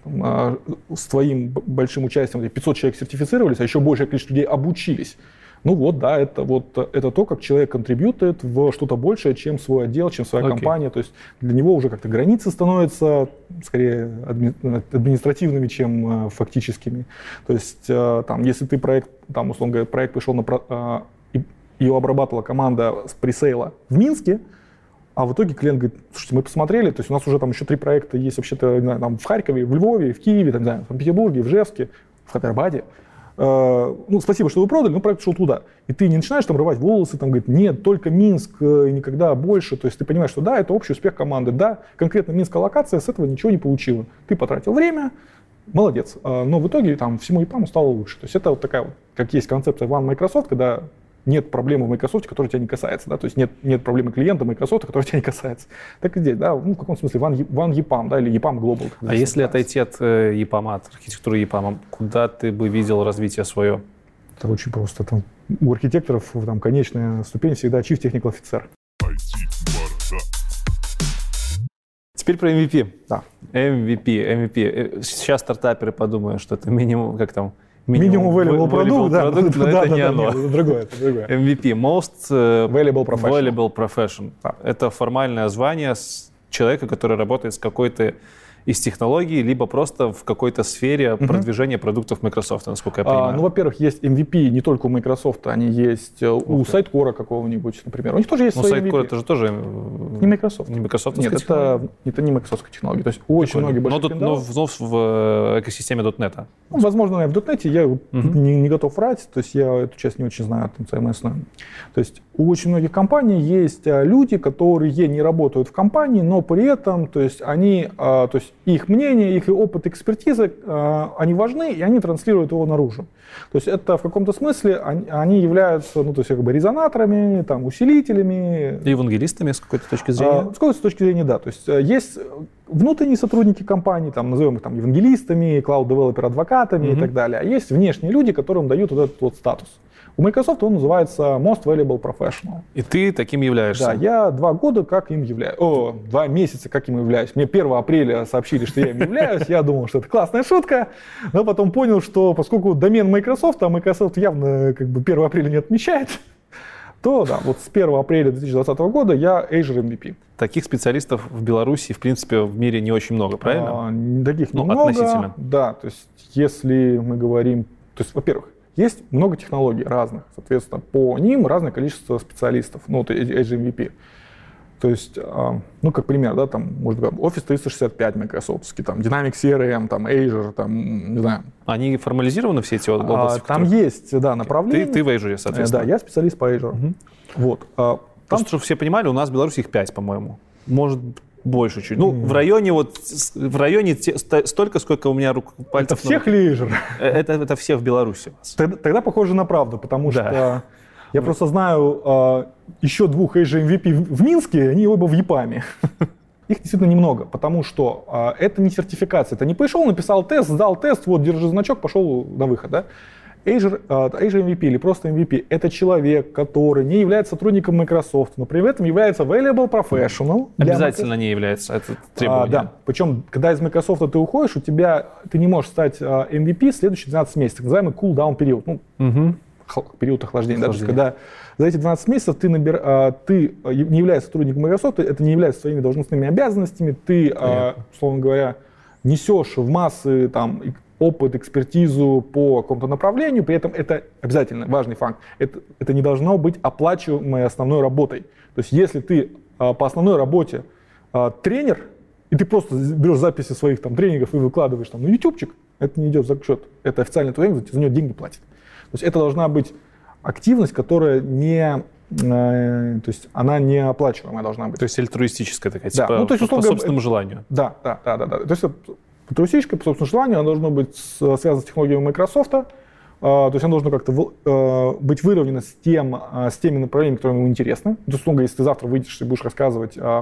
с твоим большим участием 500 человек сертифицировались, а еще большее количество людей обучились. Ну вот, да, это то, как человек контрибьютит в что-то большее, чем свой отдел, чем своя компания. То есть для него уже как-то границы становятся скорее административными, чем фактическими. То есть там, если ты проект, там, условно говоря, проект пришел на ее обрабатывала команда с пресейла в Минске, а в итоге клиент говорит, слушайте, мы посмотрели, то есть у нас уже там еще 3 проекта есть вообще-то там, в Харькове, в Львове, в Киеве, там, в Санкт-Петербурге, в Ижевске, в Хайдарабаде. Ну, спасибо, что вы продали, но проект шел туда. И ты не начинаешь там рвать волосы, там, говорит, нет, только Минск и никогда больше. То есть ты понимаешь, что да, это общий успех команды, да, конкретно минская локация с этого ничего не получила. Ты потратил время, молодец. Но в итоге там всему EPAM стало лучше. То есть это вот такая вот, как есть концепция One Microsoft, когда нет проблемы в Microsoft, которая тебя не касается, да, то есть нет проблемы клиента Microsoft, которая тебя не касается. Так и здесь, да, ну, в каком смысле, One EPAM, да, или EPAM Global. А если отойти от EPAM, от архитектуры EPAM, куда ты бы видел развитие свое? Это очень просто. Там, у архитекторов там конечная ступень всегда Chief Technical Officer. Теперь про MVP. Да. MVP. Сейчас стартаперы подумают, что это минимум, как там, Minimum valuable product, да, но это не оно. Это другое. MVP, Most Valuable Profession. Да. Это формальное звание человека, который работает с какой-то из технологий, либо просто в какой-то сфере продвижения продуктов Microsoft, насколько я понимаю. Ну, во-первых, есть MVP не только у Microsoft, они есть у Sitecore какого-нибудь, например. У них тоже есть свои MVP. Sitecore это же тоже не Microsoft. Не Microsoft. Нет, это не Microsoft технология. То есть очень многие большие но в экосистеме .NET. Ну, возможно, в .NET я не готов врать, то есть я эту часть не очень знаю, CMS. То есть у очень многих компаний есть люди, которые не работают в компании, но при этом, то есть они, то есть их мнение, их опыт, экспертиза, они важны, и они транслируют его наружу. То есть это в каком-то смысле они являются, ну, то есть как бы резонаторами, там, усилителями. И евангелистами с какой-то точки зрения? С какой-то точки зрения, да. То есть есть внутренние сотрудники компании, там, назовем их там, евангелистами, клауд-девелопер-адвокатами и так далее. А есть внешние люди, которым дают вот этот вот статус. У Microsoft он называется Most Valuable Professional. И ты таким являешься? Да, я 2 года как им являюсь. 2 месяца как им являюсь. Мне 1 апреля сообщили, что я им являюсь. Я думал, что это классная шутка. Но потом понял, что поскольку домен Microsoft, а Microsoft явно как бы 1 апреля не отмечает, то да, вот с 1 апреля 2020 года я Azure MVP. Таких специалистов в Беларуси, в принципе, в мире не очень много, правильно? Таких немного. Относительно. Да, то есть если мы говорим... То есть, во-первых, есть много технологий разных, соответственно, по ним разное количество специалистов, ну, вот Azure MVP. То есть, ну, как пример, да, там, может быть, Office 365 Microsoftский, там, Dynamics CRM, там, Azure, там, не знаю. Они формализированы все эти области? Там есть, да, направления. Ты в Azure, соответственно? Да, я специалист по Azure. Вот. Там, чтобы все понимали, у нас в Беларуси их 5, по-моему. Может, больше чуть. Ну, в районе столько, сколько у меня пальцев. Это всех ли Azure? Это все в Беларуси. Тогда похоже на правду, потому что я просто знаю еще 2 Azure MVP в Минске, они оба в ЕПАМе. Их действительно немного, потому что это не сертификация. Это не пришел, написал тест, сдал тест, вот, держи значок, пошел на выход, да? Azure MVP или просто MVP – это человек, который не является сотрудником Microsoft, но при этом является valuable professional. Обязательно не является, это требование. Да, причем, когда из Microsoft ты уходишь, ты не можешь стать MVP следующие 12 месяцев, так называемый cool-down период, период охлаждения. Да, то есть, когда за эти 12 месяцев ты не являешься сотрудником Microsoft, это не является своими должностными обязанностями, ты, условно говоря, несешь в массы там, опыт, экспертизу по какому-то направлению, при этом это обязательно важный факт, это не должно быть оплачиваемой основной работой. То есть если ты по основной работе тренер, и ты просто берешь записи своих там, тренингов и выкладываешь там, на ютубчик, это не идет в счет, это официальный тренинг, за нее деньги платят. То есть это должна быть активность, которая то есть она не оплачиваемая должна быть. То есть альтруистическая такая, да. типа, ну, то есть, по собственному желанию. Да. То есть альтруистическое по собственному желанию, оно должно быть связано с технологиями Microsoft, то есть оно должно как-то быть выровнено с теми направлениями, которые ему интересны. То есть, если ты завтра выйдешь и будешь рассказывать о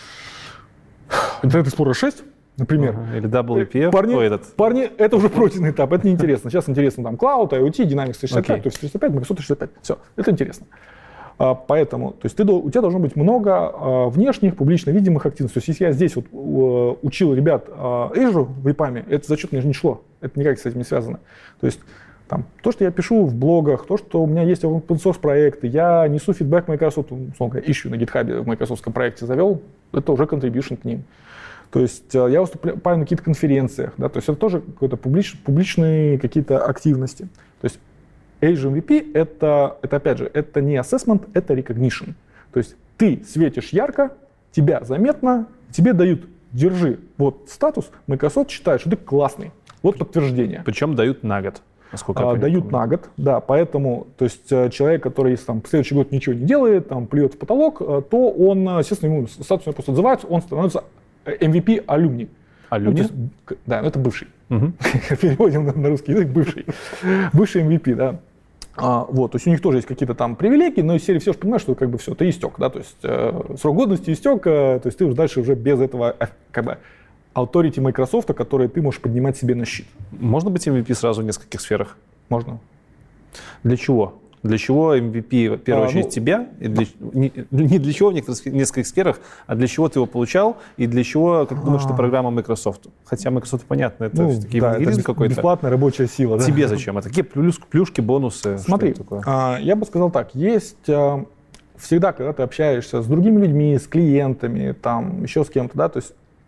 Internet Explorer 6, например. Или WPF. Парни, это уже пройденный этап, это неинтересно. Сейчас интересно там Cloud, IoT, Dynamics 365, то есть 365, Microsoft 365. Все, это интересно. Поэтому, то есть у тебя должно быть много внешних, публично видимых активностей. То есть если я здесь вот учил ребят Azure в EPAM, это за счет мне же не шло. Это никак с этим не связано. То есть там, то, что я пишу в блогах, то, что у меня есть open source проекты, я несу фидбэк Microsoft, условно говоря, issue на GitHub в Microsoftском проекте завел, это уже contribution к ним. То есть я выступаю на каких-то конференциях, да, то есть это тоже какие-то публичные какие-то активности. То есть Azure MVP это опять же, это не assessment, это recognition. То есть ты светишь ярко, тебя заметно, тебе дают, держи, вот статус, Microsoft считает, что ты классный. Вот подтверждение. Причем дают на год. Дают на год, да, поэтому, то есть человек, который если там в следующий год ничего не делает, там плюет в потолок, то он, естественно, ему статус просто отзывается, он становится MVP алюмни. Алюмни? Ну, да, это бывший. Переводим на русский язык, бывший. Бывший MVP, да. Вот, то есть у них тоже есть какие-то там привилегии, но из серии все же понимают, что как бы все, ты истек, да, то есть срок годности истек, то есть ты уже дальше уже без этого как бы authority Microsoft, который ты можешь поднимать себе на щит. Можно быть MVP сразу в нескольких сферах? Можно. Для чего? Для чего MVP, в первую очередь, тебя? И не для чего в нескольких сферах, а для чего ты его получал, и для чего, как думаешь, это программа Microsoft? Хотя Microsoft, понятно, это все-таки евангелизм какой-то. Бесплатная рабочая сила. Да? Тебе зачем? Это какие плюшки, бонусы? Смотри, я бы сказал так, есть всегда, когда ты общаешься с другими людьми, с клиентами, там, еще с кем-то, да, то есть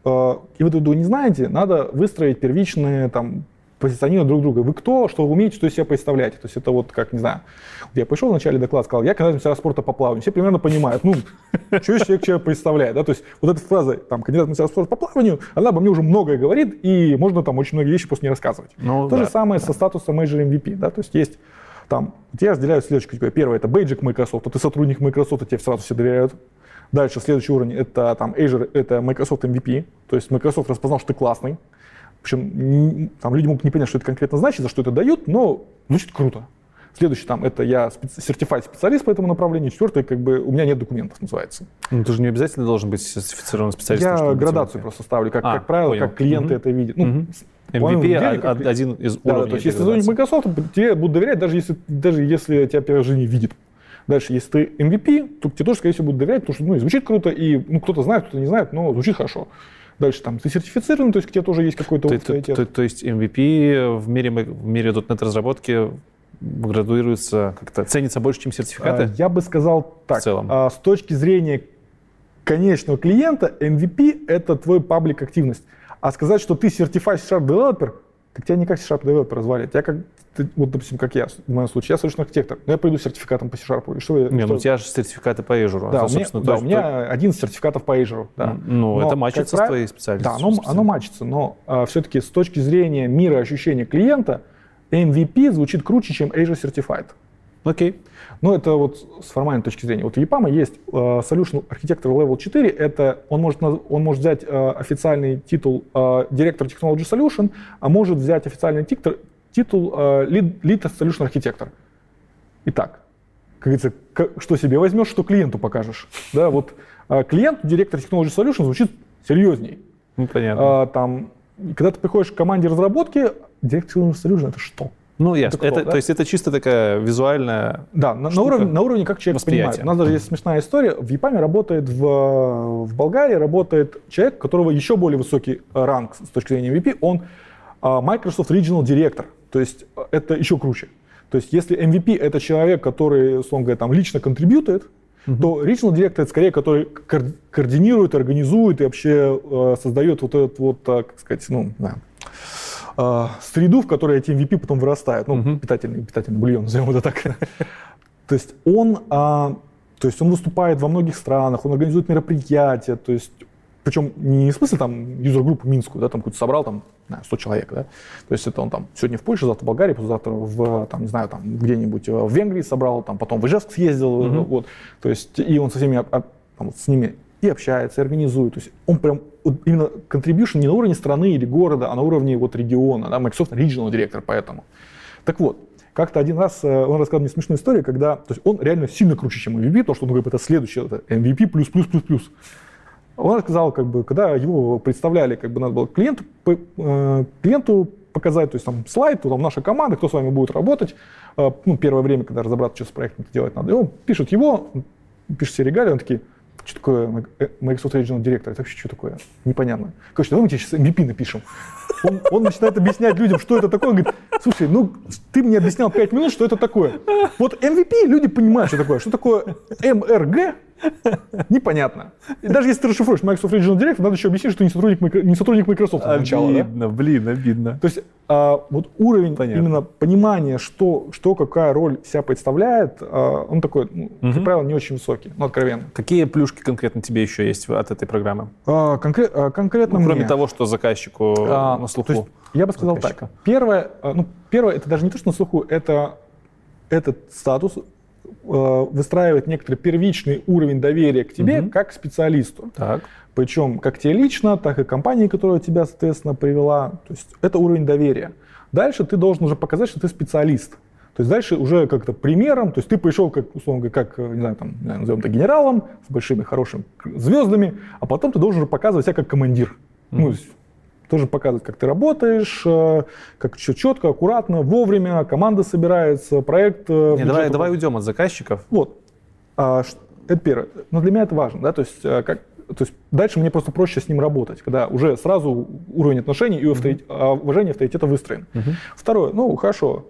и вы друг друга не знаете, надо выстроить первичные там позиционировать друг друга. Вы кто, что вы умеете, что из себя представляете. То есть это вот как, не знаю, я пришел в начале доклада, сказал, я кандидат мастера спорта по плаванию. Все примерно понимают, ну, что человек представляет. Да? То есть вот эта фраза, там, кандидат мастера спорта по плаванию, она обо мне уже многое говорит, и можно там очень многие вещи просто не рассказывать. Ну, то же самое со статусом Azure MVP. Да? То есть есть там, я разделяю следующую категорию. Первое, это бейджик Microsoft, ты сотрудник Microsoft, тебе сразу все доверяют. Дальше следующий уровень, это там Azure, это Microsoft MVP, то есть Microsoft распознал, что ты классный. Причем там люди могут не понять, что это конкретно значит, за что это дают, но звучит круто. Следующий там, это я сертифицированный специалист по этому направлению. Четвертый, как бы, у меня нет документов, называется. Ну, ты же не обязательно должен быть сертифицированным специалистом. Я градацию просто ставлю, как правило, понял. Как клиенты это видят. Ну, MVP один из уровней. Да, то есть, если сотрудник Microsoft, тебе будут доверять, даже если тебя первый раз в жизни видит. Дальше, если ты MVP, то тебе тоже, скорее всего, будут доверять, потому что ну, звучит круто, и ну, кто-то знает, кто-то не знает, но звучит хорошо. Дальше там ты сертифицирован, то есть к тебе тоже есть какой-то авторитет. То есть MVP в мире .NET разработки градуируется, как-то ценится больше, чем сертификаты? Я бы сказал так. В целом. С точки зрения конечного клиента, MVP — это твой паблик активность. А сказать, что ты Certified C# Developer, так тебя не как C# Developer звали. Тебя как, вот, допустим, как я, в моем случае, я solution архитектор, но я пойду с сертификатом по C#. Не, ну у тебя же сертификаты по Azure. Да, у меня 11 сертификатов по Azure. Да. Ну, но, это матчится с твоей специальностью. Да, оно матчится, но все-таки с точки зрения мира ощущения клиента, MVP звучит круче, чем Azure Certified. Окей. Но это вот с формальной точки зрения. Вот у EPAM есть Solution Architecture Level 4, это он может взять официальный титул Director Technology Solution, а может взять официальный титул Lead Solution Architector. Итак, как говорится, что себе возьмешь, что клиенту покажешь. Да, вот клиент Director Technology Solution звучит серьезней. Ну, понятно. Там, когда ты приходишь к команде разработки, Director Technology Solution — это что? Ну, ясно. Да? То есть это чисто такая визуальная Да, на уровне, как человек понимает. У нас даже есть смешная история. В EPAM работает, в Болгарии работает человек, у которого еще более высокий ранг с точки зрения MVP, он Microsoft Regional Director. То есть это еще круче. То есть если MVP — это человек, который, условно говоря, там, лично контрибьютует, то Regional Director — это скорее, который координирует, организует и вообще создает вот этот вот, как сказать, ну, да, среду, в которой эти MVP потом вырастают. Ну, питательный бульон, назовем это так. То есть он выступает во многих странах, он организует мероприятия, то есть, причем не в смысле там юзер-группу минскую, да, там какую-то собрал там 100 человек, да. То есть это он там сегодня в Польше, завтра в Болгарии, послезавтра в, там, не знаю, там где-нибудь в Венгрии собрал, там потом в Ижевск съездил, вот. То есть и он со всеми с ними и общается, и организует. То есть он прям именно contribution не на уровне страны или города, а на уровне вот региона. Да? Microsoft Regional Director поэтому. Так вот, как-то один раз он рассказал мне смешную историю, когда то есть он реально сильно круче, чем MVP, потому что он говорит, это следующее, это MVP ++++. Он рассказал, как бы, когда его представляли, как бы надо было клиенту показать, то есть там слайд, там наша команда, кто с вами будет работать. Ну, первое время, когда разобраться, что с проектом делать надо. И он пишет все регалии, он такие: что такое Microsoft Regional Director? Это вообще что такое? Непонятно. Короче, давай мы тебе сейчас MVP напишем. Он начинает объяснять людям, что это такое. Он говорит: слушай, ну ты мне объяснял 5 минут, что это такое. Вот MVP люди понимают, что такое. Что такое MRG? Непонятно. И даже если ты расшифруешь Microsoft Regional Director, надо еще объяснить, что не сотрудник Microsoft сначала. Обидно, блин, обидно. То есть вот уровень именно понимания, что какая роль себя представляет, он такой, как правило, не очень высокий, но откровенно. Какие плюшки конкретно тебе еще есть от этой программы? Конкретно кроме того, что заказчику на слуху. То есть, я бы сказал так. Первое, это даже не то, что на слуху, это этот статус выстраивает некоторый первичный уровень доверия к тебе как к специалисту. Так. Причем как тебе лично, так и компании, которая тебя, соответственно, привела. То есть это уровень доверия. Дальше ты должен уже показать, что ты специалист. То есть дальше уже как-то примером, то есть ты пришел, как, условно говоря, как, не знаю, там, назовем это генералом, с большими хорошими звездами, а потом ты должен уже показывать себя как командир. Ну, тоже показывать, как ты работаешь, как все четко, аккуратно, вовремя, команда собирается, проект... Давай уйдем от заказчиков. Вот. Это первое. Но для меня это важно. Да? То есть дальше мне просто проще с ним работать, когда уже сразу уровень отношений и уважения авторитета выстроен. Второе. Ну, хорошо.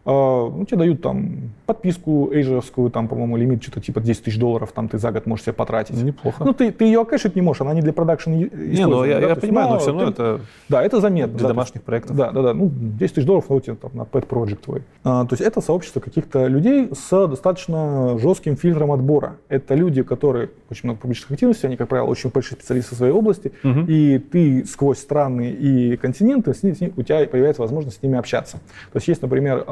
тебе дают там подписку эйжевскую, там, по-моему, лимит что-то типа $10 000, там ты за год можешь себе потратить. Неплохо. Ты ее окэшить не можешь, она не для продакшн используется. Ну, я понимаю, но все равно это... Да, это заметно. Для домашних проектов. Да. $10 000, у тебя там на pet project твой. То есть это сообщество каких-то людей с достаточно жестким фильтром отбора. Это люди, которые очень много публичных активностей, они, как правило, очень большие специалисты в своей области, и ты сквозь страны и континенты, у тебя появляется возможность с ними общаться. То есть, например,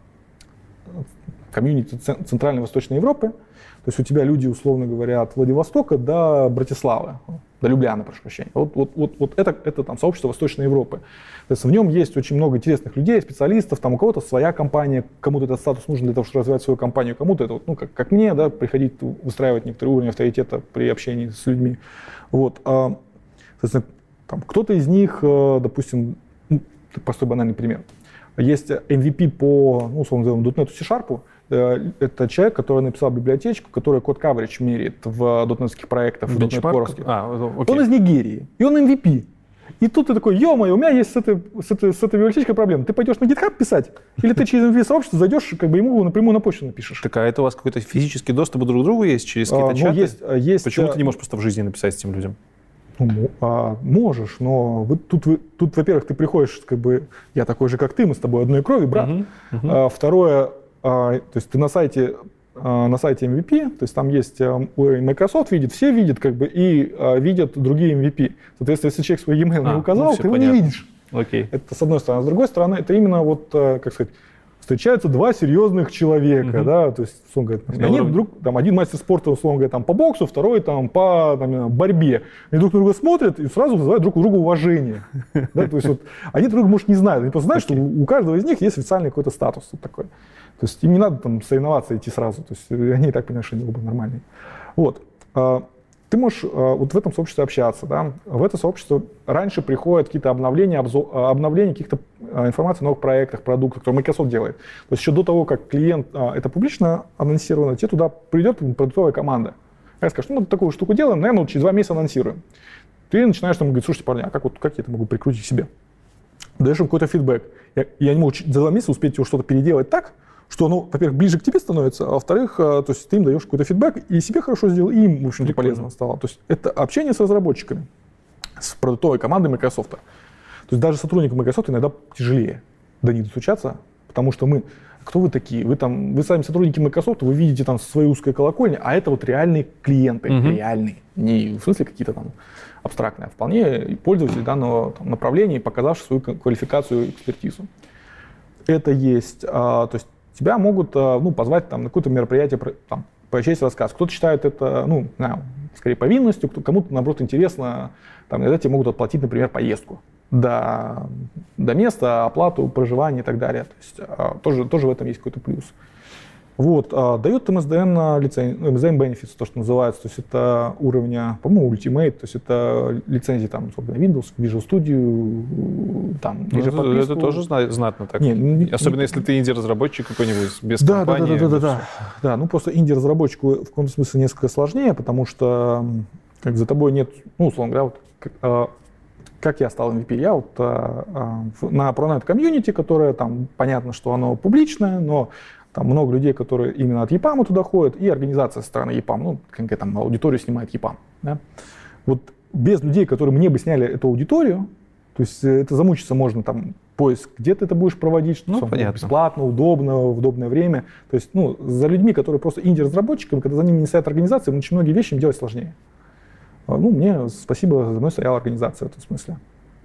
комьюнити Центральной и Восточной Европы, то есть у тебя люди, условно говоря, от Владивостока до Братиславы, до Любляны, прошу прощения. Вот это там сообщество Восточной Европы. То есть в нем есть очень много интересных людей, специалистов, там у кого-то своя компания, кому-то этот статус нужен для того, чтобы развивать свою компанию, кому-то это, как мне, да, приходить, выстраивать некоторый уровень авторитета при общении с людьми. Соответственно, там, кто-то из них, допустим, простой банальный пример. Есть MVP по, условно назовем, .NET C#. Это человек, который написал библиотечку, которая код coverage меряет в дотнетских проектах, в .NET Core. Он из Нигерии, и он MVP. И тут ты такой, ё-моё, у меня есть с этой библиотечкой проблема. Ты пойдешь на GitHub писать? Или ты через MVP-сообщество зайдешь, ему напрямую на почту напишешь? Так, а это у вас какой-то физический доступ друг к другу есть через какие-то чаты? Есть. Почему ты не можешь просто в жизни написать с этим людям? Можешь, но тут, во-первых, ты приходишь, я такой же, как ты, мы с тобой одной крови, брат. Второе, то есть ты на сайте MVP, то есть там есть уровень Microsoft видит, все видят, и видят другие MVP. Соответственно, если человек свой e-mail не указал, ты его не видишь. Окей. Это с одной стороны. А с другой стороны, это именно встречаются два серьезных человека, да, то есть, условно говоря, они вдруг, один мастер спорта, условно говоря, по боксу, второй по борьбе. Они друг на друга смотрят и сразу вызывают друг у друга уважение. Да, то есть они друг друга, может, не знают, они просто знают, что у каждого из них есть официальный какой-то статус такой. То есть им не надо соревноваться идти сразу, то есть они и так понимают, что они оба нормальные. Ты можешь в этом сообществе общаться, да? В это сообщество раньше приходят какие-то обновления каких-то информации о новых проектах, продуктах, которые Microsoft делает. То есть еще до того, как клиент это публично анонсировано, тебе туда придет продуктовая команда. Я скажу, мы такую штуку делаем, наверное, через 2 месяца анонсируем. Ты начинаешь говорить, слушайте, парни, а как я это могу прикрутить к себе? Даешь им какой-то фидбэк. Я не могу за 2 месяца успеть его что-то переделать так, что оно, во-первых, ближе к тебе становится, а во-вторых, то есть ты им даешь какой-то фидбэк, и себе хорошо сделал, и им, в общем-то, полезно стало. То есть это общение с разработчиками, с продуктовой командой Microsoft. То есть даже сотрудникам Microsoft иногда тяжелее до них достучаться, потому что кто вы такие? Вы сами сотрудники Microsoft, вы видите там свои узкие колокольни, а это реальные клиенты, реальные. Не в смысле какие-то там абстрактные, а вполне пользователи данного направления, показавшие свою квалификацию и экспертизу. Это есть, то есть тебя могут позвать на какое-то мероприятие, прочесть рассказ. Кто-то считает это, скорее повинностью, кому-то, наоборот, интересно. Иногда тебе могут отплатить, например, поездку до места, оплату проживания и так далее. То есть тоже в этом есть какой-то плюс. Дают MSDN MSDN Benefits, то, что называется, то есть это уровня, по-моему, Ultimate, то есть это лицензии на Windows, Visual Studio, это тоже знатно так. Особенно если ты инди-разработчик какой-нибудь, без компании. Да, просто инди-разработчику в каком-то смысле несколько сложнее, потому что за тобой нет, условно говоря, как я стал MVP, я на ProNet комьюнити, которое понятно, что оно публичное, но там много людей, которые именно от EPAM туда ходят, и организация со стороны EPAM, аудиторию снимает EPAM. Да? Без людей, которые мне бы сняли эту аудиторию, то есть это замучиться можно, поиск, где ты это будешь проводить, что бесплатно, удобно, в удобное время. То есть, за людьми, которые просто инди-разработчиками, когда за ними не стоят организации, очень многие вещи им делать сложнее. Мне спасибо, за мной стояла организация в этом смысле.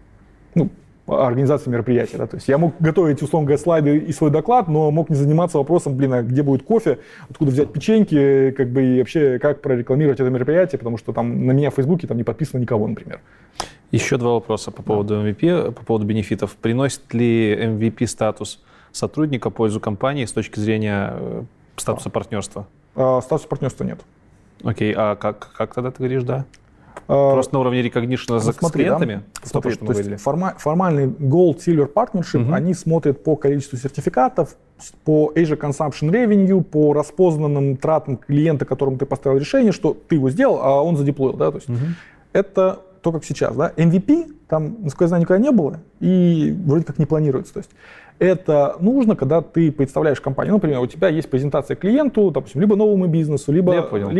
Организация мероприятия. Да? То есть я мог готовить, условно говоря, слайды и свой доклад, но мог не заниматься вопросом, а где будет кофе, откуда взять печеньки, и вообще как прорекламировать это мероприятие, потому что на меня в Фейсбуке не подписано никого, например. Еще 2 вопроса по поводу MVP, по поводу бенефитов. Приносит ли MVP статус сотрудника пользу компании с точки зрения статуса партнерства? Статуса партнерства нет. Окей, а как тогда ты говоришь, да? Просто на уровне рекогнишна с клиентами? Смотри, то есть формальный Gold, Silver Partnership, они смотрят по количеству сертификатов, по Azure Consumption Revenue, по распознанным тратам клиента, которому ты поставил решение, что ты его сделал, а он задеплоил. Да? То есть это то, как сейчас. Да? MVP, насколько я знаю, никогда не было и вроде как не планируется. То есть Это нужно, когда ты представляешь компанию. Например, у тебя есть презентация клиенту, допустим, либо новому бизнесу, либо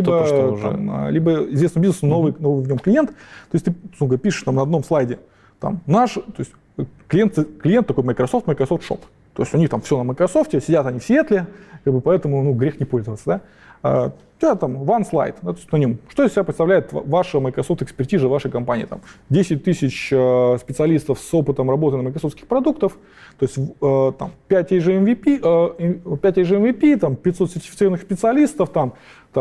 известному бизнесу, новый в нем клиент. То есть ты пишешь там на одном слайде, там, то есть клиент такой Microsoft Shop. То есть у них там все на Microsoft, сидят они в Сиэтле, поэтому грех не пользоваться. Да? У тебя там one slide, да, то есть на нем. Что из себя представляет ваша Microsoft экспертиза вашей компании? Там 10 тысяч специалистов с опытом работы на Microsoft продуктов, то есть там, 5 Azure MVP, там, 500 сертифицированных специалистов, там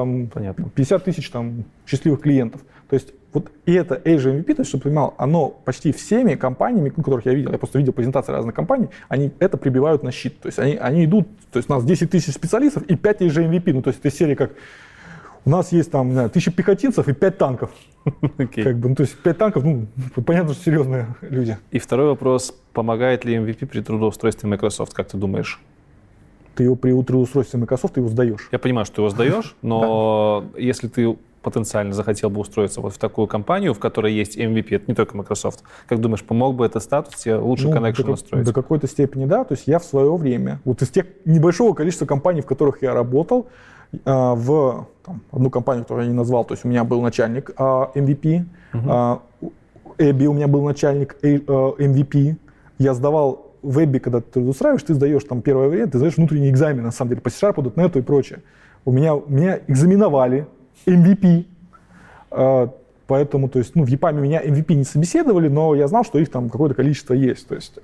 50 тысяч там, счастливых клиентов. То есть вот и это Azure MVP, то есть, чтобы ты понимал, оно почти всеми компаниями, которых я видел, я просто видел презентации разных компаний, они это прибивают на щит. То есть они идут, то есть у нас 10 тысяч специалистов и 5 Azure MVP. То есть это серия как у нас есть там 1000 пехотинцев и 5 танков. Okay. То есть 5 танков, понятно, что серьезные люди. И второй вопрос, помогает ли MVP при трудоустройстве Microsoft, как ты думаешь? Ты его при трудоустройстве Microsoft ты его сдаешь. Я понимаю, что ты его сдаешь, но если ты потенциально захотел бы устроиться вот в такую компанию, в которой есть MVP, это не только Microsoft, как думаешь, помог бы этот статус тебе лучше коннекшн устроить? До какой-то степени да. То есть я в свое время, вот из тех небольшого количества компаний, в которых я работал, в одну компанию, которую я не назвал, то есть у меня был начальник MVP, Эбби у меня был начальник MVP, я сдавал в Эбби, когда ты устраиваешь, ты сдаешь там первое время, ты сдаешь внутренний экзамен, на самом деле, по C-Sharp, .NET и прочее. Меня экзаменовали MVP, поэтому, то есть, в EPAM меня MVP не собеседовали, но я знал, что их там какое-то количество есть, то есть...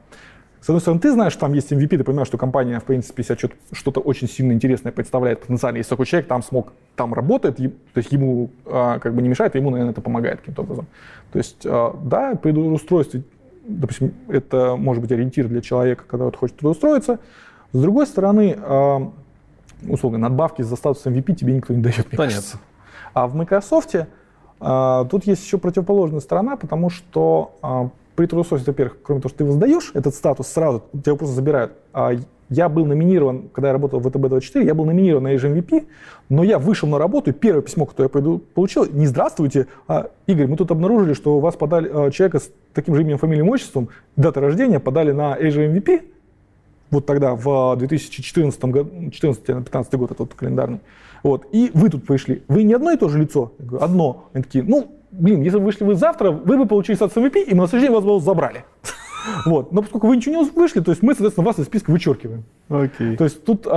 С одной стороны, ты знаешь, что там есть MVP, ты понимаешь, что компания, в принципе, себя что-то очень сильно интересное представляет потенциально. Если такой человек там работает, то есть ему не мешает, а ему, наверное, это помогает каким-то образом. То есть, да, при трудоустройстве, допустим, это может быть ориентир для человека, когда он хочет трудоустроиться. С другой стороны, условно, надбавки за статус MVP тебе никто не дает, мне кажется. А в Microsoft тут есть еще противоположная сторона, потому что при трудоустройстве, во-первых, кроме того, что ты его сдаешь, этот статус сразу, тебя его просто забирают. Я был номинирован, когда я работал в ВТБ-24, я был номинирован на Azure MVP, но я вышел на работу, и первое письмо, которое я получил, не «Здравствуйте, Игорь, мы тут обнаружили, что у вас подали человека с таким же именем, фамилией, отчеством, датой рождения, подали на Azure MVP». Вот тогда, в 2014 году, 14-15 год, этот календарный. Вот, и вы тут пришли. Вы не одно и то же лицо? Я говорю, одно. Они такие, если бы вышли вы завтра, вы бы получили статус MVP, и мы на следующий день вас бы забрали. Вот. Но поскольку вы ничего не вышли, то есть мы, соответственно, вас из списка вычеркиваем. Okay. То есть тут,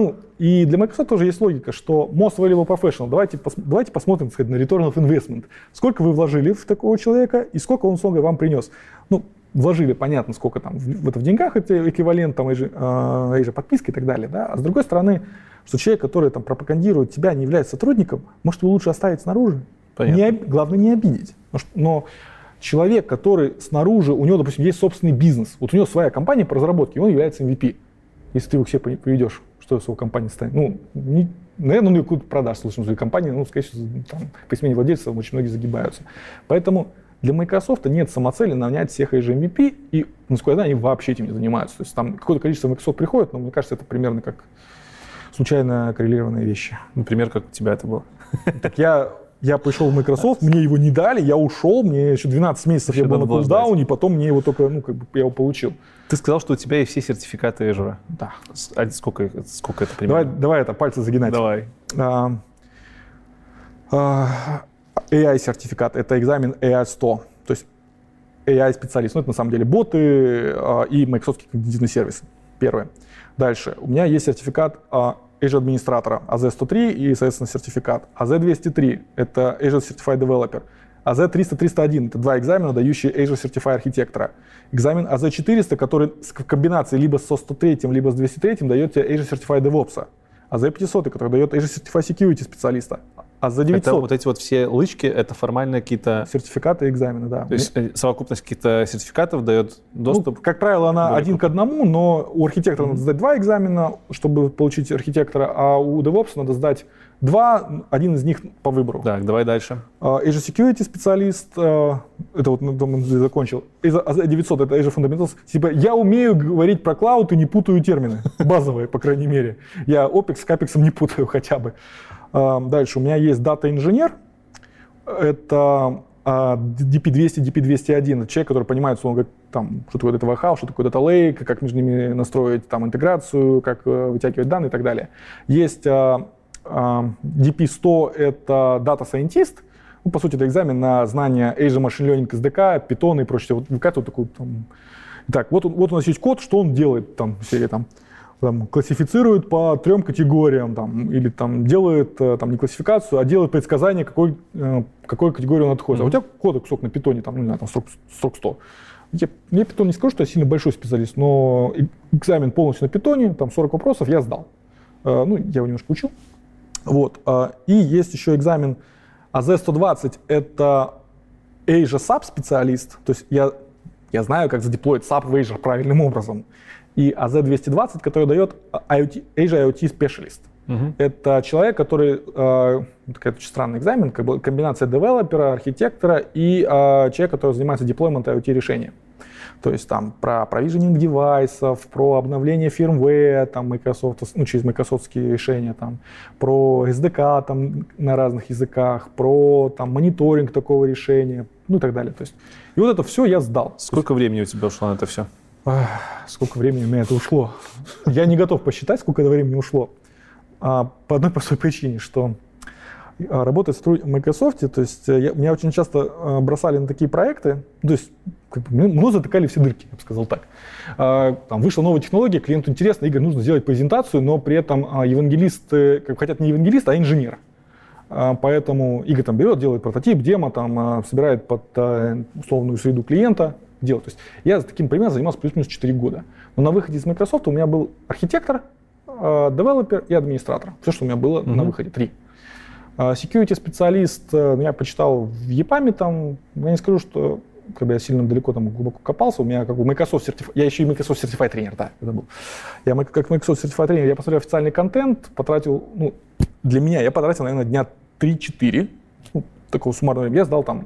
и для Microsoft тоже есть логика, что most valuable professional, давайте посмотрим, так сказать, на return of investment. Сколько вы вложили в такого человека и сколько он вам принес. Вложили, понятно, сколько там в деньгах, это эквивалент там, Azure подписки и так далее. Да? А с другой стороны, что человек, который там пропагандирует тебя, не является сотрудником, может его лучше оставить снаружи. Главное не обидеть. Но человек, который снаружи, у него, допустим, есть собственный бизнес, вот у него своя компания по разработке, и он является MVP. Если ты его к себе приведешь, что с его компанией станет? Наверное, он ее какую-то продаст, в случае компании, скорее всего, по смене владельцев очень многие загибаются. Поэтому для Microsoft нет самоцели нанять всех Azure MVP, и, насколько я знаю, они вообще этим не занимаются. То есть там какое-то количество Microsoft приходит, но мне кажется, это примерно как случайно коррелированные вещи. Например, как у тебя это было? Так я пришел в Microsoft, мне его не дали, я ушел, мне еще 12 месяцев я был на кулдауне, и потом мне его только, я его получил. Ты сказал, что у тебя есть все сертификаты Azure. Да. Сколько это примерно? Давай это, пальцы загинать. Давай. AI-сертификат, это экзамен AI-100, то есть AI-специалист, это на самом деле боты и Microsoft когнитивный сервис, первое. Дальше, у меня есть сертификат Azure администратора, AZ-103 и, соответственно, сертификат. AZ-203 – это Azure Certified Developer. AZ-300-301 – это два экзамена, дающие Azure Certified архитектора. Экзамен AZ-400, который в комбинации либо со 103, либо с 203 дает тебе Azure Certified DevOps. AZ-500, который дает Azure Certified Security специалиста. AZ-900. Это вот эти вот все лычки, это формально какие-то... Сертификаты и экзамены, да. То есть совокупность каких-то сертификатов дает доступ? Как правило, она один к одному, но у архитектора надо сдать два экзамена, чтобы получить архитектора, а у DevOps надо сдать два, один из них по выбору. Так, давай дальше. Azure Security специалист, это вот он закончил. AZ-900 это Azure Fundamentals. Типа я умею говорить про клауд и не путаю термины, базовые, по крайней мере. Я OPEX с CAPEX не путаю хотя бы. Дальше у меня есть дата-инженер, это DP200, DP201, это человек, который понимает, там, что такое Data Warehouse, что такое Data Lake, как между ними настроить там интеграцию, как вытягивать данные и так далее. Есть DP100, это Data Scientist. Ну, по сути, это экзамен на знание Azure Machine Learning, SDK, Python и прочее. Вот выкатывают такую там... Так, вот у нас есть код, что он делает там, в серии там классифицирует по 3 категориям, там, или там делает там, не классификацию, а делает предсказание, какой категории он отходит. А у тебя кода кусок на питоне, там, ну, не знаю, там, строк 100. Я питон не скажу, что я сильно большой специалист, но экзамен полностью на питоне, там 40 вопросов я сдал. Ну, я его немножко учил. Вот. И есть еще экзамен AZ-120, это Azure SAP специалист, то есть я знаю, как задеплоить SAP в Azure правильным образом. И AZ-220, который дает Azure IoT Specialist. Это человек, который, такой очень странный экзамен, как бы комбинация девелопера, архитектора и человек, который занимается деплойментом IoT-решения. То есть там про провиженинг девайсов, про обновление фирмвея, там Microsoft, ну, через Microsoftские решения, там, про SDK там, на разных языках, про там, мониторинг такого решения, ну и так далее. То есть, и вот это все я сдал. Сколько времени у тебя ушло на это все? Сколько времени у меня это ушло? Я не готов посчитать, сколько это времени ушло. По одной простой причине, что работая в Microsoft, то есть меня очень часто бросали на такие проекты, то есть как бы, ну, затыкали все дырки, я бы сказал так. Там вышла новая технология, клиенту интересно, Игорь, нужно сделать презентацию, но при этом евангелисты хотят не евангелиста, а инженера. Поэтому Игорь там берет, делает прототип, демо, там, собирает под условную среду клиента, делает. То есть я таким примером занимался плюс-минус 4 года. Но на выходе из Microsoft у меня был архитектор, девелопер и администратор. Все, что у меня было на выходе, 3. Security-специалист, я почитал в EPAM, там, я не скажу, что когда я сильно далеко там глубоко копался, у меня как бы Microsoft Certified, я еще и Microsoft Certified тренер, да, это был. Я как Microsoft Certified тренер, я посмотрел официальный контент, потратил, ну, для меня, я потратил, наверное, дня 3-4, ну, такого суммарного времени.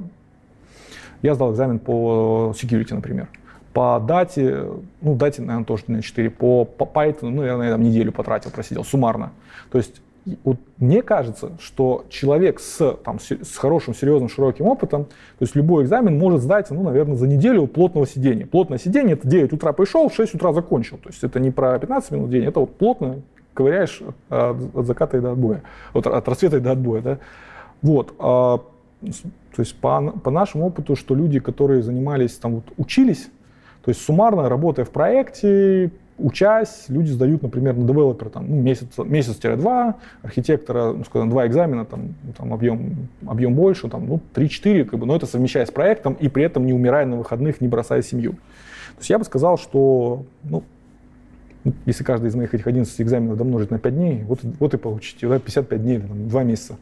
Я сдал экзамен по security, например. По дате, ну, дате, наверное, тоже дня 4, по Python, ну, наверное, я там неделю потратил, просидел, суммарно. То есть, вот мне кажется, что человек с хорошим, серьезным, широким опытом, то есть любой экзамен может сдать, ну, наверное, за неделю плотного сидения. Плотное сидение — это 9 утра пришел, 6 утра закончил. То есть это не про 15 минут в день, это вот плотно ковыряешь от заката и до отбоя, от рассвета и до отбоя. Да? Вот. То есть по нашему опыту, что люди, которые занимались, там, вот, учились, то есть суммарно, работая в проекте, учась, люди сдают, например, на девелопера там, ну, месяц-2, архитектора, ну, скажем, 2 экзамена, там объем больше, там, ну, 3-4, как бы, но это совмещая с проектом и при этом не умирая на выходных, не бросая семью. То есть я бы сказал, что, ну, если каждый из моих этих 11 экзаменов домножить на 5 дней, вот и получите, да, 55 дней, там, 2 месяца.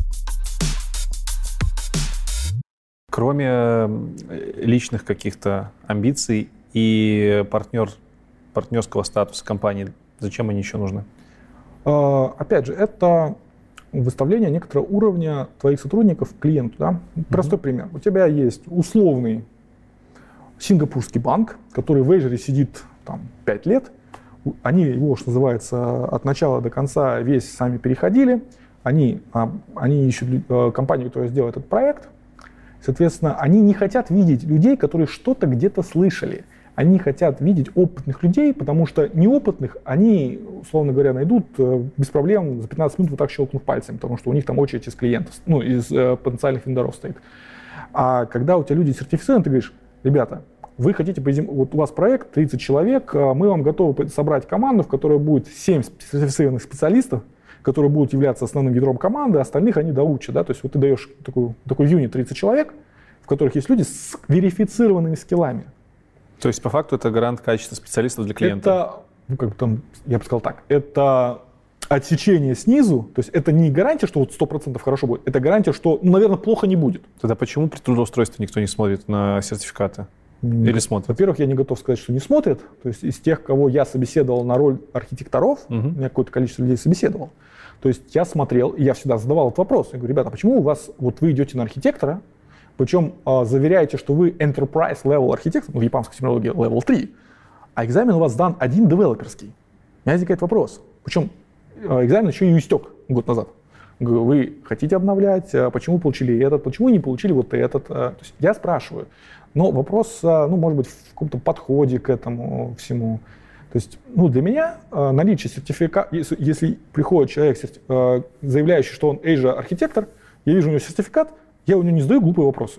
Кроме личных каких-то амбиций и партнерского статуса компании, зачем они еще нужны? Опять же, это выставление некоторого уровня твоих сотрудников клиенту. Да? Простой пример. У тебя есть условный сингапурский банк, который в Azure сидит там, 5 лет. Они его, что называется, от начала до конца весь сами переходили. Они ищут компанию, которая сделает этот проект. Соответственно, они не хотят видеть людей, которые что-то где-то слышали. Они хотят видеть опытных людей, потому что неопытных они, условно говоря, найдут без проблем за 15 минут вот так щелкнув пальцем, потому что у них там очередь из клиентов, ну, из потенциальных вендоров стоит. А когда у тебя люди сертифицированы, ты говоришь: ребята, вы хотите, вот у вас проект, 30 человек, мы вам готовы собрать команду, в которой будет 7 сертифицированных специалистов, которые будут являться основным ядром команды, остальных они доучат. Да? То есть вот ты даешь такой юнит 30 человек, в которых есть люди с верифицированными скиллами. То есть, по факту, это гарант качества специалистов для клиента? Это, ну, как бы там, я бы сказал так, это отсечение снизу, то есть это не гарантия, что вот 100% хорошо будет, это гарантия, что, ну, наверное, плохо не будет. Тогда почему при трудоустройстве никто не смотрит на сертификаты? Или смотрит? Во-первых, я не готов сказать, что не смотрят. То есть из тех, кого я собеседовал на роль архитекторов, я какое-то количество людей собеседовал. То есть я смотрел, и я всегда задавал этот вопрос. Я говорю: ребята, почему у вас, вот вы идете на архитектора, причем заверяете, что вы enterprise level архитектор, ну, в японской терминологии level 3, а экзамен у вас дан один девелоперский. У меня возникает вопрос. Причем экзамен еще и истек год назад. Говорю: вы хотите обновлять, почему получили этот, почему не получили вот этот? То есть я спрашиваю, Но вопрос, ну, может быть, в каком-то подходе к этому всему. То есть, ну, для меня наличие сертификата, если приходит человек, заявляющий, что он Azure-архитектор, я вижу у него сертификат, я у него не задаю глупые вопросы.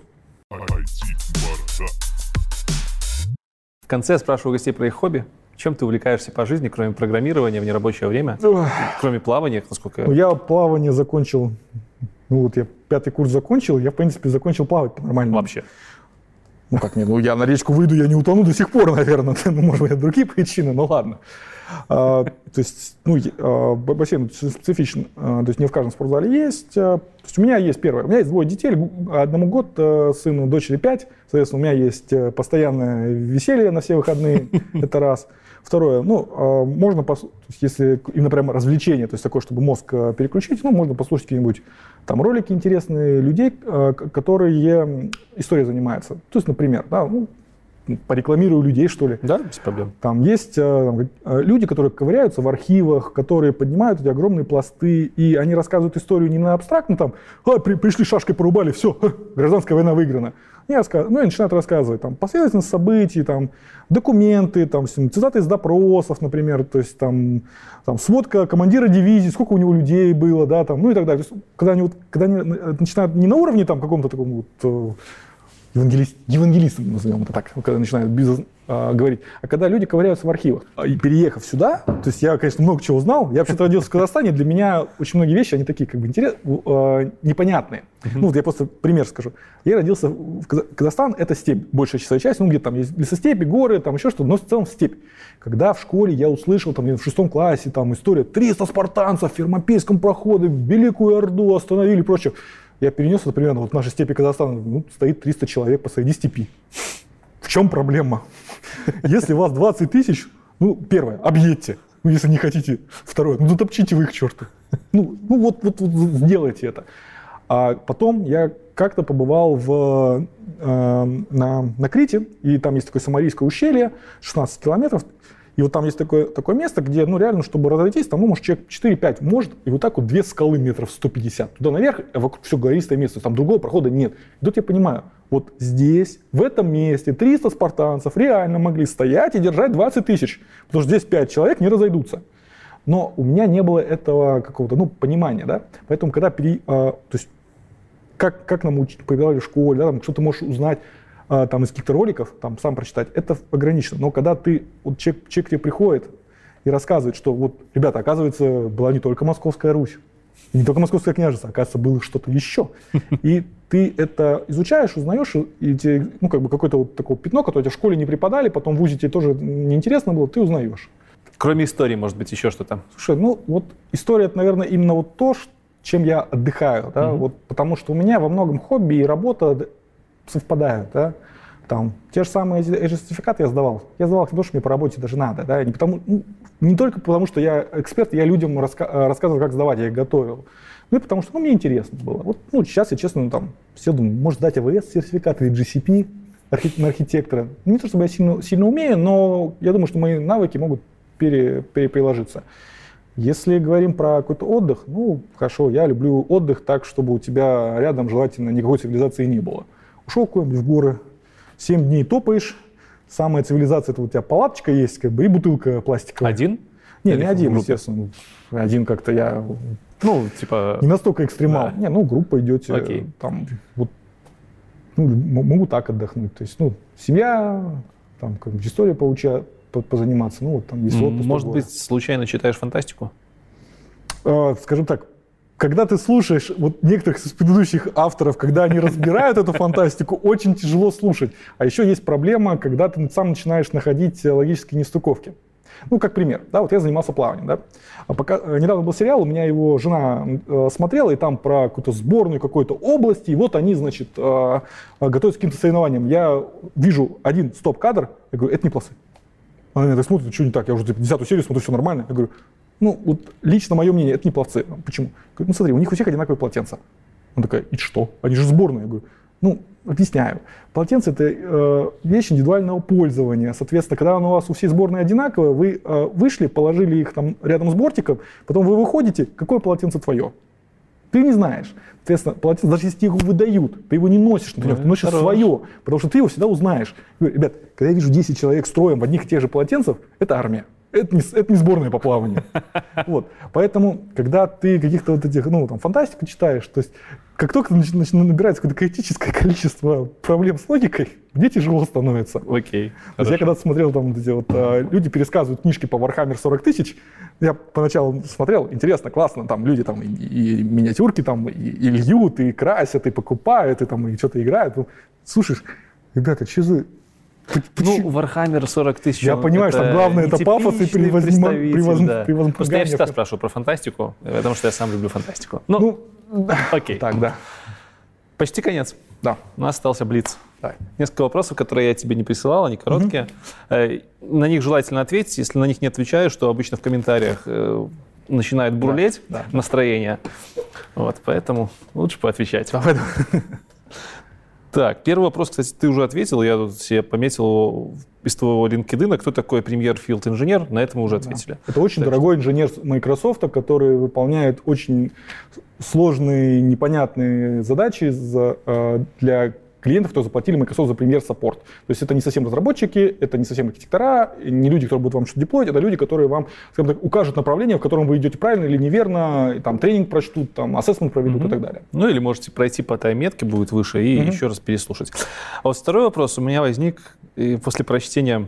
В конце я спрашиваю гостей про их хобби. Чем ты увлекаешься по жизни, кроме программирования в нерабочее время? Кроме плавания, насколько... Ну, я плавание закончил, ну, вот я 5-й курс закончил, я, в принципе, закончил плавать по-нормальному. Вообще? Ну, как нет, ну, я на речку выйду, я не утону до сих пор, наверное. Ну, может быть, другие причины, но ладно. То есть, ну, бассейн специфичен, то есть не в каждом спортзале есть. То есть у меня есть первое, у меня есть 2 детей, 1 год сыну, дочери 5, соответственно, у меня есть постоянное веселье на все выходные, это раз. Второе, ну, можно, если именно прямо развлечение, то есть такое, чтобы мозг переключить, ну, можно послушать какие-нибудь там ролики интересные людей, которые историей занимаются. То есть, например, да, ну, порекламирую людей, что ли. Да, без проблем. Там есть люди, которые ковыряются в архивах, которые поднимают эти огромные пласты, и они рассказывают историю не на абстрактно, там, пришли, шашкой порубали, все, гражданская война выиграна. И начинают рассказывать там, последовательность событий, там, документы, там, цитаты из допросов, например, то есть там сводка командира дивизии, сколько у него людей было, да, там, ну и так далее. То есть, когда они начинают не на уровне там, каком-то таком вот, евангелистом, назовем это так, когда начинают бизнес говорить, а когда люди ковыряются в архивах. И переехав сюда, то есть я, конечно, много чего узнал, я вообще-то родился в Казахстане, для меня очень многие вещи, они такие как бы непонятные. Ну вот я просто пример скажу. Я родился в Казахстан, это степь, большая своя часть, ну где-то там есть лесостепи, горы, там еще что-то, но в целом степь. Когда в школе я услышал, там в 6 классе, там история 300 спартанцев в Фермопильском проходе, Великую Орду остановили и прочее. Я перенес это примерно, вот в нашей степи Казахстана, ну, стоит 300 человек посреди степи. В чем проблема? Если у вас 20 тысяч, ну, первое, объедьте, ну, если не хотите. Второе, ну, затопчите вы их к черту. Ну вот сделайте это. А потом я как-то побывал на Крите, и там есть такое Самарийское ущелье, 16 километров. И вот там есть такое место, где, ну, реально, чтобы разойтись, там, ну, может, человек 4-5 может, и вот так вот 2 скалы метров 150. Туда наверх, а вокруг все гористое место, там другого прохода нет. И тут я понимаю, вот здесь, в этом месте, 300 спартанцев реально могли стоять и держать 20 тысяч, потому что здесь 5 человек не разойдутся. Но у меня не было этого какого-то, ну, понимания, да. Поэтому, когда, то есть, как нам преподавали в школе, да, там, что ты можешь узнать, там из каких-то роликов, там сам прочитать, это ограничено. Но когда вот человек к тебе приходит и рассказывает, что вот, ребята, оказывается, была не только Московская Русь, не только Московское княжество, оказывается, было что-то еще. И ты это изучаешь, узнаешь, и тебе, ну, как бы какое-то вот такое пятно, которое тебе в школе не преподали, потом в ВУЗе тебе тоже неинтересно было, ты узнаешь. Кроме истории, может быть, еще что-то? Слушай, ну, вот история, это, наверное, именно вот то, чем я отдыхаю, да, вот, потому что у меня во многом хобби и работа совпадают, да, там, те же самые сертификаты я сдавал их, потому что мне по работе даже надо, да, не только потому, что я эксперт, я людям рассказывал, как сдавать, я их готовил, ну и потому что, ну, мне интересно было. Вот, ну, сейчас я, честно, там, все думаю, может сдать АВС сертификат или GCP на архитектора. Не то, чтобы я сильно умею, но я думаю, что мои навыки могут переложиться. Если говорим про какой-то отдых, ну, хорошо, я люблю отдых так, чтобы у тебя рядом желательно никакой цивилизации не было. Ушел куда-нибудь в горы, 7 дней топаешь, самая цивилизация, это у тебя палаточка есть, как бы, и бутылка пластиковая. Один? Не один, естественно. Один как-то я, ну, типа... Не настолько экстремал. Да. Не, ну, группа идете, окей. Там, вот, ну, могу так отдохнуть. То есть, ну, семья, там, как-нибудь история позаниматься, ну, вот там есть отпуск. Может быть, случайно читаешь фантастику? Скажем так, когда ты слушаешь вот некоторых из предыдущих авторов, когда они разбирают эту фантастику, очень тяжело слушать. А еще есть проблема, когда ты сам начинаешь находить логические нестыковки. Ну, как пример, да, вот я занимался плаванием, да. А пока недавно был сериал, у меня его жена смотрела, и там про какую-то сборную какой-то области, и вот они, значит, готовятся к каким-то соревнованиям. Я вижу один стоп-кадр, я говорю, это не пловцы. Она меня так смотрит, что не так, я уже 10-ю серию смотрю, все нормально. Я говорю, ну, вот лично мое мнение, это не пловцы. Почему? Я говорю, ну, смотри, у них у всех одинаковые полотенца. Она такая, и что? Они же сборные. Я говорю, ну, объясняю. Полотенце – это вещь индивидуального пользования. Соответственно, когда у вас у всей сборной одинаковые, вы вышли, положили их там рядом с бортиком, потом вы выходите, какое полотенце твое? ты не знаешь. Соответственно, полотенце, даже если тебе его выдают, ты его не носишь, например, ты носишь свое, потому что ты его всегда узнаешь. Ребят, когда я вижу 10 человек строем в одних и тех же полотенцах, это армия. Это не сборная по плаванию. Вот. Поэтому, когда ты каких-то вот этих, фантастику читаешь, то есть, как только набирается какое-то критическое количество проблем с логикой, мне тяжело становится. Окей. То есть я когда-то смотрел, там вот эти вот люди пересказывают книжки по Warhammer 40 тысяч, я поначалу смотрел, интересно, классно, там люди там и миниатюрки там и льют, и красят, и покупают, и там и что-то играют. Слушаешь, ребята, что за... Warhammer 40 тысяч. Я понимаю, что главное это пафос и превозмогание. Просто я всегда спрашиваю про фантастику, потому что я сам люблю фантастику. Окей. Так, да. Почти конец. Да. У нас остался блиц. Давай. Несколько вопросов, которые я тебе не присылал, они короткие. На них желательно ответить. Если на них не отвечаю, что обычно в комментариях начинает бурлеть настроение. Вот, поэтому лучше поотвечать. Так, первый вопрос, кстати, ты уже ответил, я тут себе пометил из твоего LinkedIn, кто такой Premier Field инженер, на это мы уже ответили. Это очень дорогой инженер Microsoft, который выполняет очень сложные, непонятные задачи для клиентов, кто заплатили Microsoft за Premier Support. То есть это не совсем разработчики, это не совсем архитектора, не люди, которые будут вам что-то деплоить, это люди, которые вам, скажем так, укажут направление, в котором вы идете правильно или неверно, там тренинг прочтут, там ассессмент проведут и так далее. Ну или можете пройти по тайм-метке, будет выше, и еще раз переслушать. А вот второй вопрос у меня возник после прочтения,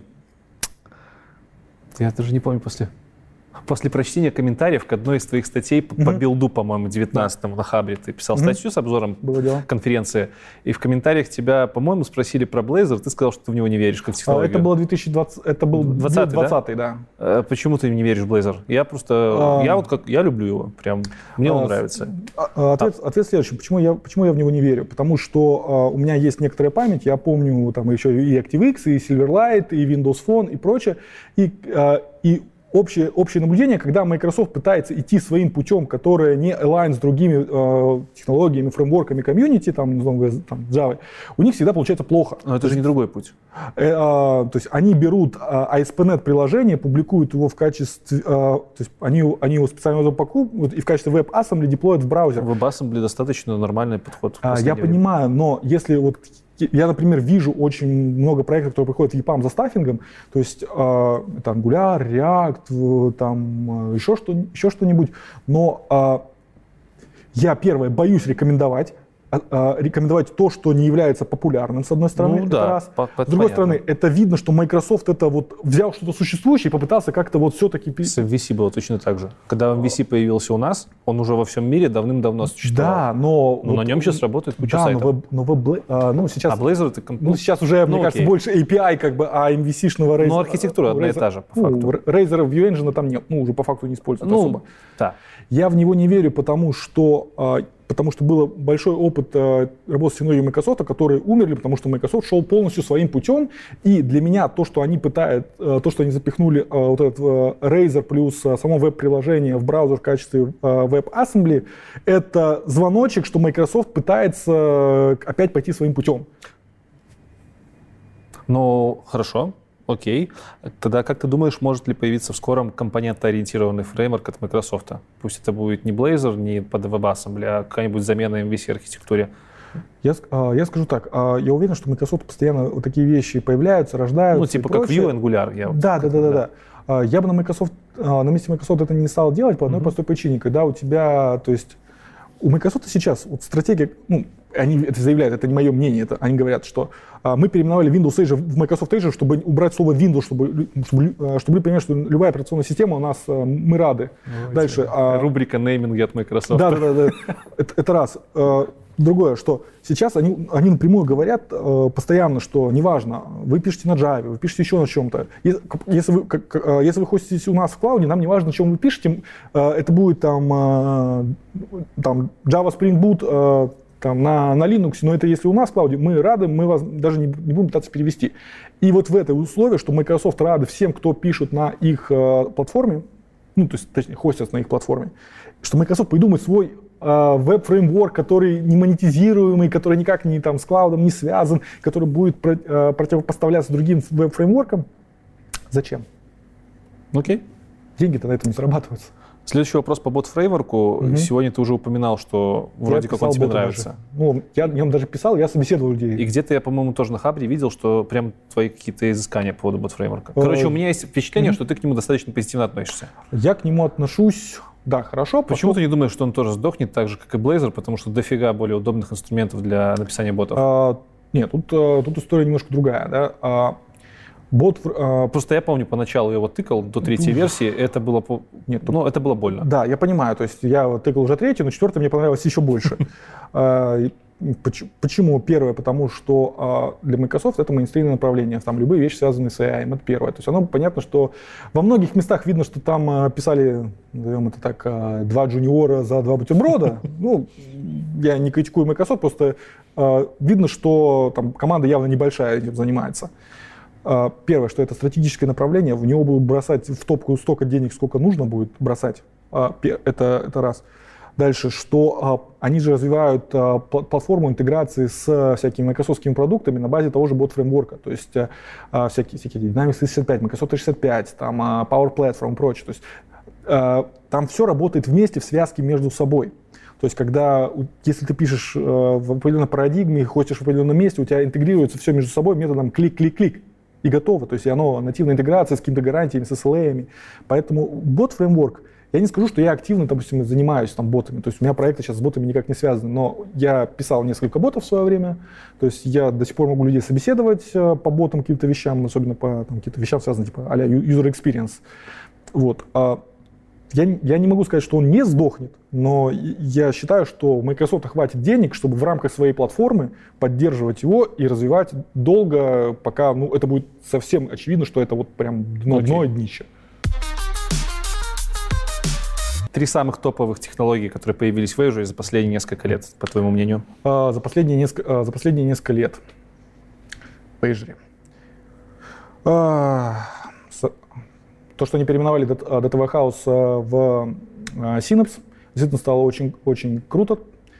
я даже не помню, после прочтения комментариев к одной из твоих статей по билду, по-моему, 19-му на Хабре. Ты писал статью с обзором конференции, и в комментариях тебя, по-моему, спросили про Blazor, ты сказал, что ты в него не веришь как в технологию. Это было 2020, это был 2020, да. Почему ты не веришь в Blazor? Я люблю его, прям, мне он нравится. Ответ следующий. Почему я в него не верю? Потому что у меня есть некоторая память, я помню там еще и ActiveX, и Silverlight, и Windows Phone, и прочее, и общее наблюдение, когда Microsoft пытается идти своим путем, которое не align с другими технологиями, фреймворками комьюнити, там Java, у них всегда получается плохо. Но это же не другой путь. То есть они берут ASP.NET приложение, публикуют его в качестве, то есть они его специально упакуют и в качестве WebAssembly деплоят в браузер. WebAssembly достаточно нормальный подход. Я понимаю, но если вот я, например, вижу очень много проектов, которые приходят в EPAM за стаффингом, то есть там Angular, React, там еще что-нибудь, но я, первое, боюсь рекомендовать то, что не является популярным, с одной стороны, раз. С другой стороны, это видно, что Microsoft это вот взял что-то существующее и попытался как-то вот все-таки... С MVC было точно так же. Когда MVC появился у нас, он уже во всем мире давным-давно существовал. Да, но... на нем сейчас работает куча сайтов. Сейчас... А Blazor это... сейчас уже, мне кажется, больше API, а MVC-шного Razer... Но архитектура одна и та же, по факту. Razer View Engine там нет, уже по факту не используют особо. Да. Я в него не верю, потому что был большой опыт работы с технологией Microsoft, которые умерли, потому что Microsoft шел полностью своим путем. И для меня то, что они запихнули вот этот Razer плюс само веб-приложение в браузер в качестве WebAssembly, это звоночек, что Microsoft пытается опять пойти своим путем. Ну, хорошо. Окей. Тогда как ты думаешь, может ли появиться в скором компонентоориентированный фреймворк от Microsoft? Пусть это будет не Blazor, не под WebAssembly, а какая-нибудь замена MVC-архитектуре. Я скажу так, я уверен, что Microsoft постоянно вот такие вещи появляются, рождаются. Ну, типа как Vue, Angular. Да. Я бы на месте Microsoft это не стал делать по одной простой причине. Когда у тебя, то есть у Microsoft сейчас вот стратегия, они это заявляют, это не мое мнение, они говорят, что мы переименовали Windows Azure в Microsoft Azure, чтобы убрать слово Windows, чтобы люди понимали, что любая операционная система у нас, мы рады. Дальше. Рубрика нейминги от Microsoft. Да. Это раз. Другое, что сейчас они напрямую говорят постоянно, что неважно, вы пишете на Java, вы пишете еще на чем-то. Если вы хостите у нас в клауде, нам не важно, на чем вы пишете, это будет там Java Spring Boot на Linux, но это если у нас в клауде, мы рады, мы вас даже не будем пытаться перевести. И вот в это условие, что Microsoft рады всем, кто пишет на их платформе, точнее, хостят на их платформе, что Microsoft придумает свой веб-фреймворк, который не монетизируемый, который никак не с клаудом не связан, который будет противопоставляться другим веб-фреймворкам. Зачем? Окей. Деньги-то на этом не зарабатываются. Следующий вопрос по бот-фреймворку. Сегодня ты уже упоминал, что вроде как он тебе нравится. Ну, я о нем даже писал, я собеседовал людей. И где-то я, по-моему, тоже на Хабре видел, что прям твои какие-то изыскания по поводу бот-фреймворка. Короче, у меня есть впечатление, что ты к нему достаточно позитивно относишься. Я к нему отношусь, да, хорошо. Почему ты не думаешь, что он тоже сдохнет так же, как и Blazor, потому что дофига более удобных инструментов для написания ботов? Нет, тут история немножко другая, да. Просто я помню, поначалу я его тыкал до 3-й версии, это было, это было больно. Да, я понимаю, то есть я тыкал уже 3-ю, но 4-я мне понравилась еще больше. Почему? Первое, потому что для Microsoft это мейнстримное направление, там любые вещи, связанные с AI, это первое. То есть оно понятно, что во многих местах видно, что там писали, назовем это так, 2 джуниора за 2 бутерброда. Ну, я не критикую Microsoft, просто видно, что там команда явно небольшая этим занимается. Первое, что это стратегическое направление, в него будут бросать в топку столько денег, сколько нужно будет бросать. Это раз. Дальше, что они же развивают платформу интеграции с всякими майкрософтскими продуктами на базе того же бот-фреймворка. То есть всякие Dynamics 365, Microsoft 365, там, Power Platform и прочее. То есть там все работает вместе, в связке между собой. То есть, если ты пишешь в определенной парадигме, хочешь в определенном месте, у тебя интегрируется все между собой методом клик-клик-клик. И готово. То есть оно нативная интеграция с какими-то гарантиями, с SLA-ами. Поэтому бот-фреймворк, я не скажу, что я активно, допустим, занимаюсь там ботами. То есть у меня проекты сейчас с ботами никак не связаны. Но я писал несколько ботов в свое время. То есть я до сих пор могу людей собеседовать по ботам каким-то вещам, особенно по каким-то вещам, связанным типа а-ля user experience. Вот. Я не могу сказать, что он не сдохнет, но я считаю, что у Microsoft хватит денег, чтобы в рамках своей платформы поддерживать его и развивать долго, пока это будет совсем очевидно, что это вот прям дно и днище. 3 самых топовых технологии, которые появились в Azure за последние несколько лет, по твоему мнению? За последние несколько лет в Azure. То, что они переименовали Data Warehouse в Synapse, действительно стало очень, очень круто,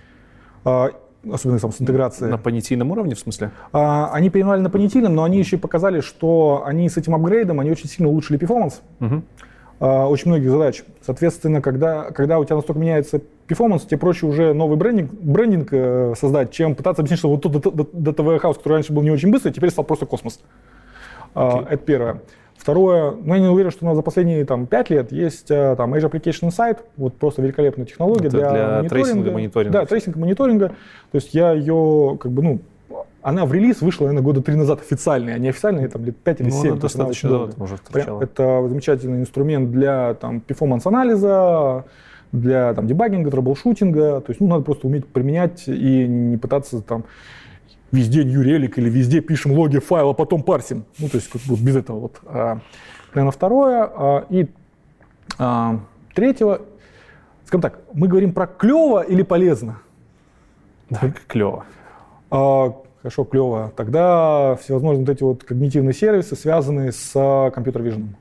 особенно там с интеграцией. На понятийном уровне, в смысле? Они переименовали на понятийном, но они еще и показали, что они с этим апгрейдом они очень сильно улучшили перформанс очень многих задач. Соответственно, когда у тебя настолько меняется перформанс, тебе проще уже новый брендинг создать, чем пытаться объяснить, что вот тот Data Warehouse, который раньше был не очень быстрый, теперь стал просто космос. Это первое. Второе, я не уверен, что у нас за последние 5 лет есть там Azure Application Insight, вот просто великолепная технология для трейсинга-мониторинга. Да, трейсинга-мониторинга. То есть я ее, она в релиз вышла, наверное, года 3 назад официальная, а не официальная, лет 5 или 7. Достаточно давно уже встречала. Это замечательный инструмент для перформанс-анализа, для дебагинга, трэблшутинга. То есть надо просто уметь применять и не пытаться везде new relic или везде пишем логи файла, потом парсим. То есть без этого вот. Наверное, второе. И третьего, скажем так, мы говорим про клево или полезно? Да, клево. Хорошо, клево. Тогда всевозможные вот эти вот когнитивные сервисы, связанные с компьютер-виженом.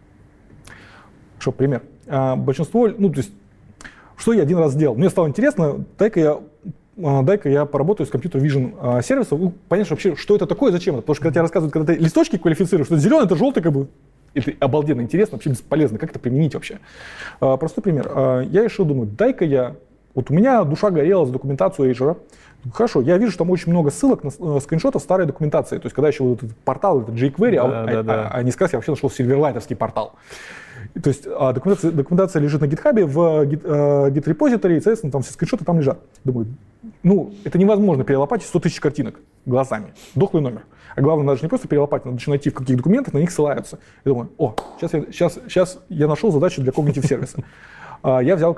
Хорошо, пример. Большинство, то есть, что я один раз сделал? Мне стало интересно, дай-ка я поработаю с компьютер-вижен сервисом, понять вообще, что это такое, зачем это. Потому что когда тебе рассказывают, когда ты листочки квалифицируешь, что это зеленый, это желтый, это обалденно интересно, вообще бесполезно, как это применить вообще. Простой пример. Я решил, думаю, вот у меня душа горела за документацию Azure. Хорошо, я вижу, что там очень много ссылок на скриншотов старой документации. То есть, когда еще вот этот портал, это jQuery, а не сказать, я вообще нашел silverlight-овский портал. То есть документация лежит на GitHub, в Git репозитории, и, соответственно, там все скриншоты там лежат. Думаю, это невозможно перелопатить 100 тысяч картинок глазами. Дохлый номер. А главное, надо же не просто перелопатить, надо еще найти, в каких документах на них ссылаются. Я думаю, сейчас я нашел задачу для когнитив-сервиса. Я взял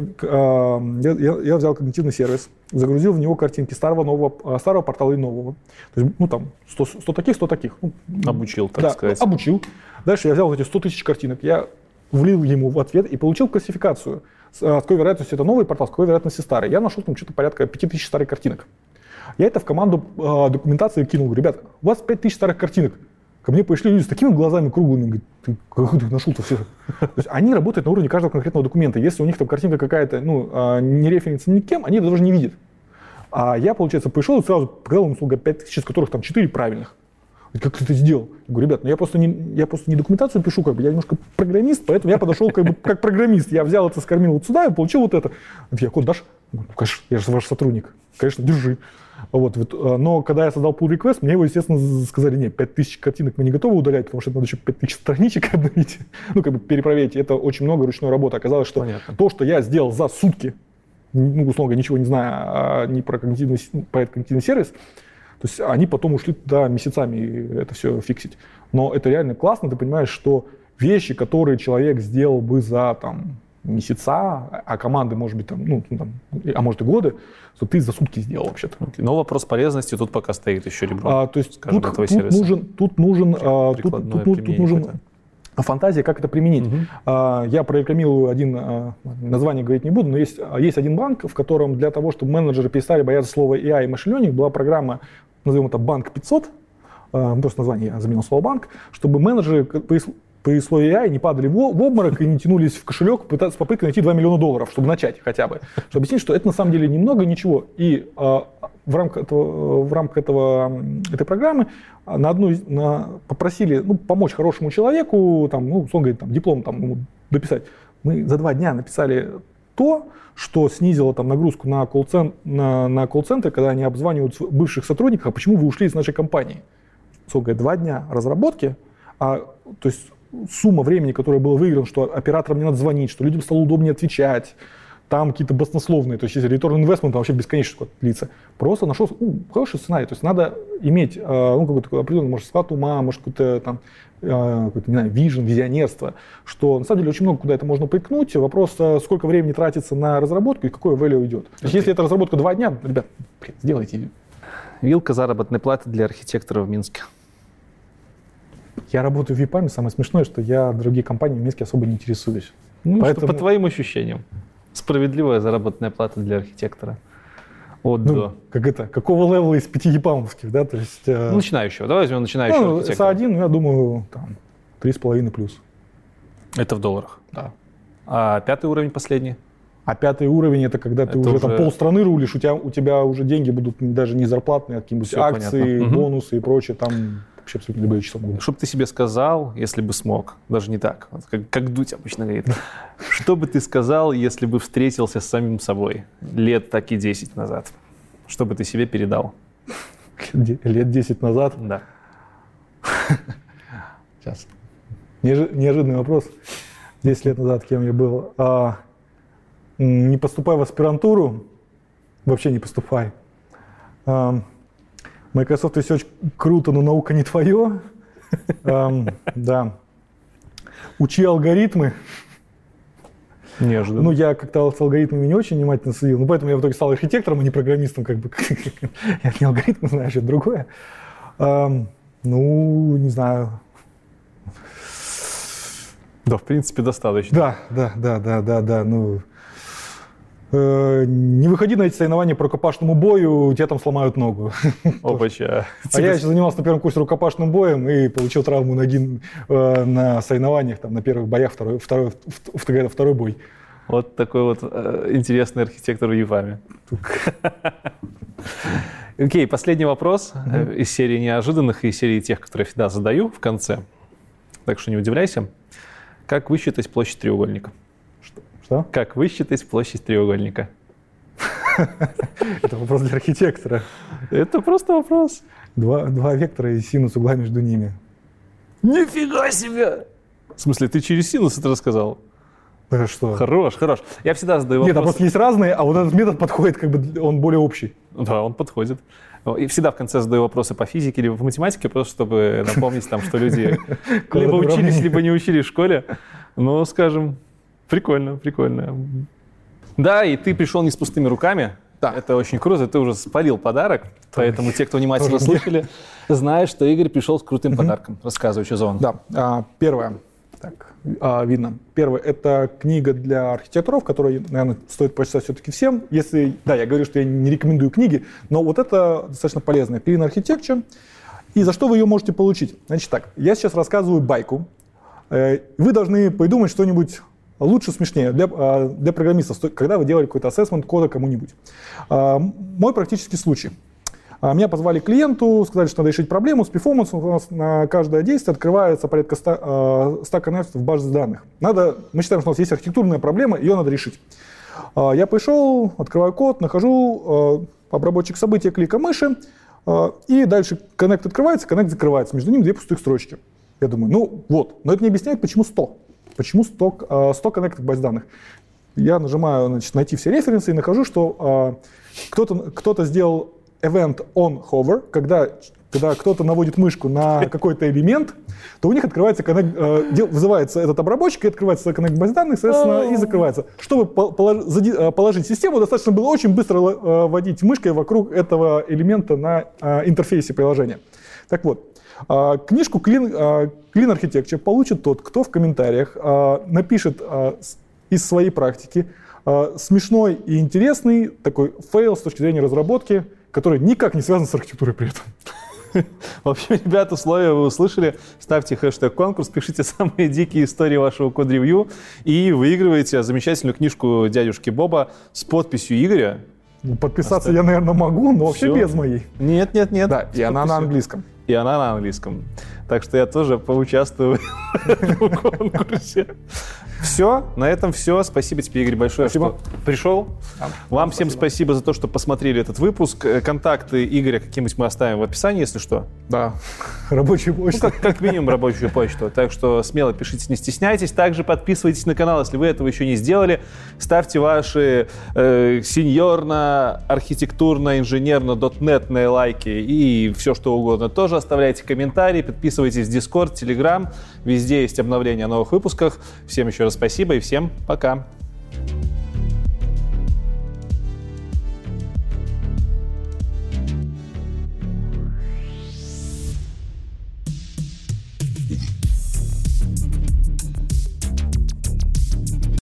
когнитивный сервис, загрузил в него картинки старого портала и нового. То есть, 100 таких, 100 таких. Обучил, так сказать. Обучил. Дальше я взял эти 100 тысяч картинок, я влил ему в ответ и получил классификацию, с какой вероятностью это новый портал, с какой вероятностью старый. Я нашел там что-то порядка 5000 старых картинок. Я это в команду документации кинул. Ребята, у вас 5000 старых картинок. Ко мне пришли люди с такими глазами круглыми, говорят, ты как ты нашел-то все? То есть они работают на уровне каждого конкретного документа. Если у них там картинка какая-то, не референсится никем, они это даже не видят. А я, получается, пришел и сразу показал им, услуга 5000, из которых там 4 правильных. Как ты это сделал? Я говорю, ребят, я просто не документацию пишу, как бы, я немножко программист, поэтому я подошел как бы как программист. Я взял это, скормил вот сюда и получил вот это. Я код дашь? Ну, конечно, я же ваш сотрудник. Конечно, держи. Вот. Но когда я создал pull request, мне его, естественно, сказали, нет, 5000 картинок мы не готовы удалять, потому что это надо еще 5000 страничек обновить, ну, как бы перепроверить. Это очень много ручной работы. Оказалось, что то, что я сделал за сутки, ну, условно, ничего не зная ни про этот когнитивный сервис, то есть они потом ушли туда месяцами это все фиксить. Но это реально классно, ты понимаешь, что вещи, которые человек сделал бы за там, месяца, а команды, может быть, а может и годы, что ты за сутки сделал вообще-то. Но вопрос полезности тут пока стоит еще ребром. То есть тут нужен фантазия, как это применить. Я прорекламирую название говорить не буду, но есть один банк, в котором для того, чтобы менеджеры перестали бояться слова AI и machine learning, была программа, назовем это Банк 500, просто название я заменил слово банк, чтобы менеджеры при слове AI не падали в обморок и не тянулись в кошелек с попыткой найти $2 миллиона, чтобы начать хотя бы. Чтобы объяснить, что это на самом деле немного, ничего. И в рамках этой программы попросили помочь хорошему человеку, условно говоря, диплом ему дописать. Мы за 2 дня написали то, что снизило нагрузку на колл-центр, когда они обзванивают бывших сотрудников, а почему вы ушли из нашей компании. Условно говоря, 2 дня разработки, то есть сумма времени, которая была выиграна, что операторам не надо звонить, что людям стало удобнее отвечать, там какие-то баснословные, то есть если return investment, там вообще бесконечно длится. Просто нашел хороший сценарий, то есть надо иметь какой-то определенный, может, склад ума, может, какой-то вижен, визионерство, что на самом деле очень много куда это можно приткнуть. Вопрос, сколько времени тратится на разработку и какое value идет. То есть если это разработка 2 дня, ребят, сделайте. Вилка заработной платы для архитектора в Минске. Я работаю в ВИПами, самое смешное, что я другие компании в Минске особо не интересуюсь. Поэтому... По твоим ощущениям, справедливая заработная плата для архитектора? Какого левела из 5 ЕПАМовских, да? То есть, начинающего. Давай возьмем начинающего архитектора. СА1, я думаю, 3,5 плюс. Это в долларах? Да. А 5-й уровень последний? А 5-й уровень это когда ты уже полстраны рулишь, у тебя уже деньги будут даже не зарплатные, а какие-нибудь акции, бонусы и прочее, там вообще абсолютно любые числа могут быть. Что бы ты себе сказал, если бы смог? Даже не так, как Дудь обычно говорит. Что бы ты сказал, если бы встретился с самим собой лет так и 10 назад? Что бы ты себе передал? Лет 10 назад? Да. Сейчас. Неожиданный вопрос. 10 лет назад кем я был? Не поступай в аспирантуру, вообще не поступай. Microsoft Research круто, но наука не твое. Да. Учи алгоритмы. Неожиданно. Я как-то с алгоритмами не очень внимательно следил, поэтому я в итоге стал архитектором, а не программистом. Я не алгоритмы знаю, что-то другое. Не знаю. Да, в принципе, достаточно. Да. Не выходи на эти соревнования по рукопашному бою, тебя там сломают ногу. Опача. А я еще занимался на первом курсе рукопашным боем и получил травму ноги на соревнованиях, на первых боях, второй бой. Вот такой вот интересный архитектор в ЕПАМе. Окей, последний вопрос из серии неожиданных и из серии тех, которые я всегда задаю в конце. Так что не удивляйся. Как высчитать площадь треугольника? Что? Как высчитать площадь треугольника? Это вопрос для архитектора. Это просто вопрос. Два вектора и синус угла между ними. Нифига себе! В смысле, ты через синус это рассказал? Да что? Хорош. Я всегда задаю вопрос. Нет, просто есть разные, а вот этот метод подходит, он более общий. Да, он подходит. И всегда в конце задаю вопросы по физике либо по математике, просто чтобы напомнить, что люди либо учились, либо не учились в школе. Скажем, прикольно. Да, и ты пришел не с пустыми руками. Да. Это очень круто, ты уже спалил подарок. Поэтому те, кто внимательно слышали, знают, что Игорь пришел с крутым подарком. Рассказывай, что за он. Да, первое. Видно. Первое, это книга для архитекторов, которую, наверное, стоит прочитать все-таки всем. Я говорю, что я не рекомендую книги, но вот это достаточно полезная. Clean Architecture. И за что вы ее можете получить? Значит так, я сейчас рассказываю байку. Вы должны придумать что-нибудь лучше, смешнее для программистов, когда вы делали какой-то ассессмент кода кому-нибудь. Мой практический случай. Меня позвали к клиенту, сказали, что надо решить проблему. С Performance у нас на каждое действие открывается порядка 100 коннектов в базе данных. Мы считаем, что у нас есть архитектурная проблема, ее надо решить. Я пришел, открываю код, нахожу обработчик события клика мыши, и дальше коннект открывается, коннект закрывается. Между ними 2 пустых строчки. Я думаю, но это не объясняет, почему 100. Почему 100 коннектов в базе данных. Я нажимаю, найти все референсы и нахожу, что кто-то сделал event on hover, когда кто-то наводит мышку на какой-то элемент, то у них открывается вызывается этот обработчик, и открывается коннект баз данных, соответственно, и закрывается. Чтобы положить систему, достаточно было очень быстро водить мышкой вокруг этого элемента на интерфейсе приложения. Так вот, книжку Clean Architecture получит тот, кто в комментариях напишет из своей практики смешной и интересный такой фейл с точки зрения разработки, который никак не связан с архитектурой при этом. В общем, ребята, условия вы услышали. Ставьте хэштег конкурс, пишите самые дикие истории вашего код-ревью и выигрываете замечательную книжку дядюшки Боба с подписью Игоря. Подписаться я, наверное, могу, но вообще без моей. Нет. Да, и она на английском. И она на английском. Так что я тоже поучаствую в этом конкурсе. Все, на этом все. Спасибо тебе, Игорь, большое, что пришел. Вам всем спасибо за то, что посмотрели этот выпуск. Контакты Игоря какие-нибудь мы оставим в описании, если что. Да, рабочую почту. Как минимум рабочую почту. Так что смело пишите, не стесняйтесь. Также подписывайтесь на канал, если вы этого еще не сделали. Ставьте ваши сеньорно, архитектурно, инженерно, .NET-ные лайки и все что угодно. Тоже оставляйте комментарии, подписывайтесь в Discord, Telegram. Везде есть обновления о новых выпусках. Всем еще раз спасибо и всем пока.